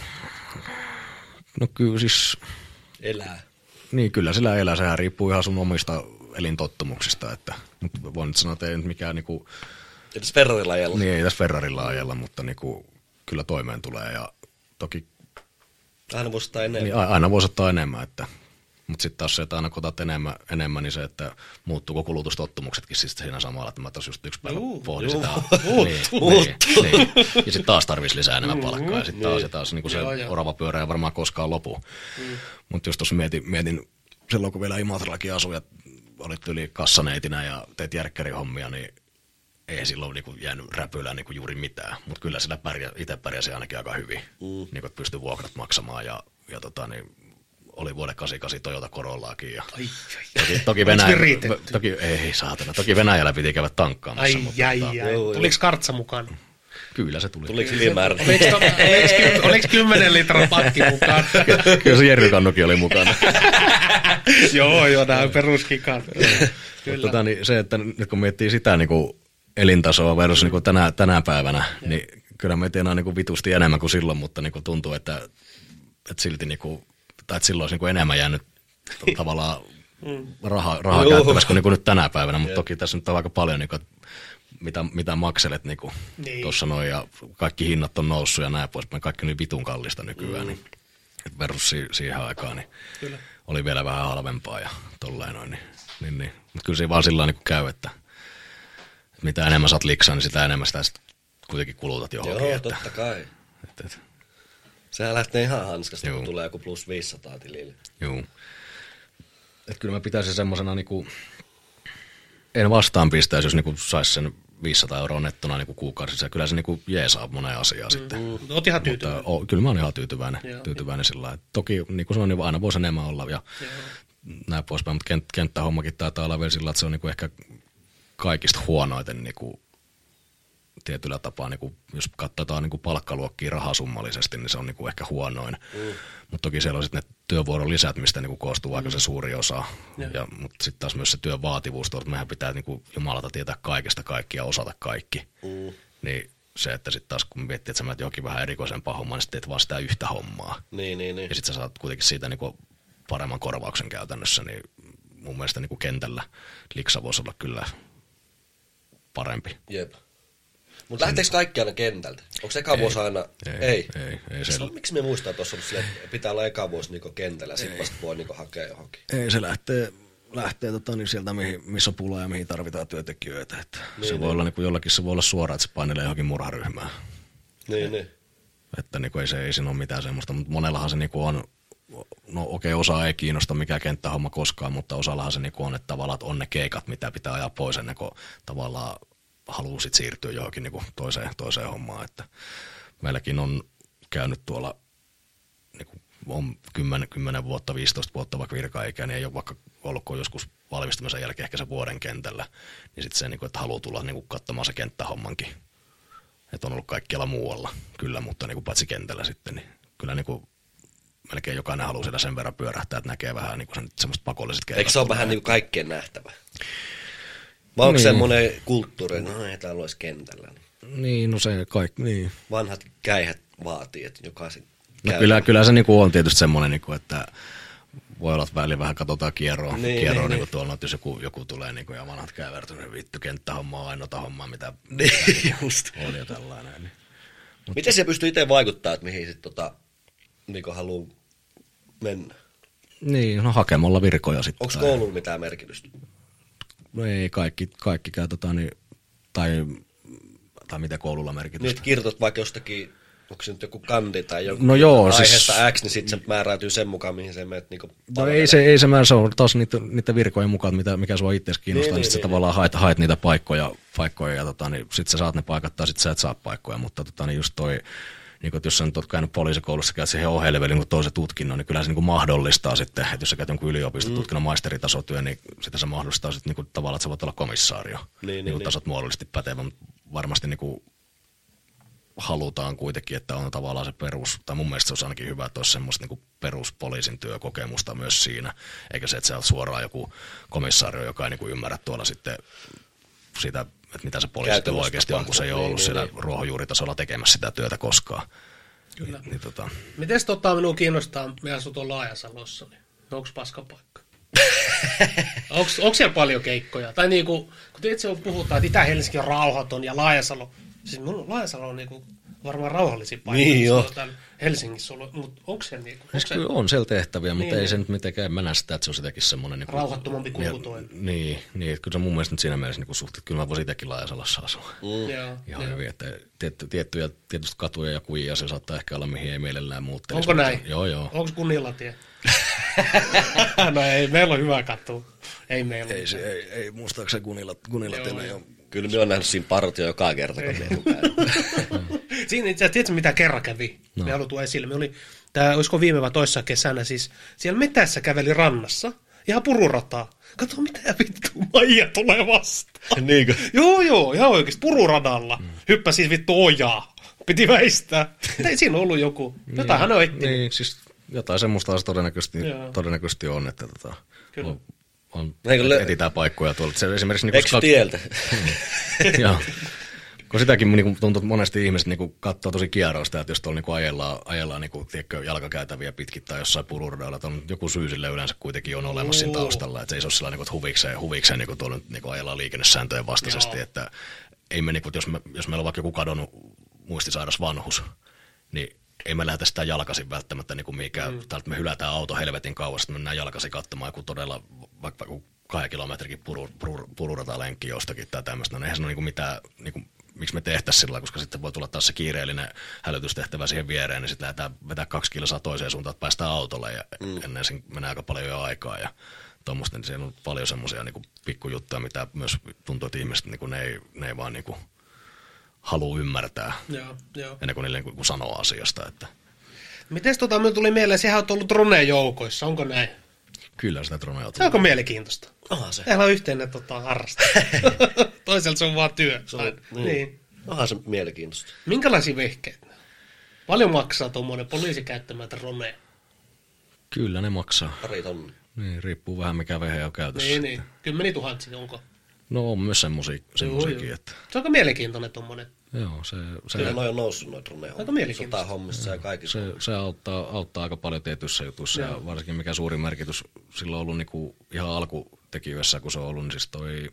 No kyllä siis... Elää. Niin, kyllä sillä elää. Sehän riippuu ihan sun omista elintottumuksista. Mutta voin nyt sanoa, että ei nyt mikään niinku... Ei tässä Ferrarilla ajella. Niin, ei tässä Ferrarilla ajella, mutta niinku, kyllä toimeen tulee. Ja toki... Aina voisi ottaa enemmän. Niin, aina voisi ottaa enemmän, mutta sitten taas se, että aina kun otat enemmän, niin se, että muuttuuko kulutustottumuksetkin siis siinä samalla, että mä taas just yksi päivä pohdin sitä. Niin. Ja sitten taas tarvitsisi lisää enemmän palkkaa, ja sitten taas niin se orava pyörä ei varmaan koskaan lopu. Mutta jos tuossa mietin silloin, kun vielä Imatrallakin asui, ja olit yli kassaneitinä ja teit järkkärihommia, niin ei silloin niinku jäänyt räpylään niinku juuri mitään, mutta kyllä sillä itse pärjäsi ainakin aika hyvin, niin että pystyi vuokrat maksamaan ja niin, oli vuoden 88 Toyota Corollaakin. Ja toki Venäjällä piti käydä tankkaamassa. Tuliko kartsa mukaan? Kyllä se tuli. Tuliko ylimäärä? Oliko 10 litran pakki mukaan? Kyllä se Jerrykannukin oli mukana. Joo, nämä peruskikat. Mutta niin se, että nyt kun miettii sitä niin kuin elintasoa versus niin kuin tänä päivänä, niin kyllä me tiedään niin kuin vitusti enemmän kuin silloin, mutta niin kuin tuntuu, että silti niin kuin, tai että silloin olisi niin kuin enemmän jäänyt tavallaan rahaa käyttävässä kuin nyt tänä päivänä, mutta toki tässä nyt on aika paljon, niin kuin, mitä makselet niin tuossa noin, ja kaikki hinnat on noussut ja näin poispäin, kaikki on niin vitun kallista nykyään, niin versus siihen aikaan, niin kyllä oli vielä vähän halvempaa ja tolleen noin, niin. Mutta kyllä se vaan sillä niin käy, että mitä enemmän saat liksaa, niin sitä enemmän sitä kuitenkin kulutat johonkin. Joo, totta kai. Sehän lähtee ihan hanskasta, kun tulee joku plus 500 tilille. Joo. Että kyllä mä pitäisin semmosena niinku, en vastaan pistäisi, jos niinku saisi sen 500 € nettona niinku kuukaudessa. Kyllä se niinku jeesaa moneen asiaan sitten. Oot ihan tyytyväinen? Kyllä mä oon ihan tyytyväinen sillä lailla. Toki niin kuin sanoin, niin aina voisi enemmän olla ja näin poispäin, mutta kenttähommakin taitaa olla vielä sillä, että se on niinku ehkä kaikista huonoiten niinku tietyllä tapaa, niinku, jos katsotaan niinku palkkaluokkia rahasummallisesti, niin se on niinku ehkä huonoin. Mutta toki siellä on sitten ne työvuorolisät, mistä niinku koostuu aika se suuri osa. Mutta sitten taas myös se työn vaativuus, että mehän pitää niinku jumalata tietää kaikesta kaikki ja osata kaikki. Niin se, että sitten taas kun miettii, että sä menet johonkin vähän erikoisempaa hommaa, niin sitten teet vaan sitä yhtä hommaa. Niin. Ja sitten sä saat kuitenkin siitä niinku paremman korvauksen käytännössä, niin mun mielestä niinku kentällä liksa voisi olla kyllä parempi. Jep. Mutta lähteekö kaikki aina kentältä? Onko eka vuosi aina? Ei. Miksi me muistaa, että tuossa ollut silleen, että pitää olla eka vuosi niinku kentällä, sitten vasta voi niinku hakea johonkin? Ei, se lähtee niin sieltä, missä on pulaa ja mihin tarvitaan työntekijöitä. Että se voi olla, niin kuin jollakin se voi olla suoraan, että se painelee johonkin murharyhmään. Niin. Että niin kuin ei siinä ole mitään semmoista, mutta monellahan se niin kuin on, no okei, osa ei kiinnosta mikä kenttähomma koskaan, mutta osallahan se niin kuin on, että tavallaan on ne keikat, mitä pitää ajaa pois ennen kuin tavallaan haluaa sit siirtyä johonkin niin kuin toiseen hommaan. Että meilläkin on käynyt tuolla niin kuin on 10 vuotta, 15 vuotta vaikka virka-ikä, niin ei ole vaikka ollut joskus valmistumisen jälkeen ehkä se vuoden kentällä, niin sitten se, että haluaa tulla katsomaan se kenttähommankin. Että on ollut kaikkialla muualla, kyllä, mutta paitsi kentällä sitten, niin kyllä melkein jokainen haluaa siellä sen verran pyörähtää, että näkee vähän semmoista pakolliset keikat. Eikö se ole vähän kaikkien nähtävä? Vai onko semmoinen kulttuuri, että no ei täällä olisi kentällä? Niin, no se kaikki, niin. Vanhat käihät vaatii, että jokaisen no kyllä se on tietysti semmoinen, että voi olla, että väliin vähän katsotaan kierroa niin. Tuolla, että jos joku tulee ja vanhat käyvät, niin vittu kenttähomma on ainoata hommaa, mitä just oli jo tällainen. Niin. Miten se pystyy itse vaikuttamaan, että mihin sitten haluaa mennä? Niin, no hakemalla virkoja sitten. Onko koululla mitään merkitystä? No ei, kaikki käy tai mitä koululla merkitystä. Niin, että kirjoitat vaikka jostakin, onko se nyt joku kandi tai joku siis aiheesta X, niin sitten se määräytyy sen mukaan, mihin se menet no ei se määrä, se on taas niitä virkojen mukaan, mikä sua itseäsi kiinnostaa, niin sitten tavallaan haet niitä paikkoja ja niin sitten sä saat ne paikat tai sitten sä et saa paikkoja, mutta niin just toi niin jos sä nyt oot käynyt poliisikoulussa, käyt siihen ohjeelle vielä niin toisen tutkinnon, niin kyllä se niin mahdollistaa sitten, että jos sä käyt jonkun yliopiston maisteritasotyö, niin sitä se mahdollistaa sitten niin tavallaan, että sä voit olla komissaario. Niin. Tasot muodollisesti pätevä, mutta varmasti niin halutaan kuitenkin, että on tavallaan se perus, tai mun mielestä se olisi ainakin hyvä, että olisi semmoista niin peruspoliisin työkokemusta myös siinä, eikä se, että sä oot suoraan joku komissaario, joka ei niin ymmärrä tuolla sitten sitä, että mitä se poliisityö oikeasti on, kun se ei ole ollut siellä ruohonjuuritasolla tekemässä sitä työtä koskaan. Kyllä. Niin, Mites minua kiinnostaa, me asun tuolla Laajasalossa, niin onko paskapaikka? onko siellä paljon keikkoja? Tai niinku, kun itse puhutaan, että Itä-Helsinki on rauhaton ja Laajasalo, siis Laajasalo on niinku varmaan rauhallisin paikka. Niin jo. Helsingissä ollut, mutta onko siellä niinku? Kyllä on siellä tehtäviä, mutta ei se nyt mitenkään mennä sitä, että se on sitäkin semmoinen... Niin rauhattomampi kulkutoimi. Niin, kyllä se mun mielestä nyt siinä mielessä niin suht, että kyllä mä voisin itsekin Laajasalossa asua. Ihan hyvin, että tietysti katuja ja kujia se saattaa ehkä olla, mihin ei mielellään muuttelisi. Onko näin? Joo. Onko Kunilatie? No ei, meillä on hyvä katu. Ei meillä ei muistaakseni Kunilatiellä ole. Kyllä me on nähnyt siinä partio joka kerta, kun me siinä itse asiassa, tiedätkö mitä kerran kävi? Me halutaan esille. Me oli, olisiko viime vai toissa kesänä, siis siellä metässä käveli rannassa, ihan pururataa. Kato, mitä vittu, Maija tulee vastaan. Niinkö? Joo, ihan oikeasti, pururadalla. Hyppäsi siis vittu ojaa. Piti väistää. Ei siinä ollut joku. Jotain hän on etsinyt. Niin, siis jotain semmoista todennäköisesti on, että etsitään paikkoja tuolta. Se esimerkiksi eikö tieltä? Joo. Kun sitäkin niin tuntuu, että monesti ihmiset niin katsoo tosi kierrosta, että jos tuolla niin ajellaan niin tiedätkö, jalkakäytäviä pitkin tai jossain pururadalla, että on joku syy sille yleensä kuitenkin on olemassa siinä taustalla. Että se ei ole sellainen, että huvikseen niin tuolla niin ajellaan liikennesääntöjen vastaisesti. Että ei me, niin kuin, jos meillä on vaikka joku kadonnut muistisairas vanhus, niin ei me lähdetä sitä jalkaisin välttämättä niin kuin mihinkään. Täältä me hylätään auto helvetin kauas, että me mennään jalkaisin katsomaan joku todella vaikka 2 kilometrikin pururata-lenkki jostakin tai tämmöistä. No eihän se ole niin mitään, niin kuin, miksi me tehtäisiin sillä, koska sitten voi tulla taas se kiireellinen hälytystehtävä siihen viereen, niin sitten lähdetään vetää 2 kilsaa toiseen suuntaan, että päästään autolle ja ennen siinä menee aika paljon jo aikaa ja tuommoista, niin siellä on paljon semmoisia niin pikkujuttuja, mitä myös tuntuu, että ihmiset niin ne ei vaan niin kuin halua ymmärtää ennen kuin niille niin sanoo asiasta. Että. Mites me tuli mieleen, sehän on ollut droneen joukoissa, onko näin? Kyllä sitä dronea on. Se onko mielenkiintoista? Onhan se. Täällä on yhteinen harrastus. Toiselta se on vaan työ. Niin. Onhan se mielenkiintoista. Minkälaisia vehkeitä? Paljon maksaa tuommoinen poliisi käyttämään dronea? Kyllä ne maksaa. 2 tonnia. Niin, riippuu vähän mikä vehe on käytössä. Niin. 10 000 onko? No on myös semmoisiakin. Että. Se on aika mielenkiintoinen tuommoinen. Joo, se kyllä noi on noussut noita droneja. Aika mielenkiintoista. Sotahommissa ja kaikissa. Se auttaa aika paljon tietyissä jutuissa ja varsinkin mikä suuri merkitys sillä on ollut niinku ihan alkutekijöissä, kun se on ollut, niin siis toi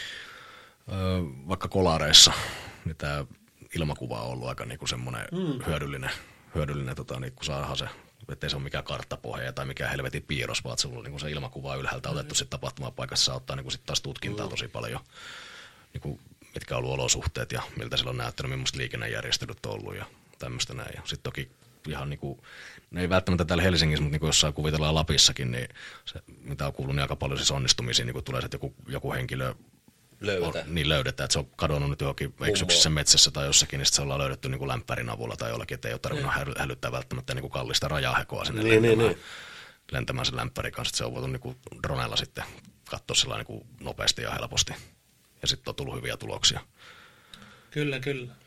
vaikka kolareissa, niin tämä ilmakuva on ollut aika niinku semmoinen hyödyllinen niin kun saadaan se, ettei se ole mikään karttapohja tai mikään helvetin piirros, vaan se on niinku se ilmakuva ylhäältä otettu sitten tapahtumapaikassa, se auttaa niinku sit taas tutkintaa tosi paljon, niinku, mitkä on ollut olosuhteet ja miltä sillä on näyttänyt, millaista liikennejärjestelyt on ollut ja tämmöistä näin. Ja sitten toki ihan niinku, ne ei välttämättä täällä Helsingissä, mutta niinku jossain kuvitellaan Lapissakin, niin se, mitä on kuullut, niin aika paljon siis onnistumisia, niin kun tulee sitten joku henkilö löydetään, että se on kadonnut nyt johonkin eksyksissä metsässä tai jossakin, niin sitten se ollaan löydetty niin kuin lämpärin avulla tai jollakin, että ei ole tarvinnut hälyttää välttämättä niin kuin kallista rajahekoa sinne lentämään sen lämpärin kanssa, että se on voitu niin kuin dronella sitten katsoa sellainen niin kuin nopeasti ja helposti, ja sitten on tullut hyviä tuloksia. Kyllä.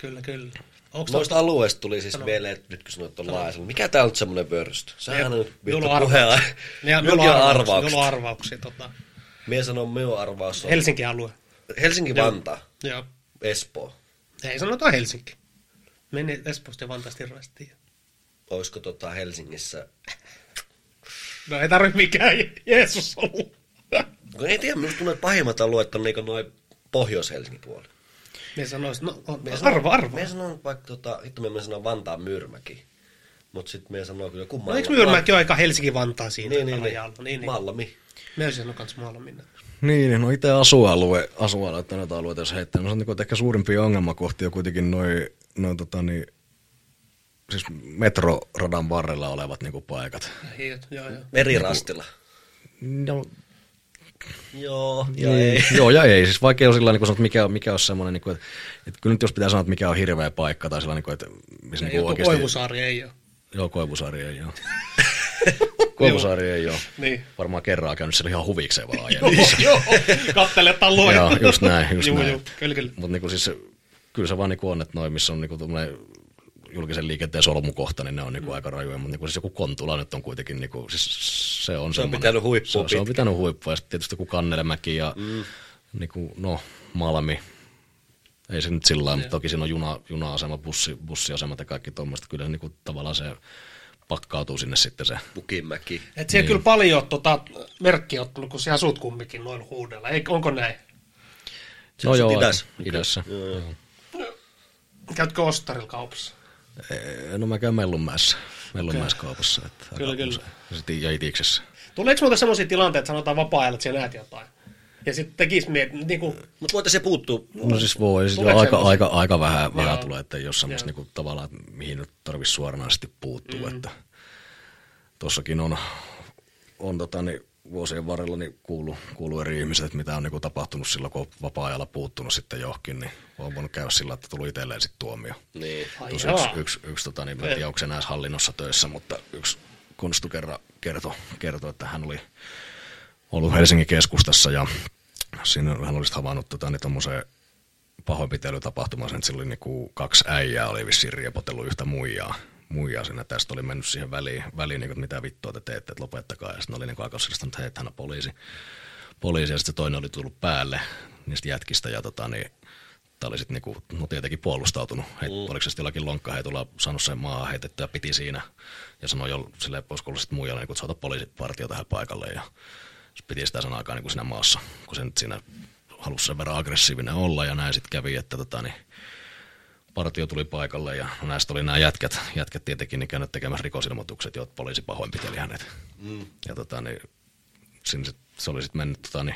Noista alueista tuli siis mieleen, että nyt kun sanoit on Laajasalo, mikä tää on nyt semmoinen pörstö? Sehän on nyt vittu puheella. Minulla on arvauksia. Mie sanon, minun arvaus on Helsingin alue. Helsinki-Vantaa. Joo. Espoo. Ei sanotaan Helsinki. Meni Espoosta ja Vantaasta hirveästi. Olisiko Helsingissä? No ei tarvitse mikään Jeesus ollut. Kun ei tiedä, minusta tuntuu, että pahimmat alueet on niinku noin Pohjois-Helsingin puoli. Mie sanoisin, arva. Mie sanon vaikka me sanon Vantaan Myyrmäki. Mut sit mie sanoo kyllä joku Malmi. No eikö Myyrmäki ole aika Helsinki-Vantaa siinä? Niin. Malmi. Me olisin sanonut kans Malmi. Niin, no itse asualueet näitä alueita, jos heittää. No se on niin ehkä suurimpia ongelmakohtia kuitenkin siis metroradan varrella olevat niin paikat. Joo. Merirastila. No, Joo, ja Niin, ei. Joo ja ei. Siis vaikea on sillä tavalla, että mikä on semmoinen, niin kuin, että kyllä nyt jos pitää sanoa, että mikä on hirveä paikka tai sillä tavalla, että missä niin oikeasti... Koivusaari ei ole. Joo, Koivusaari ei ole. Koivusaari ei ole. Niin. Varmaan kerran käynyt siellä ihan huvikseen vaan Joo, kattele talloja. Joo, just näin. Joo, kyllä. Mutta niinku siis, kyllä se vaan niinku on, että noin, missä on niinku julkisen liikenteen solmukohta, niin ne on niinku aika rajuja, mutta niinku siis joku Kontula nyt on kuitenkin, niinku, siis se on semmoinen. pitänyt huippua se on pitänyt huippua, ja sitten tietysti joku Kannelemäki ja niinku, no, Malmi. Ei se nyt sillä lailla, mutta toki siinä on juna-asema, bussiasemat ja kaikki tuommoista. Kyllä niinku, tavallaan se pakkautuu sinne sitten se. Pukinmäki. Et siellä kyllä paljon merkkiä ottanut, kun sä asut kumminkin noilla huudella. Onko näin? No joo, idässä. Joo. Käytkö Ostarilla kaupassa? No mä käyn Mellunmäessä kaupassa. Että Kyllä. Ja Itiksessä. Tuleeko muuten sellaisia tilanteita, että sanotaan vapaa-ajalla, että sä näet jotain? Ja sitten tekisi niinku... Mutta voitaisiin se puuttua. No siis voi, aika vähän tulee, että ei ole semmoista niinku, tavallaan, mihin nyt tarvitsisi suoranaisesti puuttua. Että tossakin on vuosien varrella niin kuuluu eri ihmiset, että mitä on niinku tapahtunut silloin, kun on vapaa-ajalla puuttunut sitten johonkin, niin on voinut käydä sillä, että tullut itselleen sitten tuomio. Niin. Yksi en tiedä, onko se näissä hallinnossa töissä, mutta yksi konstu kertoi, että hän oli ollut Helsingin keskustassa ja siinä hän olisi havainnut tuommoiseen pahoinpitelytapahtumaan, että sillä oli niinku 2 äijää, oli vissiin riepotellut yhtä muijaa siinä. Tästä oli mennyt siihen väliin niin kuin, mitä vittua te teette, että lopettakaa. Ja sitten oli niin aika sillä, että hei, hän on poliisi. Ja sitten toinen oli tullut päälle niistä jätkistä ja niin, tämä oli sitten niinku, no tietenkin puolustautunut. Oliko se sitten jollakin lonkkaheitulla saanut sen maahan heitettyä ja piti siinä. Ja sanoi jo silleen poiskuulla sitten muijalle, niin että soita poliisipartio tähän paikalle. Ja se piti sitä sen aikaa niin kuin siinä maassa, kun se nyt siinä halusi sen verran aggressiivinen olla. Ja näin sitten kävi, että niin, partio tuli paikalle ja näistä oli nämä jätkät tietenkin niin käynyt tekemässä rikosilmoitukset, joita poliisi pahoinpiteli hänet. Ja niin, se oli sitten mennyt niin,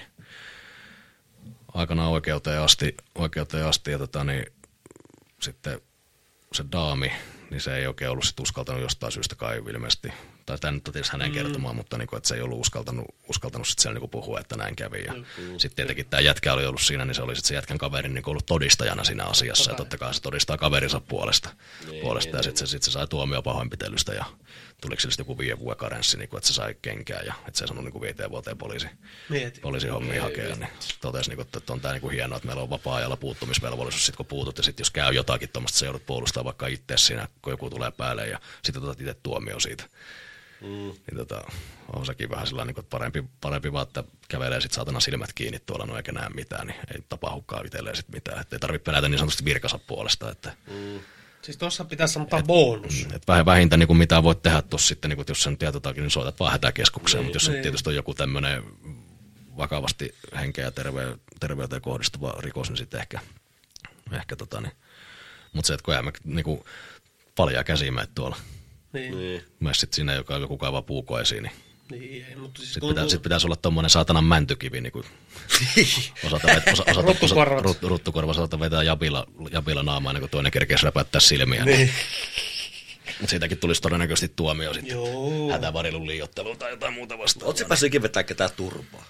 aikanaan oikeuteen asti ja niin, sitten se daami, niin se ei oikein ollut sit uskaltanut jostain syystä kai ilmeisesti, tai tämä nyt on tietysti hänen kertomaan, mutta niin kuin, että se ei ollut uskaltanut sit siellä niin kuin puhua, että näin kävi. Ja sitten tietenkin tämä jätkä oli ollut siinä, niin se oli sitten se jätkän kaverin niin kuin ollut todistajana siinä asiassa, ja totta kai se todistaa kaverinsa puolesta ja sitten se sai tuomio pahoinpitelystä, ja tuliko sille joku 5 vuoden karenssi, niin kuin, että se sai kenkää, ja että se ei sanonut niin 5 vuoteen poliisihommiin hakea, niin totesi, niin kuin, että on tämä niin kuin hienoa, että meillä on vapaa-ajalla puuttumisvelvollisuus, sitten kun puutut, ja sitten jos käy jotakin tuommoista, se joudut puolustamaan vaikka itse siinä, kun joku tulee päälle, ja sitten otat itse tuomio siitä. Niin on sekin vähän sellainen, että parempi vaan, että kävelee sitten saatana silmät kiinni tuolla, no eikä näe mitään, niin ei tapahdukaan itselleen sitten mitään. Että ei tarvitse pelätä niin sanotusti virkansa puolesta. Että, siis tuossa pitäisi sanoa bonus. Että vähintä niin kuin mitä voit tehdä tuossa sitten, niin kuin, jos sen tiedät jotakin, niin soitat vaan hätäkeskukseen. Mutta jos tietysti on joku tämmöinen vakavasti henkeä ja terveyteen kohdistuva rikos, niin sitten ehkä niin. Mutta se, että kun jäämme niin paljaa käsiin meitä tuolla. Niin. Myös sitten siinä, joka on joku kaivaa puukoisiin, niin ei, mutta siis sitten pitäisi olla tommonen saatanan mäntykivi, niin kuin ruttukorva osata vetää japilla naamaa, niin kuin toinen kerkeä räpäyttää silmiä. Niin. Mutta siitäkin tulisi todennäköisesti tuomio sitten hätävarilun liioitteluun tai jotain muuta vastaan. Oletko päässyt ikinä vetää ketään turpaa?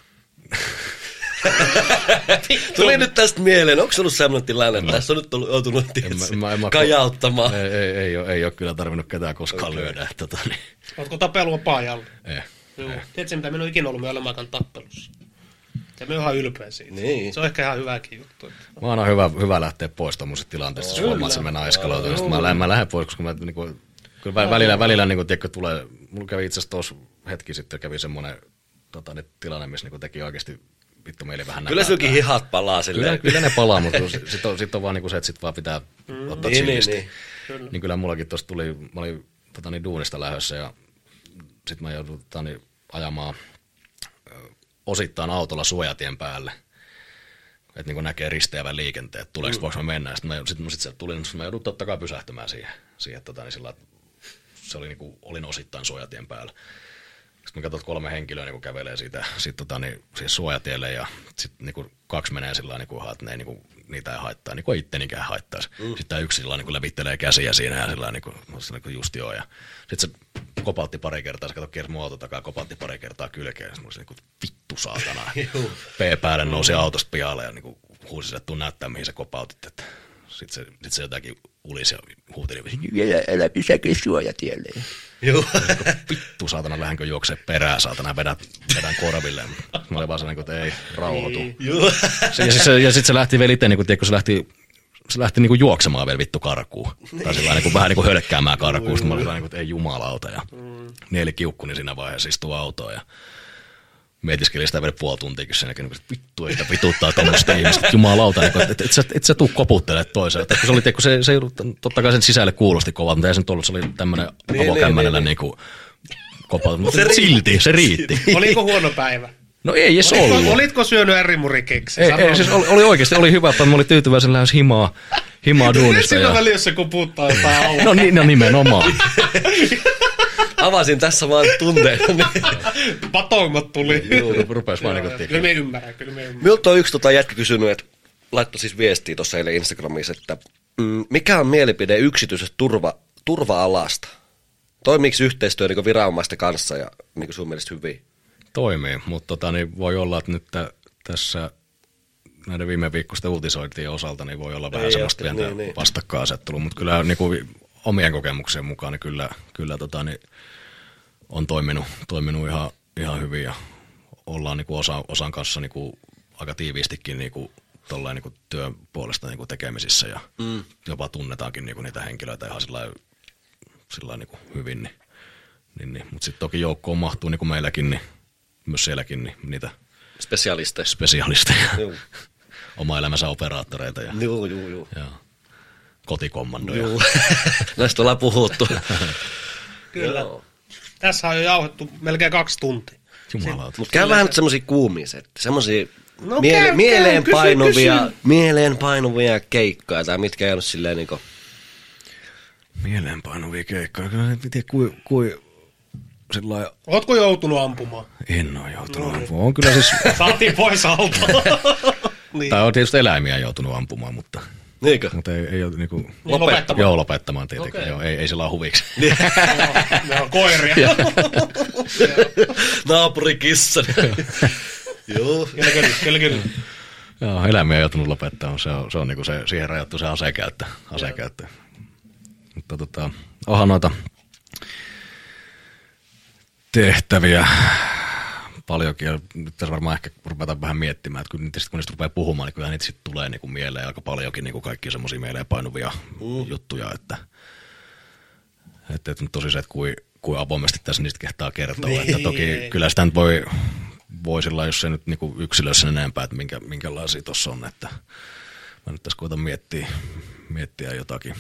Tuli nyt tästä mieleen, onko se ollut sellainen tilanne, että tässä on nyt joutunut kajauttamaan? Ei ole kyllä tarvinnut ketään koskaan lyödä. Niin. Oletko tapelua paajalla? Ei. Tiedätkö, mitä minä olen ikinä ollut minun elämänkään tappelussa? Ja minä olen ihan ylpeä siitä. Niin. Se on ehkä ihan hyväkin juttu. Mä oon hyvä lähteä pois tuommoisesta tilanteesta, jos huomaa, että se mennään eskaloitumaan. Mä lähden pois, koska mä niinku, kyllä välillä niinku, tiedätkö, tulee, mulla kävi itse asiassa tuossa hetki sitten, kävi semmoinen tilanne, missä niinku teki oikeasti vittu meille vähän kyllä sinunkin hihat palaa silleen. Kyllä ne palaa, mutta sit on vaan niinku se, että sit vaan pitää ottaa chillisti. Niin kyllä mullakin tuossa tuli, mä olin duunista lähdössä ja sit mä joudun ajamaan osittain autolla suojatien päälle. Että niin näkee risteävän liikenteen, että tuleeko voiko mä mennä. Sitten sieltä tulin, mä joudun totta kai pysähtymään siihen niin sillä, se oli olin osittain suojatien päällä. Sitten mä katsoin, että 3 henkilöä niin kävelee siitä niin, siihen suojatielle ja sitten niin 2 menee sillä tavalla, että ne ei, niin niitä ei haittaa, niin kuin ittenikään haittaisi. Sitten tämä yksi sillä niin lävittelee käsiä siinä ja sillä niin just joo. Ja sitten se kopautti pari kertaa, se kato kiersi mun auton takaa, kopautti pari kertaa kylkeen, ja mä olisin niin vittu saatana. P-päälle nousi autosta pihalle ja niin huusi, että tuu näyttää, mihin sä kopautit. Sitten se jotakin ulisi ja huuteli, älä pysäköi suojatielle. Joo. Vittu saatana, lähdenkö juoksee perään, saatana, vedän korville. Mä olin vaan sellainen, että ei, rauhoitu. Ja sitten se lähti vielä itse, niin kun se lähti niin kuin juoksemaan vielä vittu karkuun. Tai sillä niin vähän niin kuin hölkkäämään karkuun. Sitten mä olin niin kuin, että ei jumalauta. Ja Neeli kiukkuni siinä vaiheessa istuu autoon ja mietiskelin sitä vielä puoli tuntiakin sen jälkeen, että vittu, ei sitä vituttaa tuommoista ihmistä, jumalauta, että et sä tuu koputtelemaan toiseen. Se ei ollut, totta kai sen sisälle kuulosti kovaa, mutta ei se nyt ollut, se oli tämmöinen avokämmänellä niin kuin kopautus, mutta silti se riitti. Oliko huono päivä? No ei edes ollut. Olitko syönyt äärimurikeksiä? Ei, siis oli oikeasti, oli hyvä, että mä olin tyytyväisen lähes himaa duunista. Siinä välissä, kun puuttaa jotain auto. No nimenomaan. Avasin tässä vaan tunteita. Patoimmat tuli. Rupes vaan niin kuin Kyllä me ymmärrän. Miltä on yksi jätkä kysynyt, että laittoi siis viestiä tuossa eilen Instagramissa, että mikä on mielipide yksityisestä turva-alasta? Toimiiko yhteistyö niin viranomaisten kanssa ja niin sun mielestä hyvin? Toimii, mutta niin voi olla, että nyt tässä näiden viime viikkoisten uutisointien osalta niin voi olla vähän sellaista pientä vastakkainasettelua, mutta kyllä niin kuin omien kokemuksien mukaan niin kyllä niin on toiminut ihan hyvin ja ollaan niin kuin osan kanssa niin kuin aika tiiviistikin niin kuin tollain niin kuin työn puolesta niin kuin tekemisissä ja jopa tunnetaankin niin kuin niitä henkilöitä ihan sillä niin kuin hyvin. Niin. Mutta sitten toki joukkoon mahtuu niin kuin meilläkin, niin myös sielläkin niin niitä spesialisteja. Oma elämänsä operaattoreita ja, ja kotikommandoja. Näistä ollaan puhuttu. Kyllä. Joo. Tässä on jo jauhettu melkein 2 tuntia. Jumalauta. Mutta käy vähän nyt semmosia kuumia settiä, semmosia mieleenpainuvia keikkoja, tai mitkä ei ollut silleen niinku... Mieleenpainuvia keikkoja, kyllä en tiedä sillai... Ootko joutunut ampumaan? En ole joutunut ampumaan. On kyllä siis... Saatiin pois alta. Niin. Tai on tietysti eläimiä joutunut ampumaan, mutta... Niinkö? Mutta ei ole niinku... Lopettamaan? Joo, lopettamaan tietenkin. Okay. Joo, ei sillä ole huviksi. Ne on koiria. Naapurikissa. Joo. Kyllä. Joo, eläimiä on joutunut lopettamaan. Se on niinku se, siihen rajattu se asekäyttö. Mutta onhan noita tehtäviä paljonkin, ja nyt tässä varmaan ehkä rupeataan vähän miettimään, että kun niistä rupeaa puhumaan, niin kyllä niitä sitten tulee niin kuin mieleen aika paljonkin niin kuin kaikkia semmoisia mieleenpainuvia juttuja, että tosi se, että kuin avoimesti tässä niistä kehtaa kertoa, että toki kyllä sitä nyt voi sillä, jos se nyt niin kuin yksilössä enempää, että minkälaisia tuossa on, että mä nyt tässä koitan miettiä jotakin.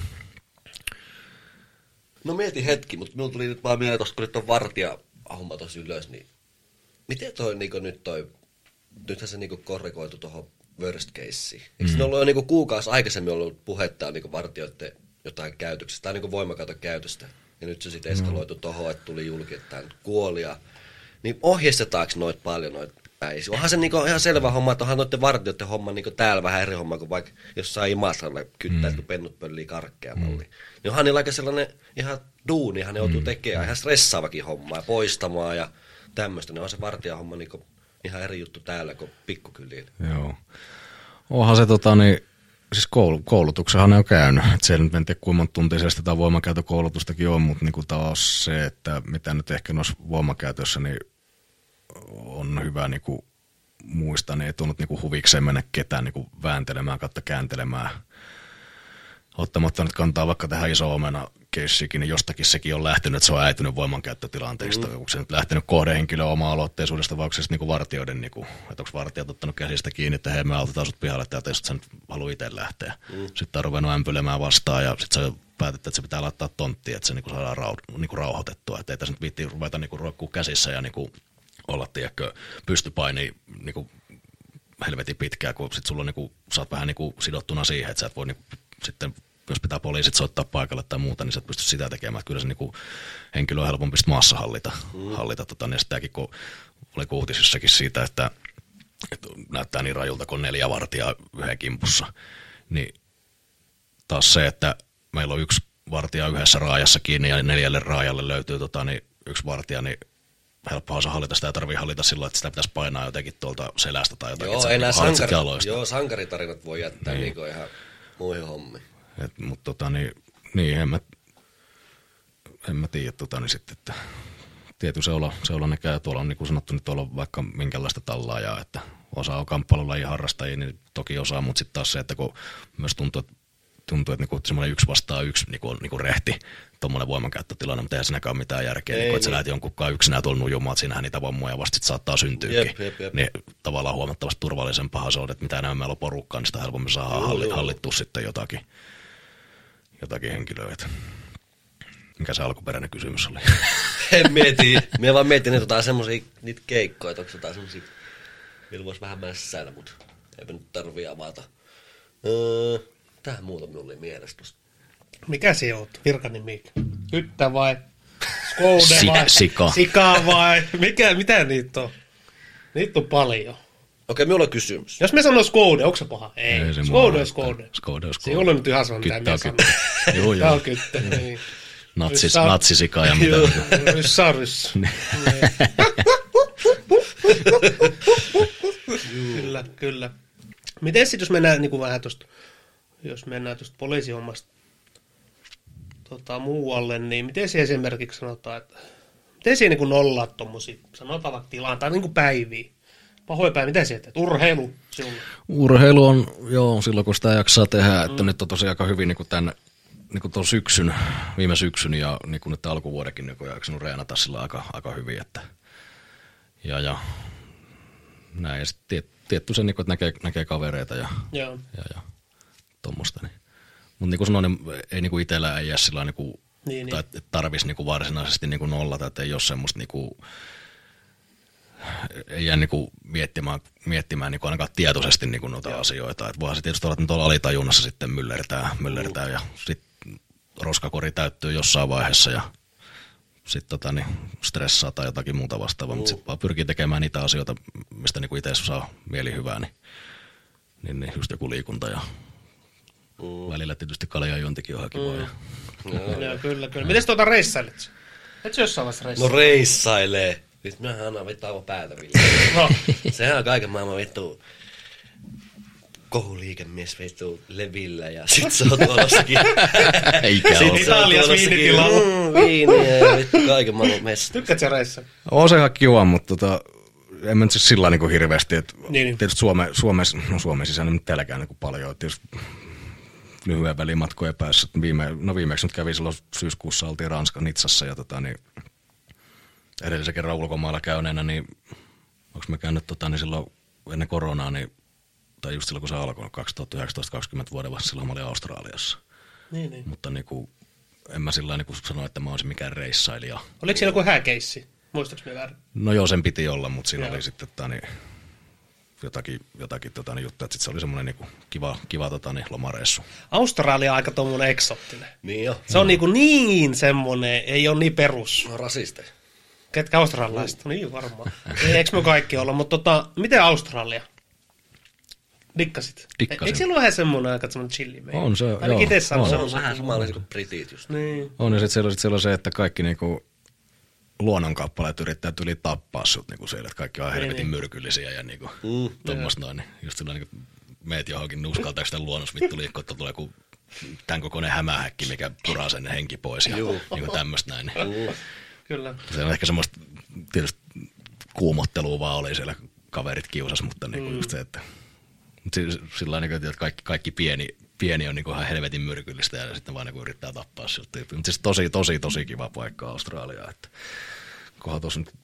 No mietin hetki, mutta minulla tuli nyt vaan mieleen tuossa, kun nyt on vartija-homma tuossa ylös, niin miten toi niinku nythän se niinku korregoitu tuohon worst caseen. Eikö siinä ollut jo niinku kuukausi aikaisemmin ollut puhetta niinku vartijoiden jotain käytöksestä tai niinku voimakauton käytöstä? Ja nyt se sitten eskaloitu tuohon, että tuli julki, että hän kuoli. Niin ohjeistetaanko noita paljon noita päisiä? Onhan se niinku ihan selvä homma, että onhan noiden vartijoiden homma niinku täällä vähän eri homma kuin vaikka jossain Imatralla kyttää, kun pennut pöllii karkkea malliin. Niin onhan niillä aika sellainen ihan duuni, hän joutuu tekemään ihan stressaavakin hommaa ja poistamaan ja tämmöistä, niin on se vartijahomma niin ihan eri juttu täällä kuin pikkukylillä. Joo. Onhan se siis koulutuksenhan ne on käynyt. Että siellä nyt en tiedä kuinka monta tuntia sitä voimakäytökoulutustakin on, mutta niin taas se, että mitä nyt ehkä noissa voimakäytössä, niin on hyvä niin kuin muistaa, niin ei tunnut niin kuin huvikseen mennä ketään niin kuin vääntelemään kautta kääntelemään. Ottamatta nyt kantaa vaikka tähän iso omena keissikin, niin jostakin sekin on lähtenyt, että se on äitynyt voimankäyttötilanteista. Onko se nyt lähtenyt kohdehenkilön oma-aloitteisuudesta, vai onko se niin vartijoiden, niin kuin, että onko vartijat ottanut käsistä kiinni, että hei, me autetaan sut pihalle täältä, jos sä nyt haluaa itse lähteä. Sitten on ruvennut ämpylemään vastaan, ja sitten se päätetty, että se pitää laittaa tonttiin, että se niin saadaan rauhoitettua. Että ei tässä nyt viittiin ruveta niin roikkuu käsissä ja niin olla, tiedätkö, pystypaini niin helvetin pitkään, kun sit sulla on, niin sä oot vähän niin sidottuna siihen, että sä et voi niin sitten, jos pitää poliisit soittaa paikalle tai muuta, niin sä et pysty sitä tekemään. Että kyllä se niin henkilö on helpompi maassa hallita. Ja sitäkin, kun oli uutisissakin siitä, että näyttää niin rajulta kuin 4 vartijaa yhden kimpussa. Niin taas se, että meillä on 1 vartija yhdessä raajassa kiinni ja 4 raajalle löytyy yksi vartija, niin helppohan se hallita sitä, ei tarvitse hallita silloin, että sitä pitäisi painaa jotenkin tuolta selästä tai jotakin. Joo, ei nämä sankaritarinat voi jättää niin. Ihan muihin hommiin. Mutta niin, en mä tiedä niin sitten, että tietysti seula ne käy tuolla on niin kuin sanottu, niin tuolla on vaikka minkälaista tallaajaa, että osa on kamppailulajien harrastajia, niin toki osaa, mutta sitten taas se, että kun myös tuntuu, että niinku semmoinen 1 vastaan 1 niinku rehti, tuommoinen voimankäyttötilanne, mutta eihän siinäkään ole mitään järkeä, niin, että sä lähdet jonkunkaan yksinään tuolla nujumaan, että siinähän niitä vammoja vasta saattaa syntyäkin. Jep. Niin tavallaan huomattavasti turvallisempaa se on, että mitä enemmän meillä on porukkaa, niin sitä helpommin saadaan hallittua sitten jotakin henkilöitä. Mikä se alkuperäinen kysymys oli? En mieti. Minä vaan mietin, että semmosia niitä keikkoja, että onko jotain semmosia, millä voisi vähän mennä sisällä, mutta eipä nyt tarvii avata. Tähän muuta minulla oli mielestä tosta. Mikä se on? Virkanimi? Hyttä vai? Skoude vai? Sika. Sika vai? Mitä niitä on? Niitä on paljon. Okei, minulla on kysymys. Jos me sanoo Skoude, onko se paha? Ei. Skoude on Skoude. Se on nyt ihan sellainen, mitä me sanoo. Joo. Tämä on kyttä. Niin. Natsisika ja mitä. Ryssä. Kyllä. Miten sitten, jos mennään niin kuin vähän tuosta, poliisihommasta muualle, niin miten se esimerkiksi sanotaan, että miten siihen niin nollaa tuommoisia, sanotaan vaikka tilaan tai niin kuin päiviä, pahoja päiviä, mitä sieltä, urheilu sinulle? Urheilu on, joo, silloin kun sitä jaksaa tehdä, että nyt on tosiaan aika hyvin niin kuin tämän niin kuin tuon viime syksyn ja niin kuin nyt alkuvuodenkin niin jaksanut reenata sillä aika hyvin, että ja näin, ja sitten tietty se, niin kuin, että näkee kavereita ja tuommoista. Niin. Mutta niin kuin sanoin, niin ei niin kuin itsellä ei jää sillä niin tai tarvitsisi niin varsinaisesti niin kuin nollata, että ei ole semmoista, niin kuin, ei jää niin kuin miettimään niin kuin ainakaan tietoisesti niin kuin noita asioita. Että voihan se tietysti olla, että tuolla alitajunnassa sitten myllertää ja sitten roskakori täyttyy jossain vaiheessa ja sitten stressaa tai jotakin muuta vastaavaa, mutta sitten vaan pyrkii tekemään niitä asioita, mistä niinku itse saa mielihyvää, niin just joku liikunta ja välillä tietysti kaljanjuontikin on ihan kivaa. Joo, kyllä. Miten reissailet? Et sä jossain vaiheessa reissailet? No reissailee. Nyt minähän annan vittu aivan päätä Ville. No. Sehän on kaiken maailman vittu kohuliikemies vittu levillä ja sit se on tuollassakin. Sitten Italias viinitilalla. Viiniä ja vittu kaiken maailman mesta. Tykkäät sä reissaa? On se ihan kiva, mutta en mä nyt siis sillä niin hirveästi. Niin. Tietysti Suomen sisällä nyt täälläkään niin paljon. Tietysti lyhyen välimatkojen päässä. Viimeksi nyt kävi silloin syyskuussa, oltiin Ranskan Nitsassa ja niin edellisen kerran ulkomailla käyneenä, niin onko me käynyt niin silloin ennen koronaa, niin tai just silloin kun se alkoi 2019-2020 vuoden vasta, silloin mä olin Australiassa. Niin. Mutta en mä sillä niin sano, että mä olisin mikään reissailija. Oliko siellä joku hääkeissi? Muistaaks me väärin? No joo, sen piti olla, mutta siinä oli sitten jotakin juttuja, että se oli semmoinen kiva lomareissu. Australia on aika tommonen eksoottinen. Niin jo. Se on niin semmonen, ei ole niin perus. No rasisteja. Ketkä australialaiset? Niin varmaan. Eikö me kaikki olla, mutta miten Australia? Dikkasit? Eikö siellä ole vähän semmoinen aika semmoinen chilli meidän? On se, ainakin itse sanoo. Se on vähän samanlainen kuin britit just. Niin. On ja sitten siellä on se, että kaikki luonnonkappaleet yrittää yli tappaa sut siellä, että kaikki on helvetin myrkyllisiä ja tuommoista noin. Just sellainen, kun meet johonkin, niin uskaltaako sitä luonnossa vittu liikkua, että tulee joku tämän kokoinen hämähäkki, mikä puraa sen henki pois ja tämmöistä näin. Kyllä. Se on ehkä semmoista tietysti kuumottelua vaan oli siellä kaverit kiusas, mutta just se, että sillä että kaikki pieni on ihan helvetin myrkyllistä ja sitten vaan yrittää tappaa siltä. Mutta siis tosi kiva paikka Australia, että kunhan tuossa nyt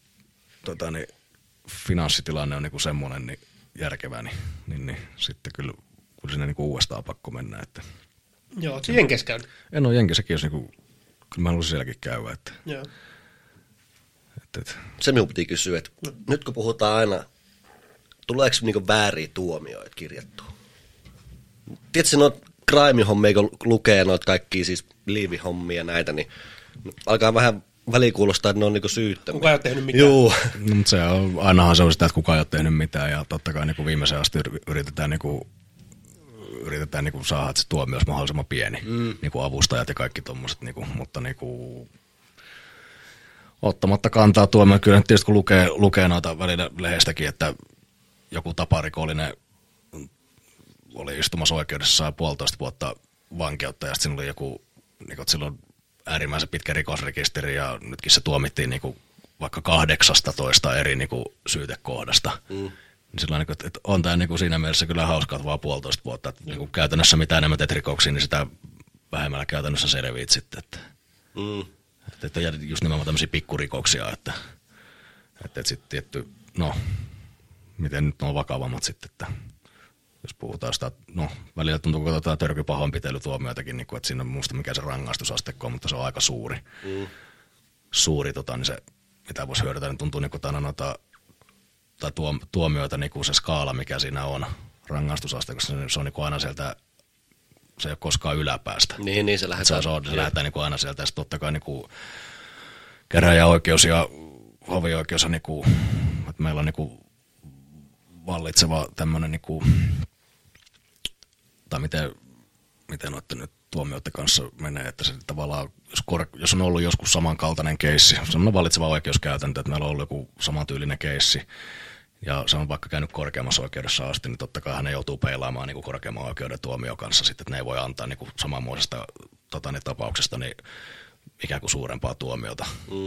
finanssitilanne on semmoinen niin järkevä, niin sitten kyllä sinne uudestaan pakko mennä. Että. Joo, ootko Jenkessä käynyt? En ole Jenkessäkin, jos kyllä mä haluaisin sielläkin käydä. Että. Joo. Se minun piti kysyä, että nyt kun puhutaan aina, tuleeko vääriä tuomioita kirjattua? Tiedätkö, noita crime-hommia, kun lukee noita kaikkia siis liivihommia ja näitä, niin alkaa vähän välikuulostaa, että ne on syyttömiä. Kuka ei ole tehnyt mitään. Joo. No, mutta ainahan se on sitä, että kuka ei ole tehnyt mitään ja totta kai viimeiseen asti yritetään saada, että se tuomio olisi mahdollisimman pieni. Avustajat ja kaikki tommoset, mutta ottamatta kantaa tuomioon. Kyllä nyt tietysti kun lukee noita välillä lehdestäkin, että joku taparikollinen oli istumassa oikeudessa ja 1,5 vuotta vankeutta ja sitten oli joku, niin kuin, silloin äärimmäisen pitkä rikosrekisteri ja nytkin se tuomittiin niin kuin, vaikka 18 eri niin kuin, syytekohdasta. Niin silloin, niin että on tämä niin siinä mielessä kyllä hauskaa, että vaan 1,5 vuotta. Että, niin kuin, käytännössä mitä enemmän teet rikoksia, niin sitä vähemmällä käytännössä selviit sitten. Että just nimenomaan tämmöisiä pikkurikoksia, että sitten tietty, no, miten nyt on vakavammat sitten, että jos puhutaan sitä, no välillä tuntuu, kun katsotaan törkypahoinpitelytuomioitakin, niin kuin, että siinä on muista mikä se rangaistusasteikko on, mutta se on aika suuri. Suuri, niin se, mitä voisi hyödytä, niin tuntuu niin kuin tai tuomioita niin kuin se skaala, mikä siinä on rangaistusasteikossa, se on niin kuin aina sieltä, se ei ole koskaan yläpäästä. Niin se lähdetään. Se lähdetään niin kuin aina sieltä, ja sitten totta kai niin kuin käräjäoikeus ja hovioikeus on niin kuin, että meillä on niin kuin vallitseva tämmöinen, niin kuin, tai miten noiden nyt tuomioiden kanssa menee, että se tavallaan, jos on ollut joskus samankaltainen keissi, semmoinen vallitseva oikeuskäytäntö, että meillä on ollut joku samantyylinen keissi, ja se on vaikka käynyt korkeammassa oikeudessa asti, niin totta kai hän joutuu peilaamaan niin kuin korkeamman oikeuden tuomio kanssa sitten, että ne ei voi antaa niin kuin samanmuodosta tapauksesta niin ikään kuin suurempaa tuomiota.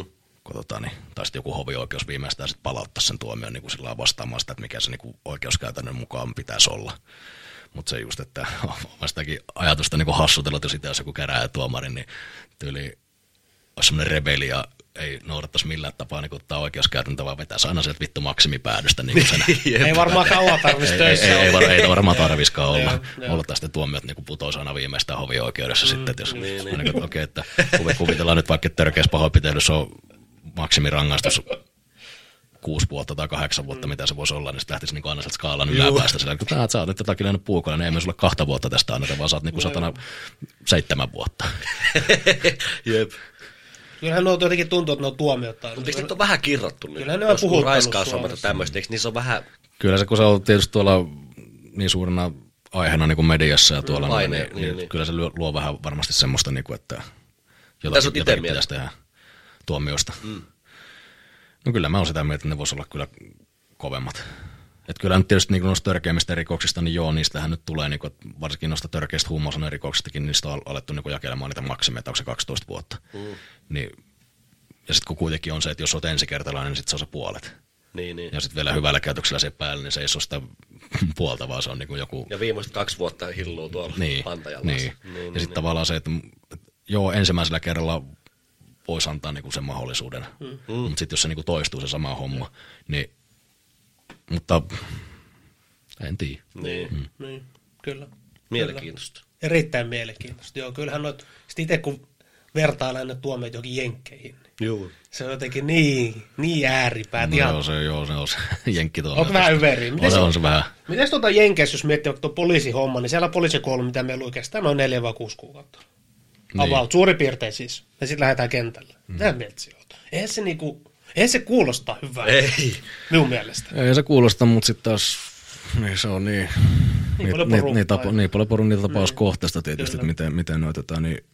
Tai sitten joku hovioikeus viimeistään sitten palauttaa sen tuomion niin kuin vastaamaan sitä, että mikä se niin kuin oikeuskäytännön mukaan pitäisi olla. Mutta se just, että on sitäkin ajatusta niin kuin hassutella, että jos itse olisi joku käräjätuomari, niin tyyli olisi semmoinen rebeli ja ei noudattaisi millään tapaa niin ottaa oikeuskäytäntöä, vaan vetäisi aina sieltä vittu maksimipäädystä. Niin ei varmaan kauan tarvitsisi töissä. Ei varmaan tarviskaan olla tästä tuomiot niin putoisi aina viimeistään hovioikeudessa sitten. Että jos okei, että kuvitellaan nyt vaikka, että törkeässä pahoinpitelyssä on maksimirangaistus 6 vuotta tai 8 vuotta, mitä se voisi olla, niin sitten lähtisi niin aina sieltä skaalan yläpäästä. Sillä kun sä oot nyt jotakin lennut puukolla, niin ei myös sulle 2 vuotta tästä anneta, vaan sä oot niin 7 vuotta. Jep. Kyllähän on jotenkin tuntuu, että ne on tuomiota. Mutta eikö nyt ole vähän kirrottu nyt? Kyllähän ne on puhuttanut raiskaushommat ja tämmöistä, eikö niissä on vähän... Kyllä se, kun se on tietysti tuolla niin suurena aiheena niin kuin mediassa ja tuolla, niin kyllä se luo vähän varmasti semmoista, niin kuin, että jotakin pitäisi tehdä tuomioista. No kyllä mä oon sitä mieltä, että ne vois olla kyllä kovemmat. Että kyllä nyt tietysti niin noista törkeimmistä rikoksista, niin joo, niistähän nyt tulee, niin kuin, varsinkin noista törkeistä huumausainerikoksistakin, niin niistä on alettu niin jakelemaan niitä maksimeita, onko se 12 vuotta. Niin, ja sitten kun kuitenkin on se, että jos olet ensikertalainen, niin sitten se on se puolet. Niin. Ja sitten vielä hyvällä käytöksellä se päälle, niin se ei ole sitä puolta, vaan se on niin kuin joku... Ja viimeiset 2 vuotta hilluu tuolla pantajalla. Niin. Ja sitten tavallaan se, että joo, ensimmäisellä kerralla voisi antaa niinku sen mahdollisuuden. Mutta sitten jos se niinku toistuu se sama homma, niin, mutta en tiedä. Niin, kyllä. Mielenkiintoista. Kyllä. Erittäin mielenkiintoista. Joo, kyllähän noit, sitten itse kun vertaillaan ne tuomiot johonkin jenkkeihin, niin se on jotenkin niin ääripäät. No se on se jenkki tuolla. Onko vähän yveriä? On se vähän. Miten jenkeissä, jos miettii vaikka tuon poliisihomma, niin siellä poliisikoulu, mitä meillä oikeastaan noin 4 vai 6 kuukautta. Niin. Suurin piirtein siis. Ja sitten lähdetään kentälle. Mitä mieltä se on? Eihän se kuulosta hyvää. Ei. Minun mielestä. Ei se kuulosta, mutta sitten taas niin se on niin paljon porukkaa tapauskohtaista tietysti, että miten noitetaan, niin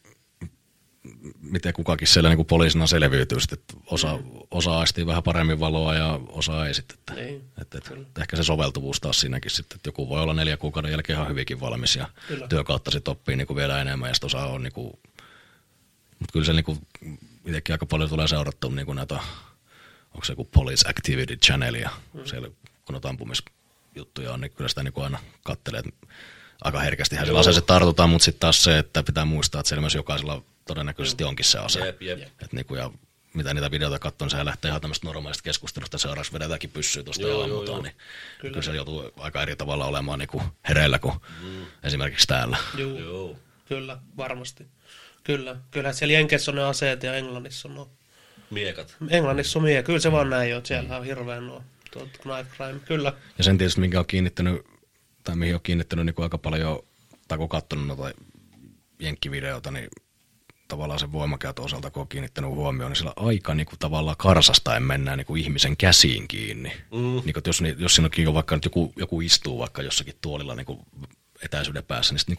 miten kukakin siellä niin kuin poliisina selviytyy, että osa aistii vähän paremmin valoa ja osa ei sitten. Että ehkä se soveltuvuus taas siinäkin sitten, että joku voi olla 4 kuukauden jälkeen ihan hyvinkin valmis ja työkautta sitten oppii niin kuin vielä enemmän ja sitten osa on niin kuin, mutta kyllä se niin kuin itsekin aika paljon tulee seurattua niin kuin näitä, onko se joku Police Activity Channel ja siellä kun noita ampumisjuttuja on, niin kyllä sitä niin kuin aina katselee, että aika herkästihän sillä aseeseen tartutaan, mutta sitten taas se, että pitää muistaa, että siellä myös jokaisella todennäköisesti onkin se ase. Että niinku, ja mitä niitä videoita katsoo, niin sehän lähtee ihan tämmöistä normaalista keskustelusta, seuraavaksi vedetäänkin pyssyä tuosta ja ammutaan, niin kyllä se joutuu aika eri tavalla olemaan niinku hereillä kuin esimerkiksi täällä. Joo. Kyllä, varmasti. Kyllä siellä Jenkeissä on ne aseet ja Englannissa on miekat. Englannissa on miekat, kyllä se vaan näin on, siellä on hirveän knife crime, kyllä. Ja sen tietysti, mihin on kiinnittänyt niin aika paljon, tai kun katsonut noita jenkkivideoita, niin tavallaan sen voimakäytön osalta, kun on kiinnittänyt huomioon, niin sillä aika niin kuin, tavallaan karsastaen mennään niin kuin ihmisen käsiin kiinni. Niin kuin, jos siinä on vaikka nyt joku istuu vaikka jossakin tuolilla niin kuin etäisyyden päässä, niin sitten niin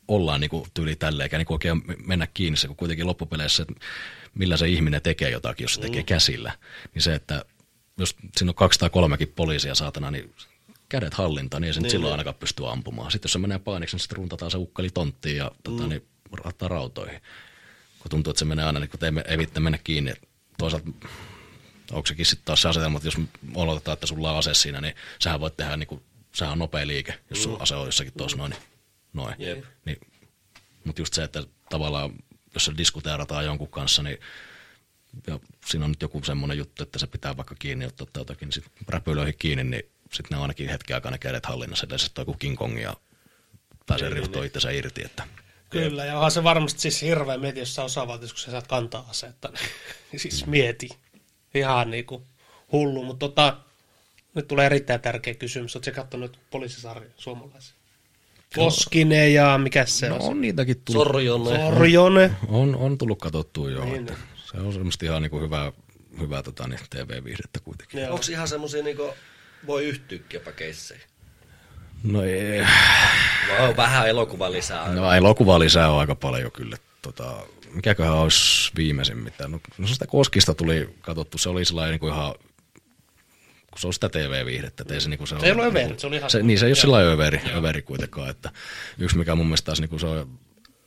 ollaan niin kuin tyyli tälleen, eikä niin kuin oikein mennä kiinni se, kun kuitenkin loppupeleissä, että millä se ihminen tekee jotakin, jos se tekee käsillä. Niin se, että jos siinä on 203 poliisia saatana, niin kädet hallintaan, niin ei se nyt silloin ainakaan pysty ampumaan. Sitten jos se menee painiksi, niin sitten runtataan se ukkeli tonttiin ja niin rattaa rautoihin. Kun tuntuu, että se menee aina, niin kun ei vittu mennä kiinni. Toisaalta onko sekin sitten taas se asetelma, että jos oletetaan, että sulla on ase siinä, niin sähän voit tehdä, niin kuin, sehän on nopea liike, jos sulla ase on jossakin tuossa noin. Niin, mutta just se, että tavallaan, jos se diskuteerataan jonkun kanssa, niin ja siinä on nyt joku semmoinen juttu, että se pitää vaikka kiinni ottaa jotakin, niin sitten räpylöihin kiinni, niin sitten ne on ainakin hetken aikaa ne kädet hallinnassa, että se on joku King Kong ja pääsee riuhtoon itsensä irti. Että. Kyllä, ja onhan se varmasti siis hirveä mieti, jos sä osavaltiossa, kun sä saat kantaa asetta, niin siis mieti. Ihan niinku hullu, mutta nyt tulee erittäin tärkeä kysymys. Oletko sä katsonut poliisisarjoja suomalaisia? Koskinen ja mikä se on? On niitäkin tullut. Sorjonen. On tullut katsottua jo. Niin. Se on semmoista ihan niinku hyvää niin TV-viihdettä kuitenkin. Onko ihan semmoisia niinku, voi yhtyäkin jopa keissejä? No ei. No, vähän elokuvalisää. No elokuvalisää on aika paljon kyllä. Mikäköhän olisi viimeisin mitään? No sitä Koskista tuli katsottu, se oli sellainen niin kuin ihan, kun se on sitä TV-viihdettä. Se ei ollut överi, se oli ihan... Se ei ole sellainen överi kuitenkaan, että yksi mikä mun mielestä taas niin kuin se on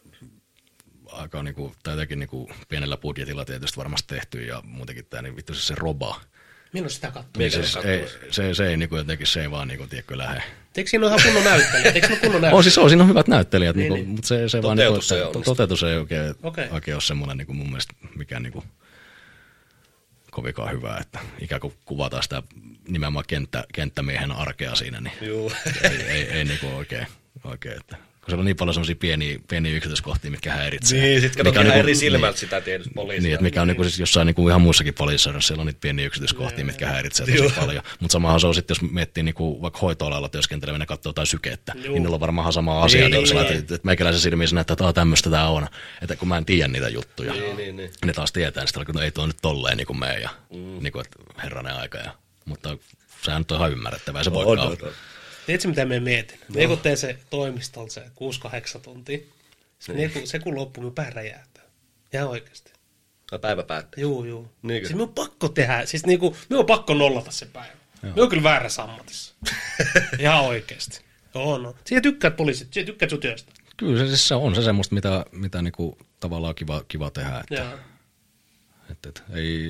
aika niin kuin, tai jotenkin niin kuin pienellä budjetilla tietysti varmasti tehty ja muutenkin tämä, niin vittu se Roba. Minä olen sitä kattonut. Se ei niin kuin jotenkin, se ei vaan niin kuin, tiedätkö, lähde. Eikö siinä ole ihan kunnon näyttelijät? Siinä on hyvät näyttelijät, niin, mutta se vaan niin kuin, toteutus ei oikein ole semmoinen niin kuin mun mielestä mikään niin kuin kovinkaan hyvä, että ikään kuin kuvataan sitä nimenomaan kenttämiehen arkea siinä, niin ei niin kuin oikein, että kun siellä on niin paljon semmoisia pieniä yksityiskohtia, mitkä häiritsee. Niin, sitten katsotaan ihan eri silmältä sitä tietysti poliisia. Niin, että mikä on niin siis jossain niin ihan muissakin poliisissa, siellä on niitä pieniä yksityiskohtia, mitkä häiritsee tosi paljon. Mutta samahan se on sitten, jos miettii niin kuin vaikka hoitoalalla työskentelevänä katsoo jotain sykettä, niin niillä on varmaan sama asia. Että meikäläisen silmiin näyttää, että tämmöistä tämä on. Että kun mä en tiedä niitä juttuja, ne taas tietää, niin sitten ei tuo nyt tolleen niin kuin mene ja niin kuin, että herranen aika. Mutta sehän nyt on ihan ymmärrettävää, se voi olla. Tiedätkö, mitä me mietin? Me kun teen se toimistolla se 6-8 tuntia, se kun loppuu, minun pää räjähtää. Ihan oikeasti. Päivä päättyy. Joo. Niinkö? Siis minun on pakko tehdä, siis niinku, minun on pakko nollata se päivä. Minun on kyllä väärässä ammatissa. Ihan oikeasti. No. Siihen tykkäät poliisit, siihen tykkäät sun työstä. Kyllä se on se semmoista, mitä niinku tavallaan kiva tehdä. Että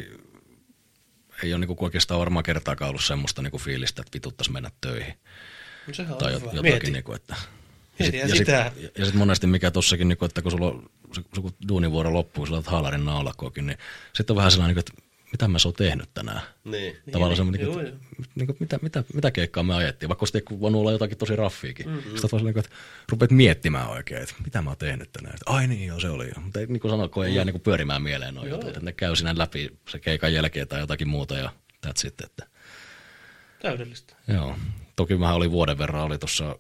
ei ole niinku oikeastaan varmaan kertaakaan ollut semmoista niinku fiilistä, että vituttaisi mennä töihin. No sehän tai on hyvä. Jotakin, niinku, että... Ja sitten monesti mikä tossakin, niinku, että kun sulla on kun duunivuoro loppuu, sulla olet haalarin naulakkoakin, niin sitten on vähän sellainen, että mitä mä oon tehnyt tänään. Niin. Tavallaan semmoinen, mitä keikkaa me ajettiin, vaikka olisi voinut olla jotakin tosi raffiikin. Sitten on sellainen, että rupeat miettimään oikein, että mitä mä oon tehnyt tänään. Että, ai niin, joo, se oli jo. Mutta niin kuin sanoin, kun ei jää niin pyörimään mieleen noin jutut, että ne käy sinne läpi se keikan jälkeen tai jotakin muuta ja that's it. Että. Täydellistä. Joo. Toki mä olin vuoden verran, oli tuossa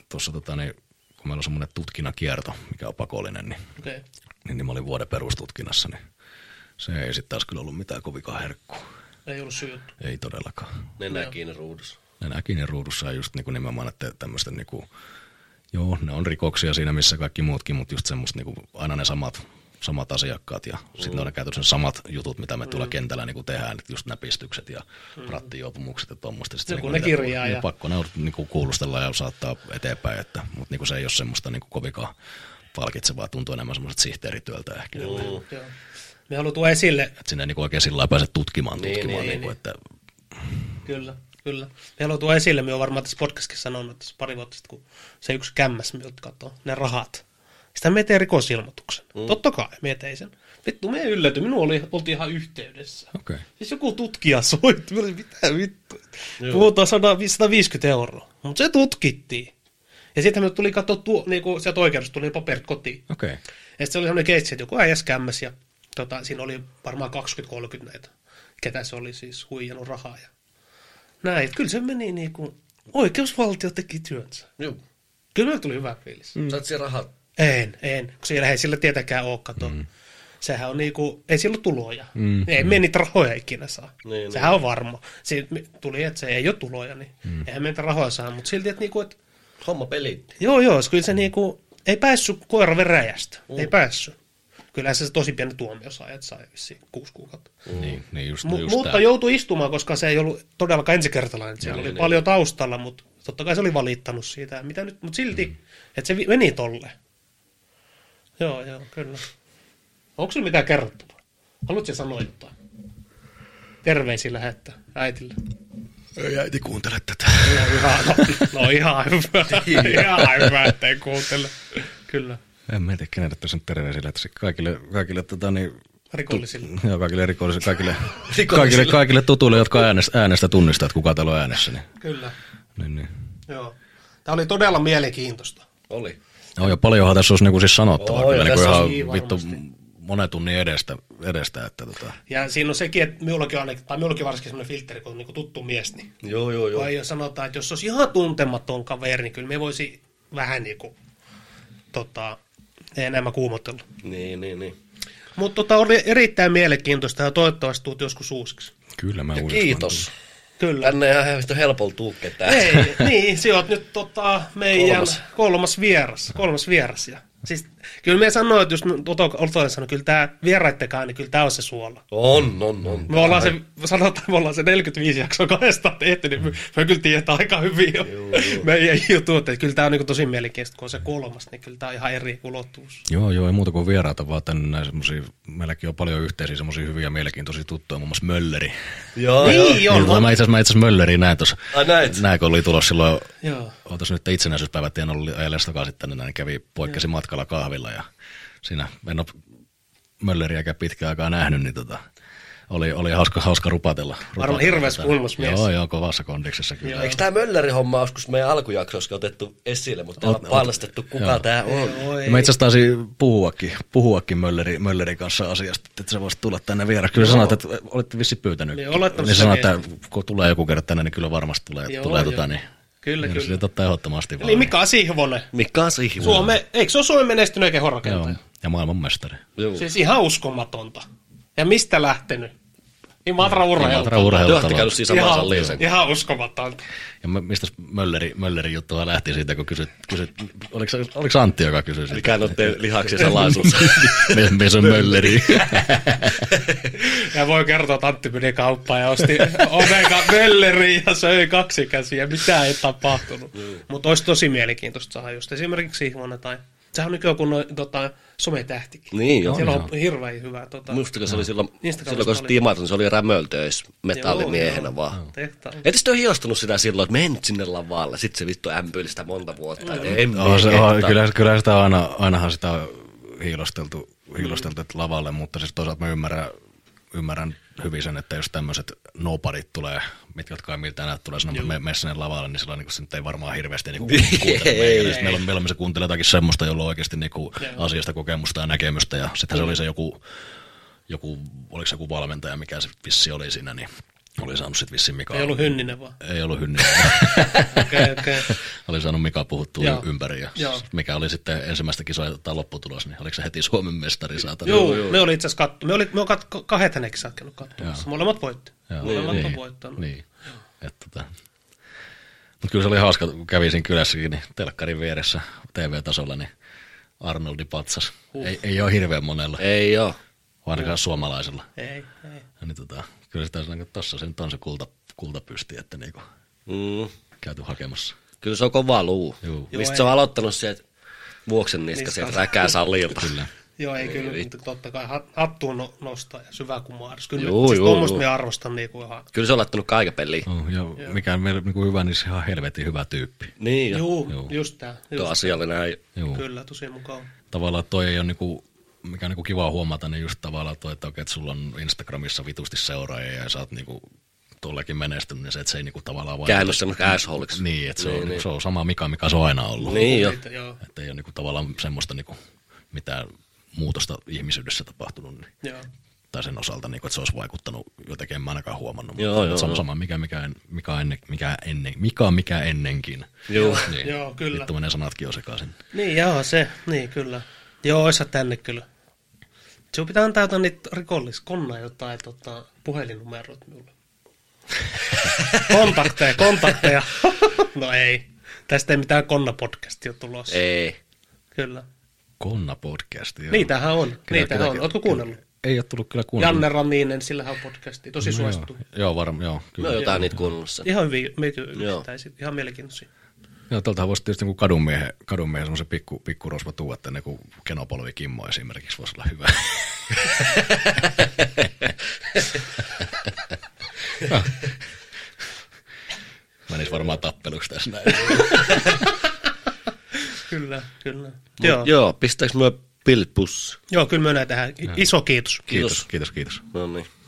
kun meillä on semmoinen tutkinakierto, mikä on pakollinen, niin mä olin vuoden perustutkinnassa, niin se ei sitten taas kyllä ollut mitään kovinkaan herkkua. Ei ollut syytty. Ei todellakaan. Nenää kiinni ruudussa. Nenää kiinni ruudussa ja just niin kuin nimenomaan, että tämmöisten niin kuin, joo, ne on rikoksia siinä missä kaikki muutkin, mutta just semmoista niin kuin, aina ne samat asiakkaat ja sitten ne on käytössä samat jutut, mitä me tuolla kentällä niin kuin tehdään, että just näpistykset ja rattijuopumukset ja tuommoista. Joku ne kirjaa. Ja pakko ne on niin kuin kuulustella ja saattaa eteenpäin, mutta niin kuin se ei ole semmoista niin kuin kovinkaan palkitsevaa, tuntuu enemmän semmoiset sihteerityöltä ehkä. Me haluan tuoda esille. Että sinne niin oikein sillä lailla pääse tutkimaan. Niin. Että... Kyllä. Me haluan tuoda esille, me olen varmaan tässä podcastissa sanonut tässä pari vuotta sitten, kun se yksi kämmäs miltä katsoo, ne rahat. Sitä me tein rikosilmoituksen. Totta kai, me tein sen. Vittu, me ylläty. Minua oltiin ihan yhteydessä. Okay. Siis joku tutkija soitti. Mitä vittu? Puhutaan 150 €. Mutta se tutkittiin. Ja sitten me tuli katsoa, niinku sieltä oikeudesta tuli paperit kotiin. Okay. Ja sitten se oli sellainen keissi, että joku äijäs kämmäs ja siinä oli varmaan 20-30 näitä, ketä se oli siis huijannut rahaa. Ja näin, kyllä se meni niinku, oikeusvaltio teki työnsä. Joo. Kyllä meillä tuli hyvä fiilis. Saat siellä rahat? En, kun siellä ei sillä tietenkään ole, kato. Sehän on niinku, ei sillä ole tuloja. Ei me niitä rahoja ikinä saa. Sehän on varma. Siitä tuli, että se ei ole tuloja, niin eihän me niitä rahoja saa, mutta silti, että niinku, että homma pelitti. Joo, kyllä se niinku, ei päässyt koira veräjästä. Ei päässyt. Kyllä se tosi pieni tuomio sai, että sai vissiin 6 kuukautta. Niin just Mutta tää. joutui istumaan, koska se ei ollut todellakaan ensikertalainen. Siellä oli paljon taustalla, mutta totta kai se oli valittanut siitä. Mitä nyt, mutta silti, että se meni tolleen. Joo, kyllä. Onko sinulla mitään kerrottavaa? Haluatko sanoa jotain? Terveisiä lähettää äitille. Ei äiti kuuntele tätä. No ihan hyvä. Ihan hyvä, ettei kuuntele. Kyllä. En mä tiedä, kenelle tässä nyt terveisiä lähettäisi. Kaikille Rikollisille. Joo, kaikille rikollisille. Kaikille tutuille, jotka äänestä tunnistaa, että kuka täällä on äänessä. Niin. Kyllä. Niin. Joo. Tämä oli todella mielenkiintoista. Oli. Joo, ja paljonhan tässä olisi niinku siis sanottavaa. Kyllä niin ihan niin vittu varmasti. monen tunnin edestä että Ja siinä on sekin, että minullakin varsinkin sellainen filtteri, kun on niin tuttu mies, niin Joo. vai sanotaan, että jos olisi ihan tuntematon kaveri, niin kyllä me voisi vähän niin kuin, enemmän kuumotella. Niin. Mutta oli erittäin mielenkiintoista ja toivottavasti tuut joskus uusiksi. kyllä mä Ja uudestaan kiitos. Kyllä. Tänne ei ihan helpolla tuu ketään. Ei, niin, se on nyt meidän kolmas vieras. Ja, siis, kyllä me sanoin, että jos Otolle sanoi, kyllä tämä vieraittekaan, niin kyllä tämä on se suola. On. Me ollaan me ollaan se 45 jaksoa kahdestaan tehty, niin me kyllä tiedetään aika hyvin jo meidän jutut, että kyllä tämä on niin tosi mielenkiintoista, kun on se 3, niin kyllä tämä on ihan eri ulottuvuus. Joo, ei muuta kuin vieraita, vaan tänne näin semmosia, meilläkin on paljon yhteisiä semmosia hyviä mielenkiintoisia tuttuja, muun muassa Mölleri. Joo. Niin, on. Mä itse asiassa Mölleriä näin tuossa. Ai näit? Näin, kun oli tulossa silloin, Joo. oltais nyt itsenäisyyspäivät, en ollut ajallessa takaisin tänne, näin kävi poikkesi matkalla kahvilla ja siinä en ole Mölleriäkään pitkään aikaa nähnyt, niin oli hauska rupatella. Varmaan hirveässä kulmassa mies. Joo, kovassa kondiksessa kyllä. Eikö tämä Mölleri-homma joskus meidän alkujaksossa otettu esille, mutta täällä on paljastettu, kuka tämä on? Mä itse asiassa taisin puhuakin Möllerin kanssa asiasta, että sä voisit tulla tänne vieraksi. Kyllä sanoit, että olette vissi pyytänyt. Niin sanoit, että kun tulee joku kerta tänne, niin kyllä varmasti tulee niin. Kyllä. Se totta ehdottomasti vaan. Eli Mika Sihvonen. Eikö se ole Suomen menestyneen kehonrakentaja? Joo, ja maailmanmestari. Joo. Siis ihan uskomatonta. Ja mistä lähtenyt? Imatra urheilta. Te olette käynyt siinä samassa salliin. Ihan uskomatonta. Ja mistä Möllerin juttua lähti siitä, kun kysyt oliko Antti, joka kysyi siitä? Mikä on teidän lihaksi salaisuus? Mies on Mölleri. Ja voi kertoa, että Antti meni kauppaan ja osti Omega Mölleri ja söi 2 käsiä. Mitään ei tapahtunut. Mutta olisi tosi mielenkiintoista saada just esimerkiksi Sihvonen tai... Sehän on nykyään kun sometähtikin. Niin joo. Siellä on hirveän hyvä. Musta se oli silloin kun se tiimaatun, se oli rämöltöissä metallimiehenä vaan. Etkö te ole hiostunut sitä silloin, että menet sinne lavalle, sit se vittu ämpyili sitä monta vuotta. Kyllä sitä ainahan sitä on hiilosteltu lavalle, mutta siis toisaalta mä ymmärrän hyvin sen, että jos tämmöiset noparit tulee, jotka ei miltään näytä tulee sinne messinen lavalle, niin silloin niin se nyt ei varmaan hirveästi niin kuuntele. Meillä se kuuntelee jotakin semmoista, jolla on oikeasti niin asiasta kokemusta ja näkemystä, ja sitten se oli se joku, oliko se joku valmentaja, mikä se vissi oli siinä, niin oli saanut sitten vissiin Mika. Ei ollut Hynninen vaan. Ei ollut Hynninen. Okay. Oli saanut Mika puhuttua ympäri, ja mikä oli sitten ensimmäistä kisoa lopputulos, niin oliko se heti Suomen mestari saatana? Joo, me oli itse asiassa me oli 2 hänen kisat käynyt katsomassa. Molemmat voitti. Molemmat on voittanut. Niin. Mutta kyllä se oli hauska, kävi siinä kylässäkin, niin telkkarin vieressä TV-tasolla, niin Arnoldi patsas. Ei ole hirveän monella. Ei ole. Ainakaan suomalaisella. Ei. Ja niin kyllä sitä tuossa se nyt on se kultapysti, että niinku käyty hakemassa. Kyllä se on kova luu. Mistä se on aloittanut sieltä Vuoksen niska sieltä räkää salilta. Kyllä. Joo, ei kyllä, mutta totta kai hattuun nostaa ja syvä kumarus. Kyllä siis tuommoista me arvostan niinku ihan. Kyllä se on laittanut kaiken peliin. Mikä on meillä niinku hyvä, niin se on helvetin hyvä tyyppi. Niin joo. Just tää. Tuo asiallinen äijä. Kyllä, tosi mukava. Tavallaan toi ei ole niinku, mikä on niinku kiva huomata, niin just tavallaan toi, että oikein, sulla on Instagramissa vitusti seuraajia ja sä oot niinku tuollekin menestynyt, niin se, että se ei niinku tavallaan vain... Käännyt semmoista assholeiksi. Niin, että se on sama mikä se on aina ollut. Niin jo. Että ei ole niinku tavallaan semmoista niinku mitään muutosta ihmisyydessä tapahtunut. Niin. Tai sen osalta, niinku, että se olisi vaikuttanut jotenkin, en mä ainakaan huomannut. Se on sama mikä ennenkin. Joo. Niin, joo, kyllä. Vittu menee sanatkin jo sekaisin. Niin, niin kyllä. Joo, oisa tänne kyllä. Sinun pitää antaa jotain niitä rikolliskonna jotain puhelinnumerot minulle. Kontakteja. No ei. Tästä ei mitään konna-podcastia tulossa. Ei. Kyllä. Konna-podcasti, joo. Niitähän on. Kyllä. Ootko kuunnellut? Ei ole tullut kyllä kuunnellut. Janne Raminen, sillähän on podcasti. Tosi suosittu. Joo, varmaan, joo. Kyllä. No jotain niitä kuunnellussa. Ihan hyvin, ihan mielenkiintoisia. Joo, tältähän voisi tietysti niin kadunmiehen semmoisen pikkurosva tuu, että niin kuin Kenopolvi Kimmo esimerkiksi voisi olla hyvä. Menisi varmaan tappeluksi tässä näin. Kyllä. Joo, pistääkö myö pillit pussiin? Joo, kyllä myönnään tähän. Iso kiitos. Kiitos. No niin.